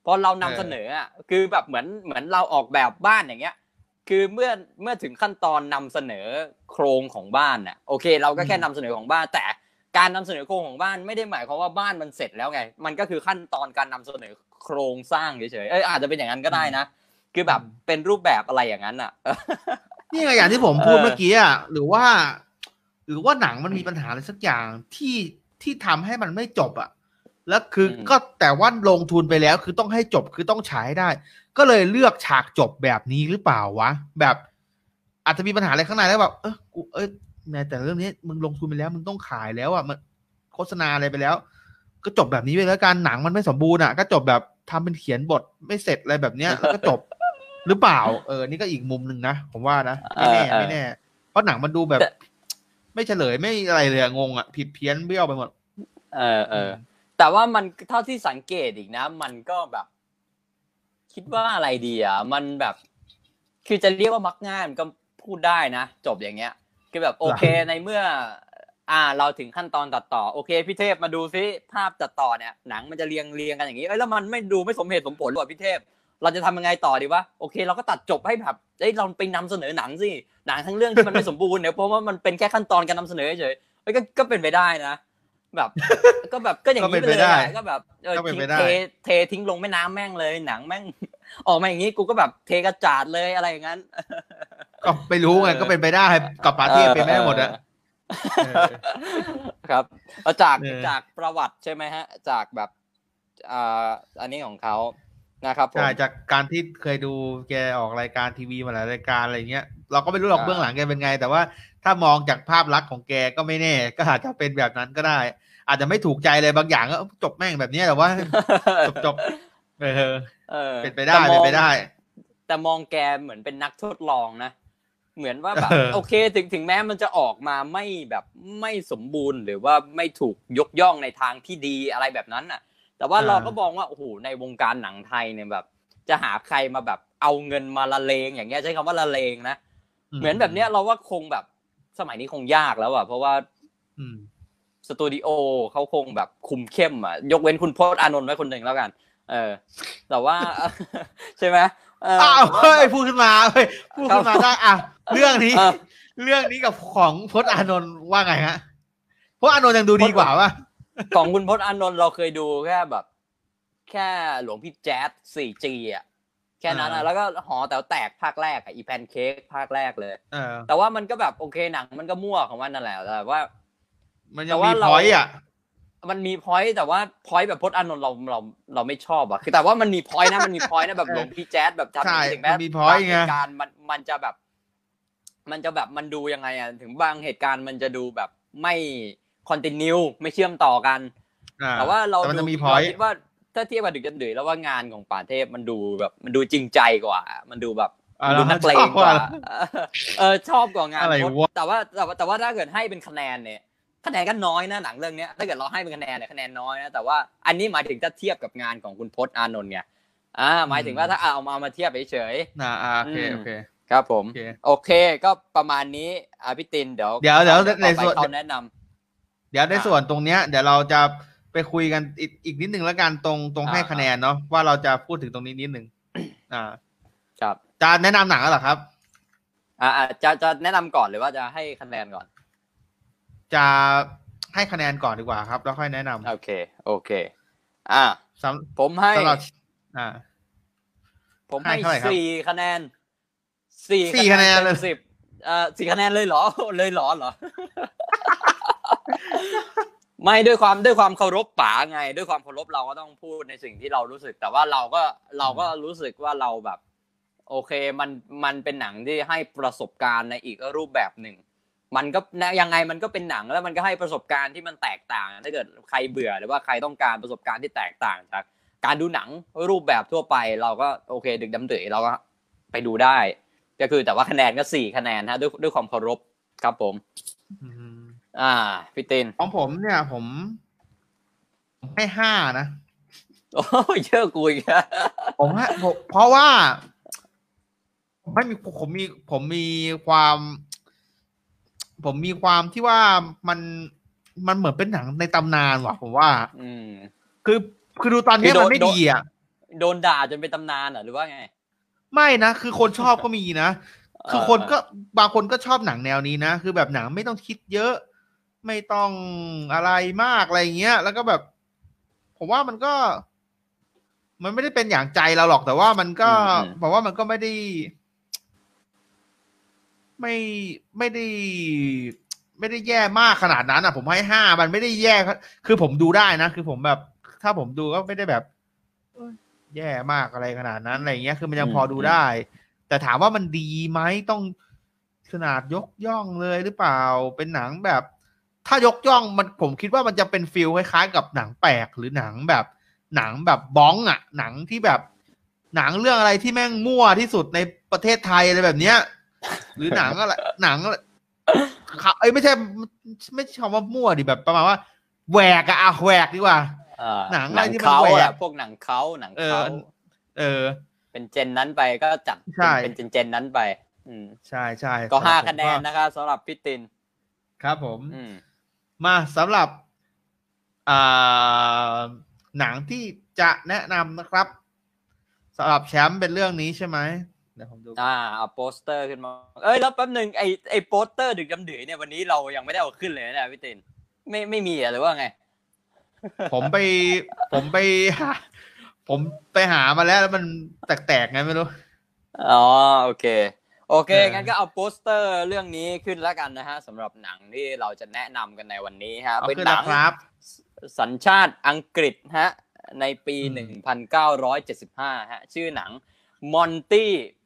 พอเรานำเสนออ่ะคือแบบเหมือนเหมือนเราออกแบบบ้านอย่างเงี้ยคือเมื่อเมื่อถึงขั้นตอนนำเสนอโครงของบ้านน่ะโอเคเราก็แค่นำเสนอของบ้านแต่การนำเสนอโครงของบ้านไม่ได้หมายความว่าบ้านมันเสร็จแล้วไงมันก็คือขั้นตอนการนำเสนอโครงสร้างเฉยๆเอออาจจะเป็นอย่างนั้นก็ได้นะคือแบบเป็นรูปแบบอะไรอย่างนั้นอ่ะนี่ไงอย่างที่ผมพูดเมื่อกี้อ่ะหรือว่าหรือว่าหนังมันมีปัญหาอะไรสักอย่างที่ที่ทำให้มันไม่จบอ่ะแล้วคือก็แต่ว่าลงทุนไปแล้วคือต้องให้จบคือต้องฉายได้ก็เลยเลือกฉากจบแบบนี้หรือเปล่าวะแบบอาจจะมีปัญหาอะไรข้างในแล้วแบบเออกูเอ้ยแต่เรื่องนี้มึงลงทุนไปแล้วมึงต้องขายแล้วอ่ะมันโฆษณาอะไรไปแล้วก็จบแบบนี้ไปแล้วกันหนังมันไม่สมบูรณ์อ่ะก็จบแบบทำเป็นเขียนบทไม่เสร็จอะไรแบบเนี้ยแล้วก็จบหรือเปล่าเออนี่ก็อีกมุมหนึ่งนะผมว่านะไม่แน่ไม่แน่เพราะหนังมันดูแบบไม่เฉลยไม่อะไรเลยงงอ่ะผิดเพี้ยนเบี้ยวไปหมดเออเออแต่ว่ามันเท่าที่สังเกตอีกนะมันก็แบบคิดว่าอะไรดีอ่ะมันแบบคือจะเรียกว่ามักง่ายมันก็พูดได้นะจบอย่างเงี้ยคือแบบโอเคในเมื่ออ่าเราถึงขั้นตอนตัดต่อโอเคพี่เทพมาดูซิภาพตัดต่อเนี่ยหนังมันจะเรียงเรียงกันอย่างนี้เอ้ยแล้วมันไม่ดูไม่สมเหตุสมผลหรอพี่เทพเราจะทำยังไงต่อดีวะโอเคเราก็ตัดจบให้แบบเอ้ยเราไปนำเสนอหนังสิหนังทั้งเรื่องที่มันไม่สมบูรณ์เนี่ยเพราะว่ามันเป็นแค่ขั้นตอนการนำเสนอเฉยเอ้ยก็ก็เป็นไปได้นะแบบก็แบบก็อย่างนี้ไปเลยก็แบบเออเทเททิ้งลงแม่น้ำแม่งเลยหนังแม่งออกมาอย่างนี้กูก็แบบเทกระจาดเลยอะไรอย่างนั้นก็ไม่รู้ไงก็เป็นไปได้กับปาร์ตี้เป็นไม่ได้หมดอะครับจากจากประวัติใช่ไหมฮะจากแบบอ่าอันนี้ของเขานะครับผมใช่จากการที่เคยดูแกออกรายการทีวีมาหลายรายการอะไรเงี้ยเราก็ไม่รู้หรอกเบื้องหลังแกเป็นไงแต่ว่าถ้ามองจากภาพลักษณ์ของแกก็ไม่แน่ก็อาจจะเป็นแบบนั้นก็ได้อาจจะไม่ถูกใจเลยบางอย่างก็จบแม่งแบบนี้แต่ว่าจบจบเออเป็นไปได้เป็นไปได้แต่มองแกเหมือนเป็นนักทดลองนะเหมือนว่าแบบโอเคถึงถึงแม้มันจะออกมาไม่แบบไม่สมบูรณ์หรือว่าไม่ถูกยกย่องในทางที่ดีอะไรแบบนั้นน่ะแต่ว่าเราก็มองว่าโอ้โหในวงการหนังไทยเนี่ยแบบจะหาใครมาแบบเอาเงินมาละเลงอย่างเงี้ยใช้คำว่าละเลงนะเหมือนแบบเนี้ยเราว่าคงแบบสมัยนี้คงยากแล้วอ่ะเพราะว่าสตูดิโอเขาคงแบบคุมเข้มอ่ะยกเว้นคุณพจน์อานนท์ไว้คนหนึ่งแล้วกันเออแต่ว่าใช่ไหมอ้าวเฮ้ยพูดขึ้นมาเฮ้ยพูดขึ้นมาได้อ่ะเรื่องนี้เรื่องนี้กับของพจน์อานนท์ว่าไงฮะพจน์อานนท์ยังดูดีกว่าป่ะของคุณพจน์อานนท์เราเคยดูแค่แบบแค่หลวงพี่แจ๊ส โฟร์จี อ่ะแค่นั้นนะแล้วก็หอแต๋วแตกภาคแรกอ่ะอีแพนเค้กภาคแรกเลยแต่ว่ามันก็แบบโอเคหนังมันก็มั่วของมันนั่นแหละแต่ว่ามันยังมีพอยต์อ่ะมันมีพอยต์แต่ว่าพอยต์แบบพจน์อานนท์เราเราเราไม่ชอบอ่ะคือแต่ว่ามันมีพอยต์นะมันมีพอยต์นะแบบหลวงพี่แจ๊สแบบทำถึงแม้มีพอยต์ไงการมันมันจะแบบมันจะแบบมันดูยังไงอ่ะถึงบางเหตุการณ์มันจะดูแบบไม่คอนติเนียไม่เชื่อมต่อกันแต่ว่าเราดูคิดว่าถ้าเทียบกับดึกดำดื่นแล้วว่างานของป่าเทพมันดูแบบมันดูจริงใจกว่ามันดูแบบดูนักเลงกว่าเออชอบกว่างานแต่ว่าแต่ว่าแต่ว่าถ้าเกิดให้เป็นคะแนนเนี่ยคะแนนก็น้อยนะหนังเรื่องนี้ถ้าเกิดเราให้เป็นคะแนนเนี่ยคะแนนน้อยนะแต่ว่าอันนี้หมายถึงถ้าเทียบกับงานของคุณพจน์อานนท์ไงอ่าหมายถึงว่าถ้าเอามามาเทียบเฉยๆนะโอเคโอเคครับผมโอเคก็ประมาณนี้อ่ะพี่ตินเดี๋ยวเดี๋ยวเดี๋ยวในส่วนเขาแนะนำเดี๋ยวในส่วนตรงเนี้ยเดี๋ยวเราจะไปคุยกันอีกอีกนิดนึงแล้วกันตรงตรงให้คะแนนเนาะว่าเราจะพูดถึงตรงนี้นิดนึงอ่าครับจะแนะนำหนังแล้วเหรอครับอ่าจะจะแนะนำก่อนหรือว่าจะให้คะแนนก่อนจะให้คะแนนก่อนดีกว่าครับแล้วค่อยแนะนำโอเคโอเคอ่าผมให้อ่าผมให้สี่คะแนนสี่คะแนนเลยสิบเอ่อสี่คะแนนเลยเหรอเลยเหรอเหรอไม่ด้วยความด้วยความเคารพป๋าไงด้วยความเคารพเราก็ต้องพูดในสิ่งที่เรารู้สึกแต่ว่าเราก็เราก็รู้สึกว่าเราแบบโอเคมันมันเป็นหนังที่ให้ประสบการณ์ในอีกรูปแบบหนึ่งมันก็ยังไงมันก็เป็นหนังแล้วมันก็ให้ประสบการณ์ที่มันแตกต่างถ้าเกิดใครเบื่อหรือว่าใครต้องการประสบการณ์ที่แตกต่างจากการดูหนังรูปแบบทั่วไปเราก็โอเคดึกดำดื่นเราก็ไปดูได้ก็คือแต่ว่าคะแนนก็สี่คะแนนฮะด้วยด้วยความเคารพครับผมอ่าพี่ตินของผมเนี่ยผมให้ห้านะโอ้เยอะกูอีกผมให้เพราะว่าผมไม่มีผมมีผมมีความ ผมมีความที่ว่ามันมันเหมือนเป็นหนังในตำนานว่ะผมว่าอืมคือคือดูตอนนี้มันไม่ดีอ่ะโดนด่าจนเป็นตำนานเหรอหรือว่าไงไม่นะคือคนชอบก็มีนะคือคนก็บางคนก็ชอบหนังแนวนี้นะคือแบบหนังไม่ต้องคิดเยอะไม่ต้องอะไรมากอะไรเงี้ยแล้วก็แบบผมว่ามันก็มันไม่ได้เป็นอย่างใจเราหรอกแต่ว่ามันก็บอกว่ามันก็ไม่ได้ไม่ไม่ได้ไม่ได้แย่มากขนาดนั้นอ่ะผมให้ห้ามันไม่ได้แย่คือผมดูได้นะคือผมแบบถ้าผมดูก็ไม่ได้แบบแย่มากอะไรขนาดนั้นอะไรเงี้ยคือมันยังพอดูได้แต่ถามว่ามันดีไหมต้องขนาดยกย่องเลยหรือเปล่าเป็นหนังแบบถ้ายกย่องมันผมคิดว่ามันจะเป็นฟีลคล้ายๆกับหนังแปลกหรือหนังแบบหนังแบบบ้องอ่ะหนังที่แบบหนังเรื่องอะไรที่แม่งมั่วที่สุดในประเทศไทยอะไรแบบเนี้ยหรือหนังอะไรหนังเอ้ยไม่ใช่ไม่ใช่คำว่ามั่วดิแบบประมาณว่าแหวกอะอะแหวกดีกว่าหนังอะไรที่มันแหวกพวกหนังเขาหนังเขาเออเป็นเจนนั้นไปก็จัดเป็นเจนเจนนั้นไปอืมใช่ใช่ก็ห้าคะแนนนะครับสำหรับพี่ตินครับผมมาสำหรับอ่าหนังที่จะแนะนำนะครับสำหรับแชมป์เป็นเรื่องนี้ใช่ไหมเดี๋ยวผมดูอ่าเอาโปสเตอร์ขึ้นมาเอ้ยแล้วแป๊บนึงไอไอโปสเตอร์ดึกดำดื่นเนี่ยวันนี้เรายังไม่ได้เอาขึ้นเลยนะพี่ตินไม่ไม่มีหรือว่าไงผมไปผมไปผมไปหามาแล้วแล้วมันแตกๆไงไม่รู้อ๋อโอเคโอเคงั้นก็เอาโปสเตอร์เรื่องนี้ขึ้นแล้วกันนะฮะสำหรับหนังที่เราจะแนะนำกันในวันนี้ฮะเป็นหนังสัญชาติอังกฤษฮะในปีหนึ่งพันเก้าร้อยเจ็ดสิบห้าฮะชื่อหนัง Monty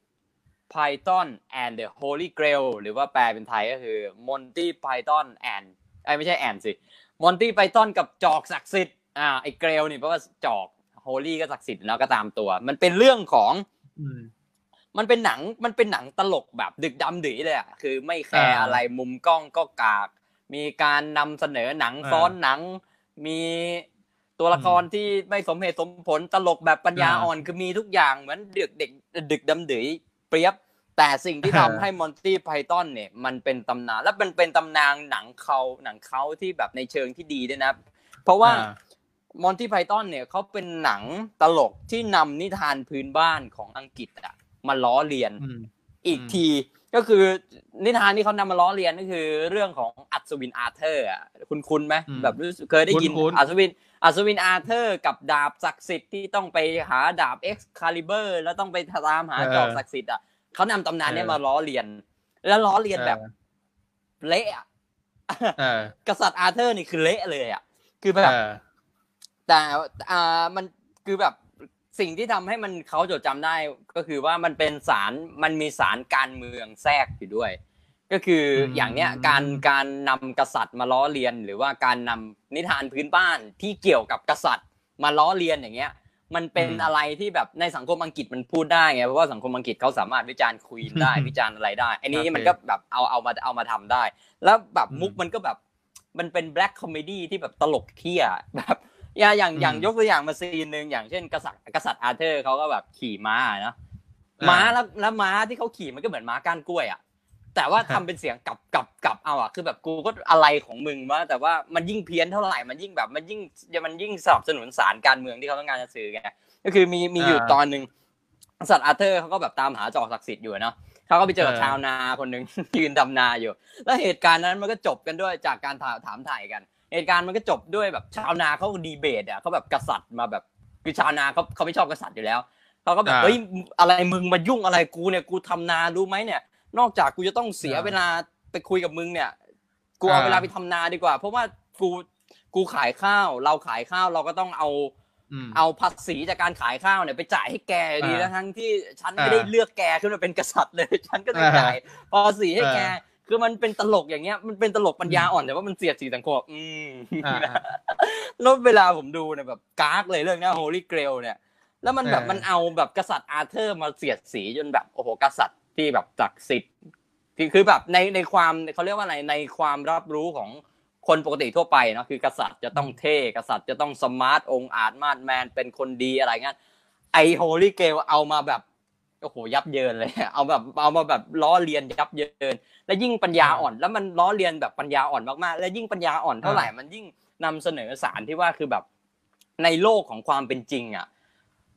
Python and the Holy Grail หรือว่าแปลเป็นไทยก็คือ Monty Python and ไอ้ไม่ใช่ and สิ Monty Python กับจอกศักดิ์สิทธิ์อ่าไอ้ Grail นี่เพราะว่าจอก Holy ก็ศักดิ์สิทธิ์แล้วก็ตามตัวมันเป็นเรื่องของมันเป็นหนังมันเป็นหนังตลกแบบดึกดำดื่นเลยอ่ะคือไม่แคร์อะไรมุมกล้องก็กากมีการนำเสนอหนังซ้อนหนังมีตัวละครที่ไม่สมเหตุสมผลตลกแบบปัญญาอ่อนคือมีทุกอย่างเหมือนเด็กเด็กดึกดำดื่นเปรียบแต่สิ่งที่ทำให้มอนตี้ไพทอนเนี่ยมันเป็นตำนานและมันเป็นตำนานหนังเขาหนังเขาที่แบบในเชิงที่ดีด้วยนะเพราะว่ามอนตี้ไพทอนเนี่ยเขาเป็นหนังตลกที่นำนิทานพื้นบ้านของอังกฤษอะมาล้อเลียนอีกทีก็คือนิทานที่เขานำมาล้อเลียนก็คือเรื่องของอัศวินอาร์เธอร์อ่ะคุณคุ้นไหมแบบเคยได้ยินอัศวินอัศวินอาร์เธอร์กับดาบศักดิ์สิทธิ์ที่ต้องไปหาดาบเอ็กซ์คาลิเบอร์แล้วต้องไปตามหาจอบศักดิ์สิทธิ์อ่ะเขานำตำนานนี้มาล้อเลียนแล้วล้อเลียนแบบเละอ่ะกษัตริย์อาร์เธอร์นี่คือเละเลยอ่ะคือแบบแต่อ่ามันคือแบบสิ่งที่ทำให้มันเขาจดจำได้ก็คือว่ามันเป็นสารมันมีสารการเมืองแทรกอยู่ด้วยก็คืออย่างเนี้ยการการนำกษัตริย์มาล้อเลียนหรือว่าการนำนิทานพื้นบ้านที่เกี่ยวกับกษัตริย์มาล้อเลียนอย่างเงี้ยมันเป็นอะไรที่แบบในสังคมอังกฤษมันพูดได้ไงเพราะว่าสังคมอังกฤษเขาสามารถวิจารณ์ควีนได้วิจารณ์อะไรได้อันนี้มันก็แบบเอาเอามาเอามาทำได้แล้วแบบมุกมันก็แบบมันเป็นแบล็คคอมเมดี้ที่แบบตลกเหี้ยแบบอย่างอย่างอย่างยกตัวอย่างมาซีนนึงอย่างเช่นกษัตริย์กษัตริย์อาร์เธอร์เขาก็แบบขี่ม้าเนาะม้าแล้วแล้วม้าที่เขาขี่มันก็เหมือนม้าก้านกล้วยอ่ะแต่ว่าทำเป็นเสียงกับกับกับเอาอ่ะคือแบบกูก็อะไรของมึงวะแต่ว่ามันยิ่งเพี้ยนเท่าไหร่มันยิ่งแบบมันยิ่งมันยิ่งสนับสนุนสารการเมืองที่เขาต้องการจะสื่อไงก็คือมีมีอยู่ตอนนึงกษัตริย์อาร์เธอร์เขาก็แบบตามหาจอกศักดิ์สิทธิ์อยู่เนาะเขาก็ไปเจอชาวนาคนนึงยืนทำนาอยู่แล้วเหตุการณ์นั้นมันก็จบกันด้วยจากการถามถ่ายกันเหตุการณ์มันก็จบด้วยแบบชาวนาเขาดีเบตอ่ะเขาแบบกษัตริย์มาแบบคือชาวนาเขาเขาไม่ชอบกษัตริย์อยู่แล้วเขาก็แบบเฮ้ยอะไรมึงมายุ่งอะไรกูเนี่ยกูทำนารู้ไหมเนี่ยนอกจากกูจะต้องเสียเวลาไปคุยกับมึงเนี่ยกูเอาเวลาไปทำนาดีกว่าเพราะว่ากูกูขายข้าวเราขายข้าวเราก็ต้องเอาเอาภาษีจากการขายข้าวเนี่ยไปจ่ายให้แกดีแล้วทั้งที่ฉันไม่ได้เลือกแกขึ้นมาเป็นกษัตริย์เลยฉันก็ต้องจ่ายภาษีให้แกคือมันเป็นตลกอย่างเงี้ยมันเป็นตลกปัญญาอ่อนแต่ว่ามันเสียดสีสังคมอืมแล้วเวลาผมดูเนี่ยแบบกากเลยเรื่องนี้ Holy Grail เนี่ยแล้วมันแบบมันเอาแบบกษัตริย์อาร์เธอร์มาเสียดสีจนแบบโอ้โหกษัตริย์ที่แบบศักดิ์สิทธิ์คือแบบในในความเขาเรียกว่าอะไรในความรับรู้ของคนปกติทั่วไปเนาะคือกษัตริย์จะต้องเท่กษัตริย์จะต้องสมาร์ทองค์อาจมาดแมนเป็นคนดีอะไรเงี้ยไอ้ Holy Grail เอามาแบบโอ้โหยับเยินเลยเอาแบบเอามาแบบล้อเลียนยับเยินและยิ่งปัญญาอ่อนแล้วมันล้อเลียนแบบปัญญาอ่อนมากๆและยิ่งปัญญาอ่อนเท่าไหร่มันยิ่งนำเสนอสารที่ว่าคือแบบในโลกของความเป็นจริงอ่ะ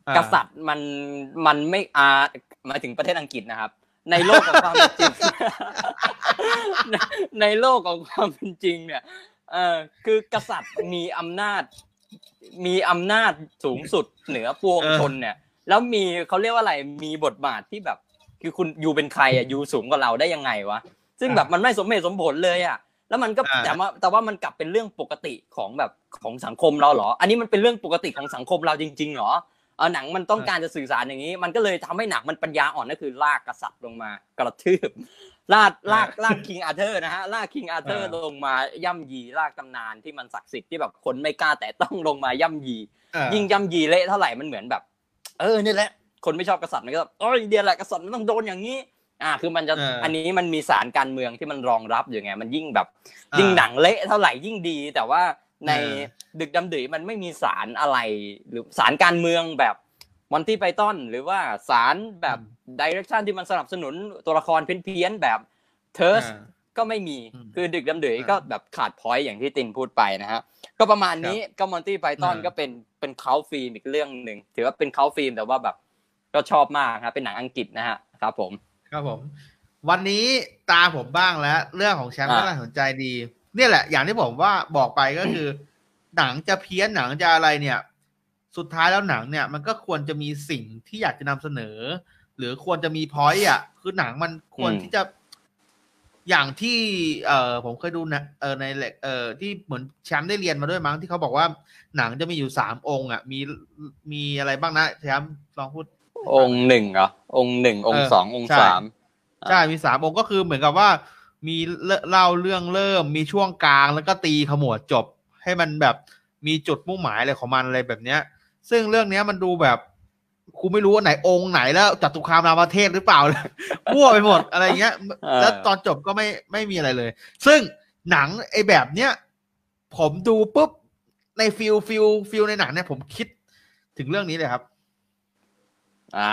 กษัตริย์มันมันไม่อาหมายถึงประเทศอังกฤษนะครับในโลกของความเป็นจริงในโลกของความเป็นจริงเนี่ยเออคือกษัตริย์มีอำนาจมีอำนาจสูงสุดเหนือปวงชนเนี่ยแล้วมีเขาเรียกว่าอะไรมีบทบาทที่แบบคือคุณอยู่เป็นใครอ่ะอยู่สูงกว่าเราได้ยังไงวะซึ่งแบบมันไม่สมเหตุสมผลเลยอ่ะแล้วมันก็แต่ว่าแต่ว่ามันกลับเป็นเรื่องปกติของแบบของสังคมเราเหรออันนี้มันเป็นเรื่องปกติของสังคมเราจริงๆเหรอเออหนังมันต้องการจะสื่อสารอย่างนี้มันก็เลยทำให้หนังมันปัญญาอ่อนก็คือลากกษัตริย์ลงมากระทืบลากลากลากคิงอาเธอร์นะฮะลากคิงอาเธอร์ลงมาย่ำยีลากตำนานที่มันศักดิ์สิทธิ์ที่แบบคนไม่กล้าแต่ต้องลงมาย่ำยียิ่งย่ำยีเละเท่าไหร่มันเหมือนแบบเออนี่แหละคนไม่ชอบกษัตริย์มันก็โอ้ยเดียวแหละกษัตริย์มันต้องโดนอย่างนี้อ่าคือมันจะอันนี้มันมีสารการเมืองที่มันรองรับอยู่ไงมันยิ่งแบบยิ่งหนังเละเท่าไหร่ยิ่งดีแต่ว่าในดึกดำดื่นมันไม่มีสารอะไรหรือสารการเมืองแบบมอนตี้ไพทอนหรือว่าสารแบบดิเรกชันที่มันสนับสนุนตัวละครเพี้ยนๆแบบเทิร์สก็ไม่มีคือดึกดำดื่นก็แบบขาดพอยต์อย่างที่ตินพูดไปนะฮะก็ประมาณนี้ก็มอนตี้ไพทอนก็เป็นเป็นเคาท์ฟิล์มอีกเรื่องนึงถือว่าเป็นเคาท์ฟิล์มแต่ว่าแบบก็ชอบมากครับเป็นหนังอังกฤษนะฮะครับผมครับผมวันนี้ตาผมบ้างแล้วเรื่องของแชมป์ก็น่าสนใจดีเนี่ยแหละอย่างที่ผมว่าบอกไปก็คือ หนังจะเพี้ยนหนังจะอะไรเนี่ยสุดท้ายแล้วหนังเนี่ยมันก็ควรจะมีสิ่งที่อยากจะนำเสนอหรือควรจะมีพอยต์อ่ะคือหนังมันควรที่จะอย่างที่เอ่อผมเคยดูนะเออในเอ่อที่เหมือนแชมป์ได้เรียนมาด้วยมั้งที่เขาบอกว่าหนังจะมีอยู่สามองค์อ่ะมีมีอะไรบ้างนะแชมป์ลองพูดองค์หนึ่งเหรอองค์หนึ่งองค์สององค์สามใช่มีสามองค์ก็คือเหมือนกับว่ามีเล่าเรื่องเริ่มมีช่วงกลางแล้วก็ตีขมวดจบให้มันแบบมีจุดมุ่งหมายอะไรของมันอะไรแบบเนี้ยซึ่งเรื่องนี้มันดูแบบกูไม่รู้ว่าไหนองค์ไหนแล้วจตุคามรามเทพหรือเปล่ามั่วไปหมดอะไรเงี้ยแล้วตอนจบก็ไม่ไม่มีอะไรเลยซึ่งหนังไอ้แบบเนี้ยผมดูปุ๊บในฟิลฟิลฟิลในหนังเนี่ยผมคิดถึงเรื่องนี้เลยครับอ่า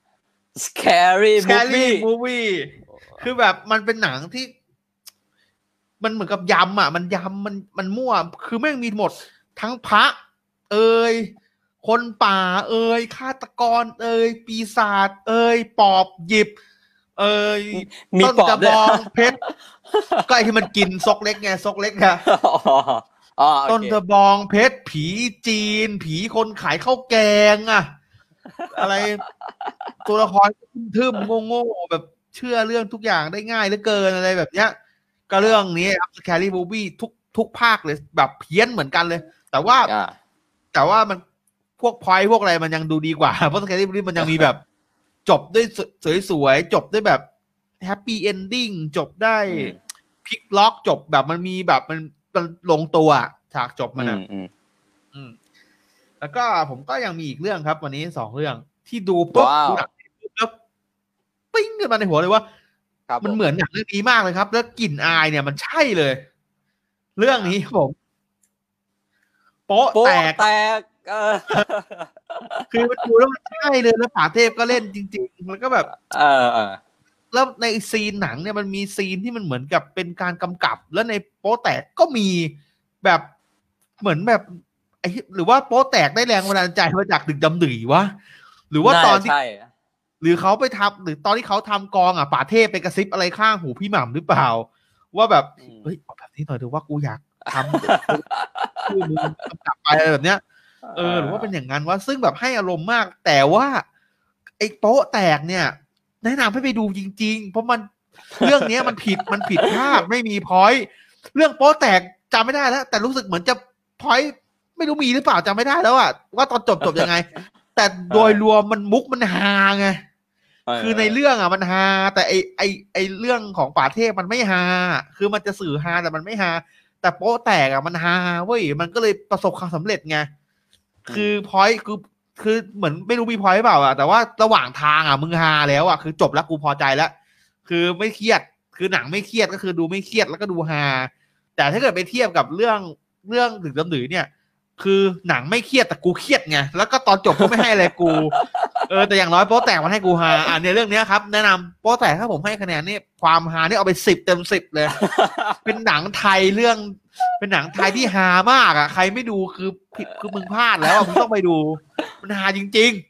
scary scary movie คือแบบมันเป็นหนังที่มันเหมือนกับยำอ่ะมันยำมันมันมั่วคือแม่งมีหมดทั้งพระเอ่ยคนป่าเอ่ยฆาตกรเอ่ยปีศาจเอ่ยปอบหยิบเอ่ยต้นกระบองเพชรก็ไอ้ที่มันกินซกเล็กไงซกเล็กนะต้นกระบองเพชรผีจีนผีคนขายข้าวแกงอ่ะอะไรตัวละครทึ่มๆโง่ๆแบบเชื่อเรื่องทุกอย่างได้ง่ายเหลือเกินอะไรแบบเนี้ยก็เรื่องนี้ครับ Scary Movie ทุกทุกภาคเลยแบบเพี้ยนเหมือนกันเลยแต่ว่าแต่ว่ามันพวกพอยต์พวกอะไรมันยังดูดีกว่าเพราะ Scary Movie มันยังมีแบบจบด้วยสวยๆจบด้วยแบบแฮปปี้เอนดิ้งจบได้พลิกล็อกจบแบบมันมีแบบมันมันลงตัวฉากจบมันอ่ะอืมแล้วก็ผมก็ยังมีอีกเรื่องครับวันนี้สองเรื่องที่ดูปุ๊บดูหนังแล้วปิ้งขึ้นมาในหัวเลยว่ามันเหมือนหนังเรื่องนี้มากเลยครับแล้วกลิ่นอายเนี่ยมันใช่เลยเรื่องนี้ผมโป๊ะแตกแตกเออคือมันดูแล้วมันใช่เลยแล้วป๋าเทพก็เล่นจริงๆแล้วก็แบบเออเออแล้วในซีนหนังเนี่ยมันมีซีนที่มันเหมือนกับเป็นการกำกับแล้วในโป๊ะแตกก็มีแบบเหมือนแบบไอ้หรือว่าโป๊ะแตกได้แรงบันดาลใจมาจากดึกดำดื่นวะหรือว่าตอนที่หรือเขาไปทำหรือตอนที่เขาทำกองอ่ะป๋าเทพไปกระซิบอะไรข้างหูพี่หม่ำหรือเปล่าว่าแบบเฮ้ยเอาแบบนี้หน่อยดูว่ากูอยากทำคือมึงกำกับไปอะไรแบบเนี้ยเออหรือว่าเป็นอย่างนั้นว่าซึ่งแบบให้อารมณ์มากแต่ว่าไอ้โป๊ะแตกเนี่ยแนะนำให้ไปดูจริงๆเพราะมันเรื่องนี้มันผิดมันผิดพลาดไม่มีพอยต์เรื่องโป๊ะแตกจำไม่ได้แล้วแต่รู้สึกเหมือนจะพอยต์ไม่รู้มีหรือเปล่าจำไม่ได้แล้วอ่ะว่าตอนจบจบยังไงแต่โดยรวมมันมุกมันฮาไงคือในเรื่องอ่ะมันฮาแต่ไอไอไอเรื่องของป่าเทพมันไม่ฮาคือมันจะสื่อฮาแต่มันไม่ฮาแต่โป๊ะแตกอ่ะมันฮาเว้ยมันก็เลยประสบความสำเร็จไงคือพอยต์คือคือเหมือนไม่รู้มีพอยต์เปล่าอ่ะแต่ว่าระหว่างทางอ่ะมึงฮาแล้วอ่ะคือจบแล้วกูพอใจแล้วคือไม่เครียดคือหนังไม่เครียดก็คือดูไม่เครียดแล้วก็ดูฮาแต่ถ้าเกิดไปเทียบกับเรื่องเรื่องดึกดำดื่นเนี่ยคือหนังไม่เครียดแต่กูเครียดไงแล้วก็ตอนจบก็ไม่ให้อะไรกูเออแต่อย่างน้อยโป๊ะแตกมันให้กูฮาอ่ะในเรื่องนี้ครับแนะนำโป๊ะแตกถ้าผมให้คะแนนนี่ความฮานี่เอาไปสิบเต็มสิบเลยเป็นหนังไทยเรื่องเป็นหนังไทยที่ฮามากอ่ะใครไม่ดูคือผิดคือมึงพลาดแล้วมึงต้องไปดูมันฮาจริง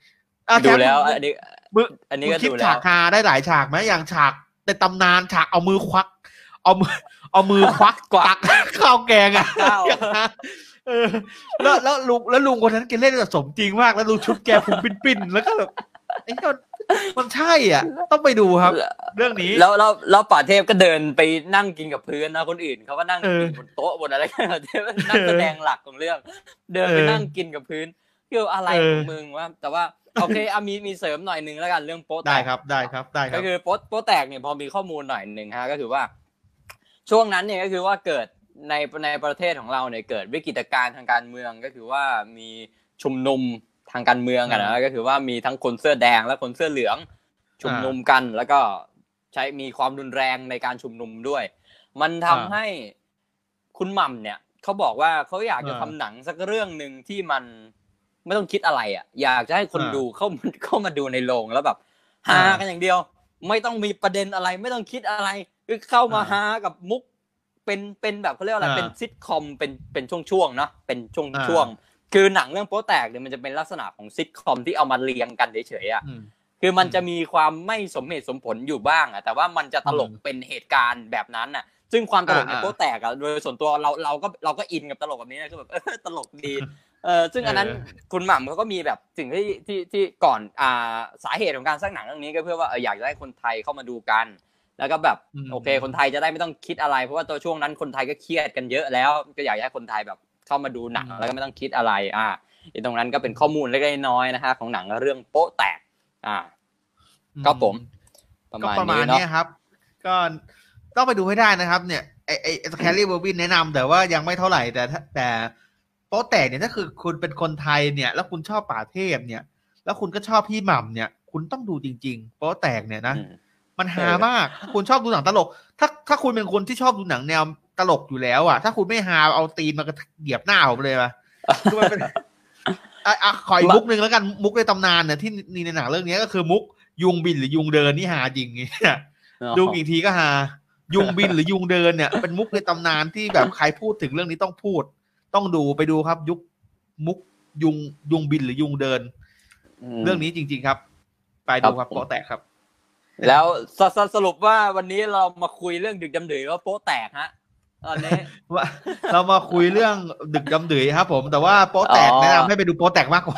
ดูแล้วอันนี้มึงอันนี้ก็ดูแล้วฉากฮาได้หลายฉากไหมอย่างฉากในตำนานฉากเอามือควักเอามือเอามือควักตักข้าวแกงอ่ะเออแล้วแล้วลุงแล้วลุงคนนั้นแกเล่นแบบสมจริงมากแล้วลุงชุดแกผมปิ้นๆแล้วก็แบบไอ้ก็มันใช่อ่ะต้องไปดูครับเรื่องนี้แล้วแล้วแล้วป่าเทพก็เดินไปนั่งกินกับพื้นนะคนอื่นเขาก็นั่งกินบนโต๊ะบนอะไรกันป่าเทพนั่งแสดงหลักของเรื่องเดินไปนั่งกินกับพื้นคืออะไรของมึงวะแต่ว่าโอเคอ่ะมีมีเสริมหน่อยนึงแล้วกันเรื่องโป๊ะแตกได้ครับได้ครับได้ครับก็คือโป๊ะโป๊ะแตกเนี่ยพอมีข้อมูลหน่อยนึงฮะก็คือว่าช่วงนั้นเนี่ยก็คือว่าเกิดในในประเทศของเราเนี่ยเกิดวิกฤตการณ์ทางการเมืองก็คือว่ามีชุมนุมทางการเมืองอ่ะนะก็คือว่ามีทั้งคนเสื้อแดงและคนเสื้อเหลืองชุมนุมกันแล้วก็ใช้มีความรุนแรงในการชุมนุมด้วยมันทำให้คุณหม่ำเนี่ยเขาบอกว่าเขาอยากจะทำหนังสักเรื่องนึงที่มันไม่ต้องคิดอะไรอ่ะอยากจะให้คนดูเข้าเข้ามาดูในโรงแล้วแบบฮากันอย่างเดียวไม่ต้องมีประเด็นอะไรไม่ต้องคิดอะไรคือเข้ามาฮากับมุกเป็นเป็นแบบเขาเรียกอะไรเป็นซิทคอมเป็นเป็นช่วงๆเนาะเป็นช่วงๆคือหนังเรื่องโป๊ะแตกเนี่ยมันจะเป็นลักษณะของซิทคอมที่เอามาเรียงกันเฉยๆอ่ะคือมันจะมีความไม่สมเหตุสมผลอยู่บ้างอ่ะแต่ว่ามันจะตลกเป็นเหตุการณ์แบบนั้นน่ะซึ่งความตลกในโป๊ะแตกอ่ะโดยส่วนตัวเราเราก็เราก็อินกับตลกแบบนี้นะคือแบบเออตลกดีเออซึ่งอันนั้นคุณหม่ำเขาก็มีแบบสิ่งที่ที่ที่ก่อนอ่าสาเหตุของการสร้างหนังเรื่องนี้ก็เพื่อว่าเอออยากจะให้คนไทยเข้ามาดูกันแล้วก็แบบโอเคคนไทยจะได้ไม่ต้องคิดอะไรเพราะว่าตัวช่วงนั้นคนไทยก็เครียดกันเยอะแล้วก็อยากให้คนไทยแบบเข้ามาดูหนังแล้วก็ไม่ต้องคิดอะไรอ่าตรงนั้นก็เป็นข้อมูลเล็กๆน้อยๆนะฮะของหนังเรื่องโป๊ะแตกอ่าก็ผมประมาณนี้เนาะครับก็ต้องไปดูให้ได้นะครับเนี่ยไอไอแคลรี่เบอร์บินแนะนำแต่ว่ายังไม่เท่าไหร่แต่แต่โป๊ะแตกเนี่ยถ้าคือคุณเป็นคนไทยเนี่ยแล้วคุณชอบป่าเทพเนี่ยแล้วคุณก็ชอบพี่หม่ำเนี่ยคุณต้องดูจริงๆโป๊ะแตกเนี่ยนะมันฮามากถ้าคุณชอบดูหนังตลกถ้าถ้าคุณเป็นคนที่ชอบดูหนังแนวตลกอยู่แล้วอ่ะถ้าคุณไม่ฮาเอาตีนมากระเหยียบหน้าผมเลยป่ะคือมันเป็นอ่ะขออีกมุกนึงแล้วกันมุกในตำนานเนี่ยที่นี่ในหนังเรื่องนี้ก็คือมุกยุงบินหรือยุงเดินนี่ฮาจริงเนี่ยดูอีกทีก็ฮายุงบินหรือยุงเดินเนี่ยเป็นมุกในตำนานที่แบบใครพูดถึงเรื่องนี้ต้องพูดต้องดูไปดูครับยุคมุกยุงยุงบินหรือยุงเดินเรื่องนี้จริงๆครับไปดูครับโป๊ะแตกครับแล้วสรุปว่าวันนี้เรามาคุยเรื่องดึกดำดื่นว่าโป๊ะแตกฮะตอนนี้ว่าเรามาคุยเรื่องดึกดำดื่นครับผมแต่ว่าโป๊ะแตกแนะนำให้ไปดูโป๊ะแตกมากกว่า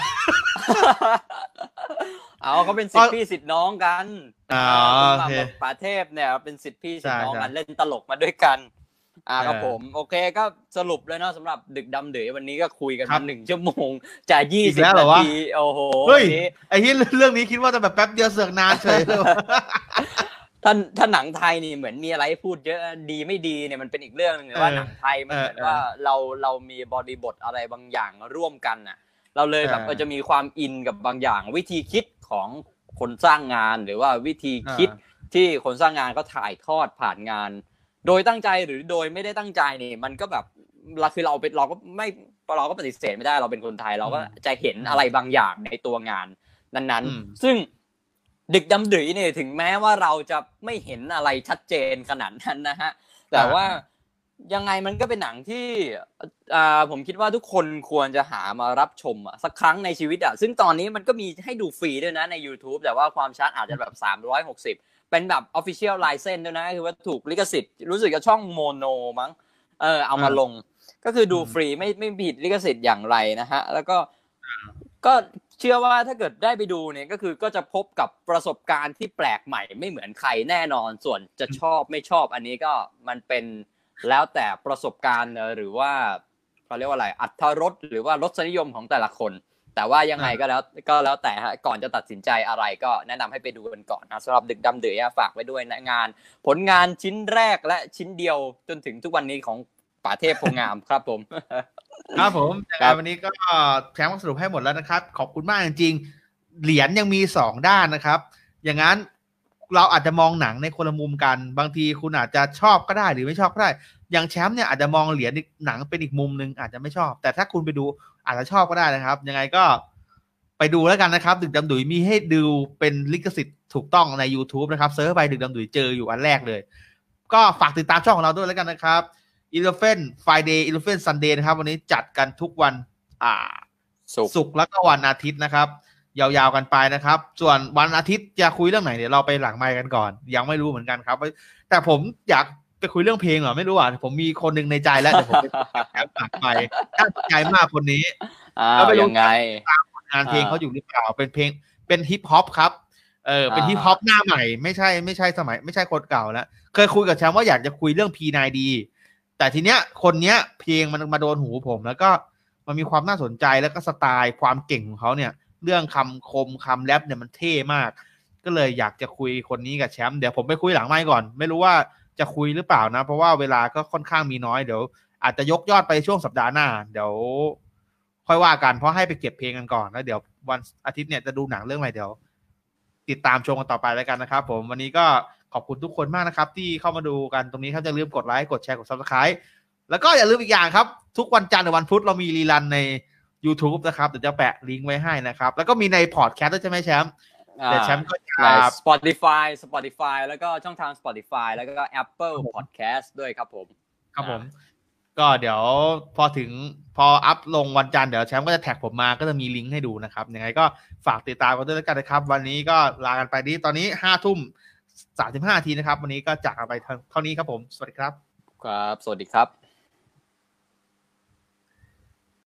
เอาเขาเป็นศิษย์พี่ศิษย์น้องกันอ๋อโอเคป่าเทพเนี่ยเป็นศิษย์พี่ศิษย์น้องกันเล่นตลกมาด้วยกันอ่าครับผมโอเคก็สรุปเลยเนาะสำหรับดึกดำดื่นวันนี้ก็คุยกันมาหนึ่งชั่วโมงจะยี่สิบนาทีโอ้โหเฮ้ยไอ้ที่เรื่องนี้คิดว่าจะแบบแป๊บเดียวเสือกนานเฉยเลยท่านท่านหนังไทยนี่เหมือนมีอะไรพูดเยอะดีไม่ดีเนี่ยมันเป็นอีกเรื่องนึงว่าหนังไทยมันเหมือนว่าเราเรามีบริบทอะไรบางอย่างร่วมกันน่ะเราเลยแบบจะมีความอินกับบางอย่างวิธีคิดของคนสร้างงานหรือว่าวิธีคิดที่คนสร้างงานก็ถ่ายทอดผ่านงานโดยตั้งใจหรือโดยไม่ได้ตั้งใจนี่มันก็แบบเราคือเราเป็นเราก็ไม่เราก็ปฏิเสธไม่ได้เราเป็นคนไทยเราก็จะเห็นอะไรบางอย่างในตัวงานนั้นๆซึ่งดึกดำดื่นเนี่ยถึงแม้ว่าเราจะไม่เห็นอะไรชัดเจนขนาดนั้นนะฮะแต่ว่ายังไงมันก็เป็นหนังที่อ่าผมคิดว่าทุกคนควรจะหามารับชมอ่ะสักครั้งในชีวิตอ่ะซึ่งตอนนี้มันก็มีให้ดูฟรีด้วยนะใน YouTube แต่ว่าความชัดอาจจะแบบสามร้อยหกสิบเป็นแบบ Official License ด้วยนะคือว่าถูกลิขสิทธิ์รู้สึกจะช่องโมโนมั้งเออเอามาลงก็คือดูฟรีไม่ไม่ผิดลิขสิทธิ์อย่างไรนะฮะแล้วก็ก็เชื่อว่าถ้าเกิดได้ไปดูเนี่ยก็คือก็จะพบกับประสบการณ์ที่แปลกใหม่ไม่เหมือนใครแน่นอนส่วนจะชอบไม่ชอบอันนี้ก็มันเป็นแล้วแต่ประสบการณ์หรือว่าเขาเรียกว่าอะไรอรรถรสหรือว่ารสนิยมของแต่ละคนแต่ว่ายังไงก็แล้วก็แล้วแต่ฮะก่อนจะตัดสินใจอะไรก็แนะนำให้ไปดูกันก่อนนะสำหรับดึกดำดื่นฝากไว้ด้วยนะงานผลงานชิ้นแรกและชิ้นเดียวจนถึงทุกวันนี้ของป่าเทพโพงามครับผมครับผมวันนี้ก็แชร์สรุปให้หมดแล้วนะครับขอบคุณมากจริงๆเหรียญยังมีสองด้านนะครับอย่างนั้นเราอาจจะมองหนังในคนละมุมกันบางทีคุณอาจจะชอบก็ได้หรือไม่ชอบก็ได้อย่างแชมป์เนี่ยอาจจะมองเหรียญหนังเป็นอีกมุมนึงอาจจะไม่ชอบแต่ถ้าคุณไปดูอาจจะชอบก็ได้นะครับยังไงก็ไปดูแล้วกันนะครับดึกดำดื่นมีให้ดูเป็นลิขสิทธิ์ถูกต้องใน YouTube นะครับเซิร์ชไปดึกดำดื่นเจออยู่อันแรกเลยก็ฝากติดตามช่องของเราด้วยแล้วกันนะครับ Elephant Friday Elephant Sunday นะครับวันนี้จัดกันทุกวันอ่าศุกร์แล้วก็วันอาทิตย์นะครับยาวๆกันไปนะครับส่วนวันอาทิตย์จะคุยเรื่องไหนเดี๋ยวเราไปหลังไมค์กันก่อนยังไม่รู้เหมือนกันครับแต่ผมอยากไปคุยเรื่องเพลงเหรอไม่รู้อ่ะผมมีคนหนึ่งในใจแล้วเดี๋ยวผมไปแอบหลังไมค์น่าสนใจมากคนนี้แล้วไปยังไงตามผลงานเพลงเขาอยู่หรือเปล่าเป็นเพลงเป็นฮิปฮอปครับเออเป็นฮิปฮอปหน้าใหม่ไม่ใช่ไม่ใช่สมัยไม่ใช่คนเก่าแล้วเคยคุยกับแชมป์ว่าอยากจะคุยเรื่อง พี ไนน์ ดี แต่ทีเนี้ยคนเนี้ยเพลงมันมาโดนหูผมแล้วก็มันมีความน่าสนใจแล้วก็สไตล์ความเก่งของเขาเนี่ยเรื่องคำคมคำแรปเนี่ยมันเท่มากก็เลยอยากจะคุยคนนี้กับแชมป์เดี๋ยวผมไปคุยหลังไมค์ก่อนไม่รู้ว่าจะคุยหรือเปล่านะเพราะว่าเวลาก็ค่อนข้างมีน้อยเดี๋ยวอาจจะยกยอดไปช่วงสัปดาห์หน้าเดี๋ยวค่อยว่ากันเพราะให้ไปเก็บเพลงกันก่อนแล้วเดี๋ยววันอาทิตย์เนี่ยจะดูหนังเรื่องอะไรเดี๋ยวติดตามชมกันต่อไปแล้วกันนะครับผมวันนี้ก็ขอบคุณทุกคนมากนะครับที่เข้ามาดูกันตรงนี้ครับจะลืมกดไลค์กดแชร์กด Subscribe แล้วก็อย่าลืมอีกอย่างครับทุกวันจันทร์หรือวันพุธเรามีรีรันใน YouTube นะครับเดี๋ยวจะแปะลิงก์ไว้ให้นะครับแล้วก็มีในพอดแคสต์ด้วยใช่ไหมแชมป์แต่แชมป์ก็จะ Spotify Spotify แล้วก็ช่องทาง Spotify แล้วก็ Apple Podcast ด้วยครับผมครับผมก็เดี๋ยวพอถึงพออัพลงวันจันทร์เดี๋ยวแชมป์ก็จะแท็กผมมาก็จะมีลิงก์ให้ดูนะครับยังไงก็ฝากติดตามกันด้วยแล้วกันนะครับวันนี้ก็ลากันไปนี้ตอนนี้ห้าทุ่มสามสิบห้านาทีนะครับวันนี้ก็จากกันไปเท่านี้ครับผมสวัสดีครับครับสวัสดีครับ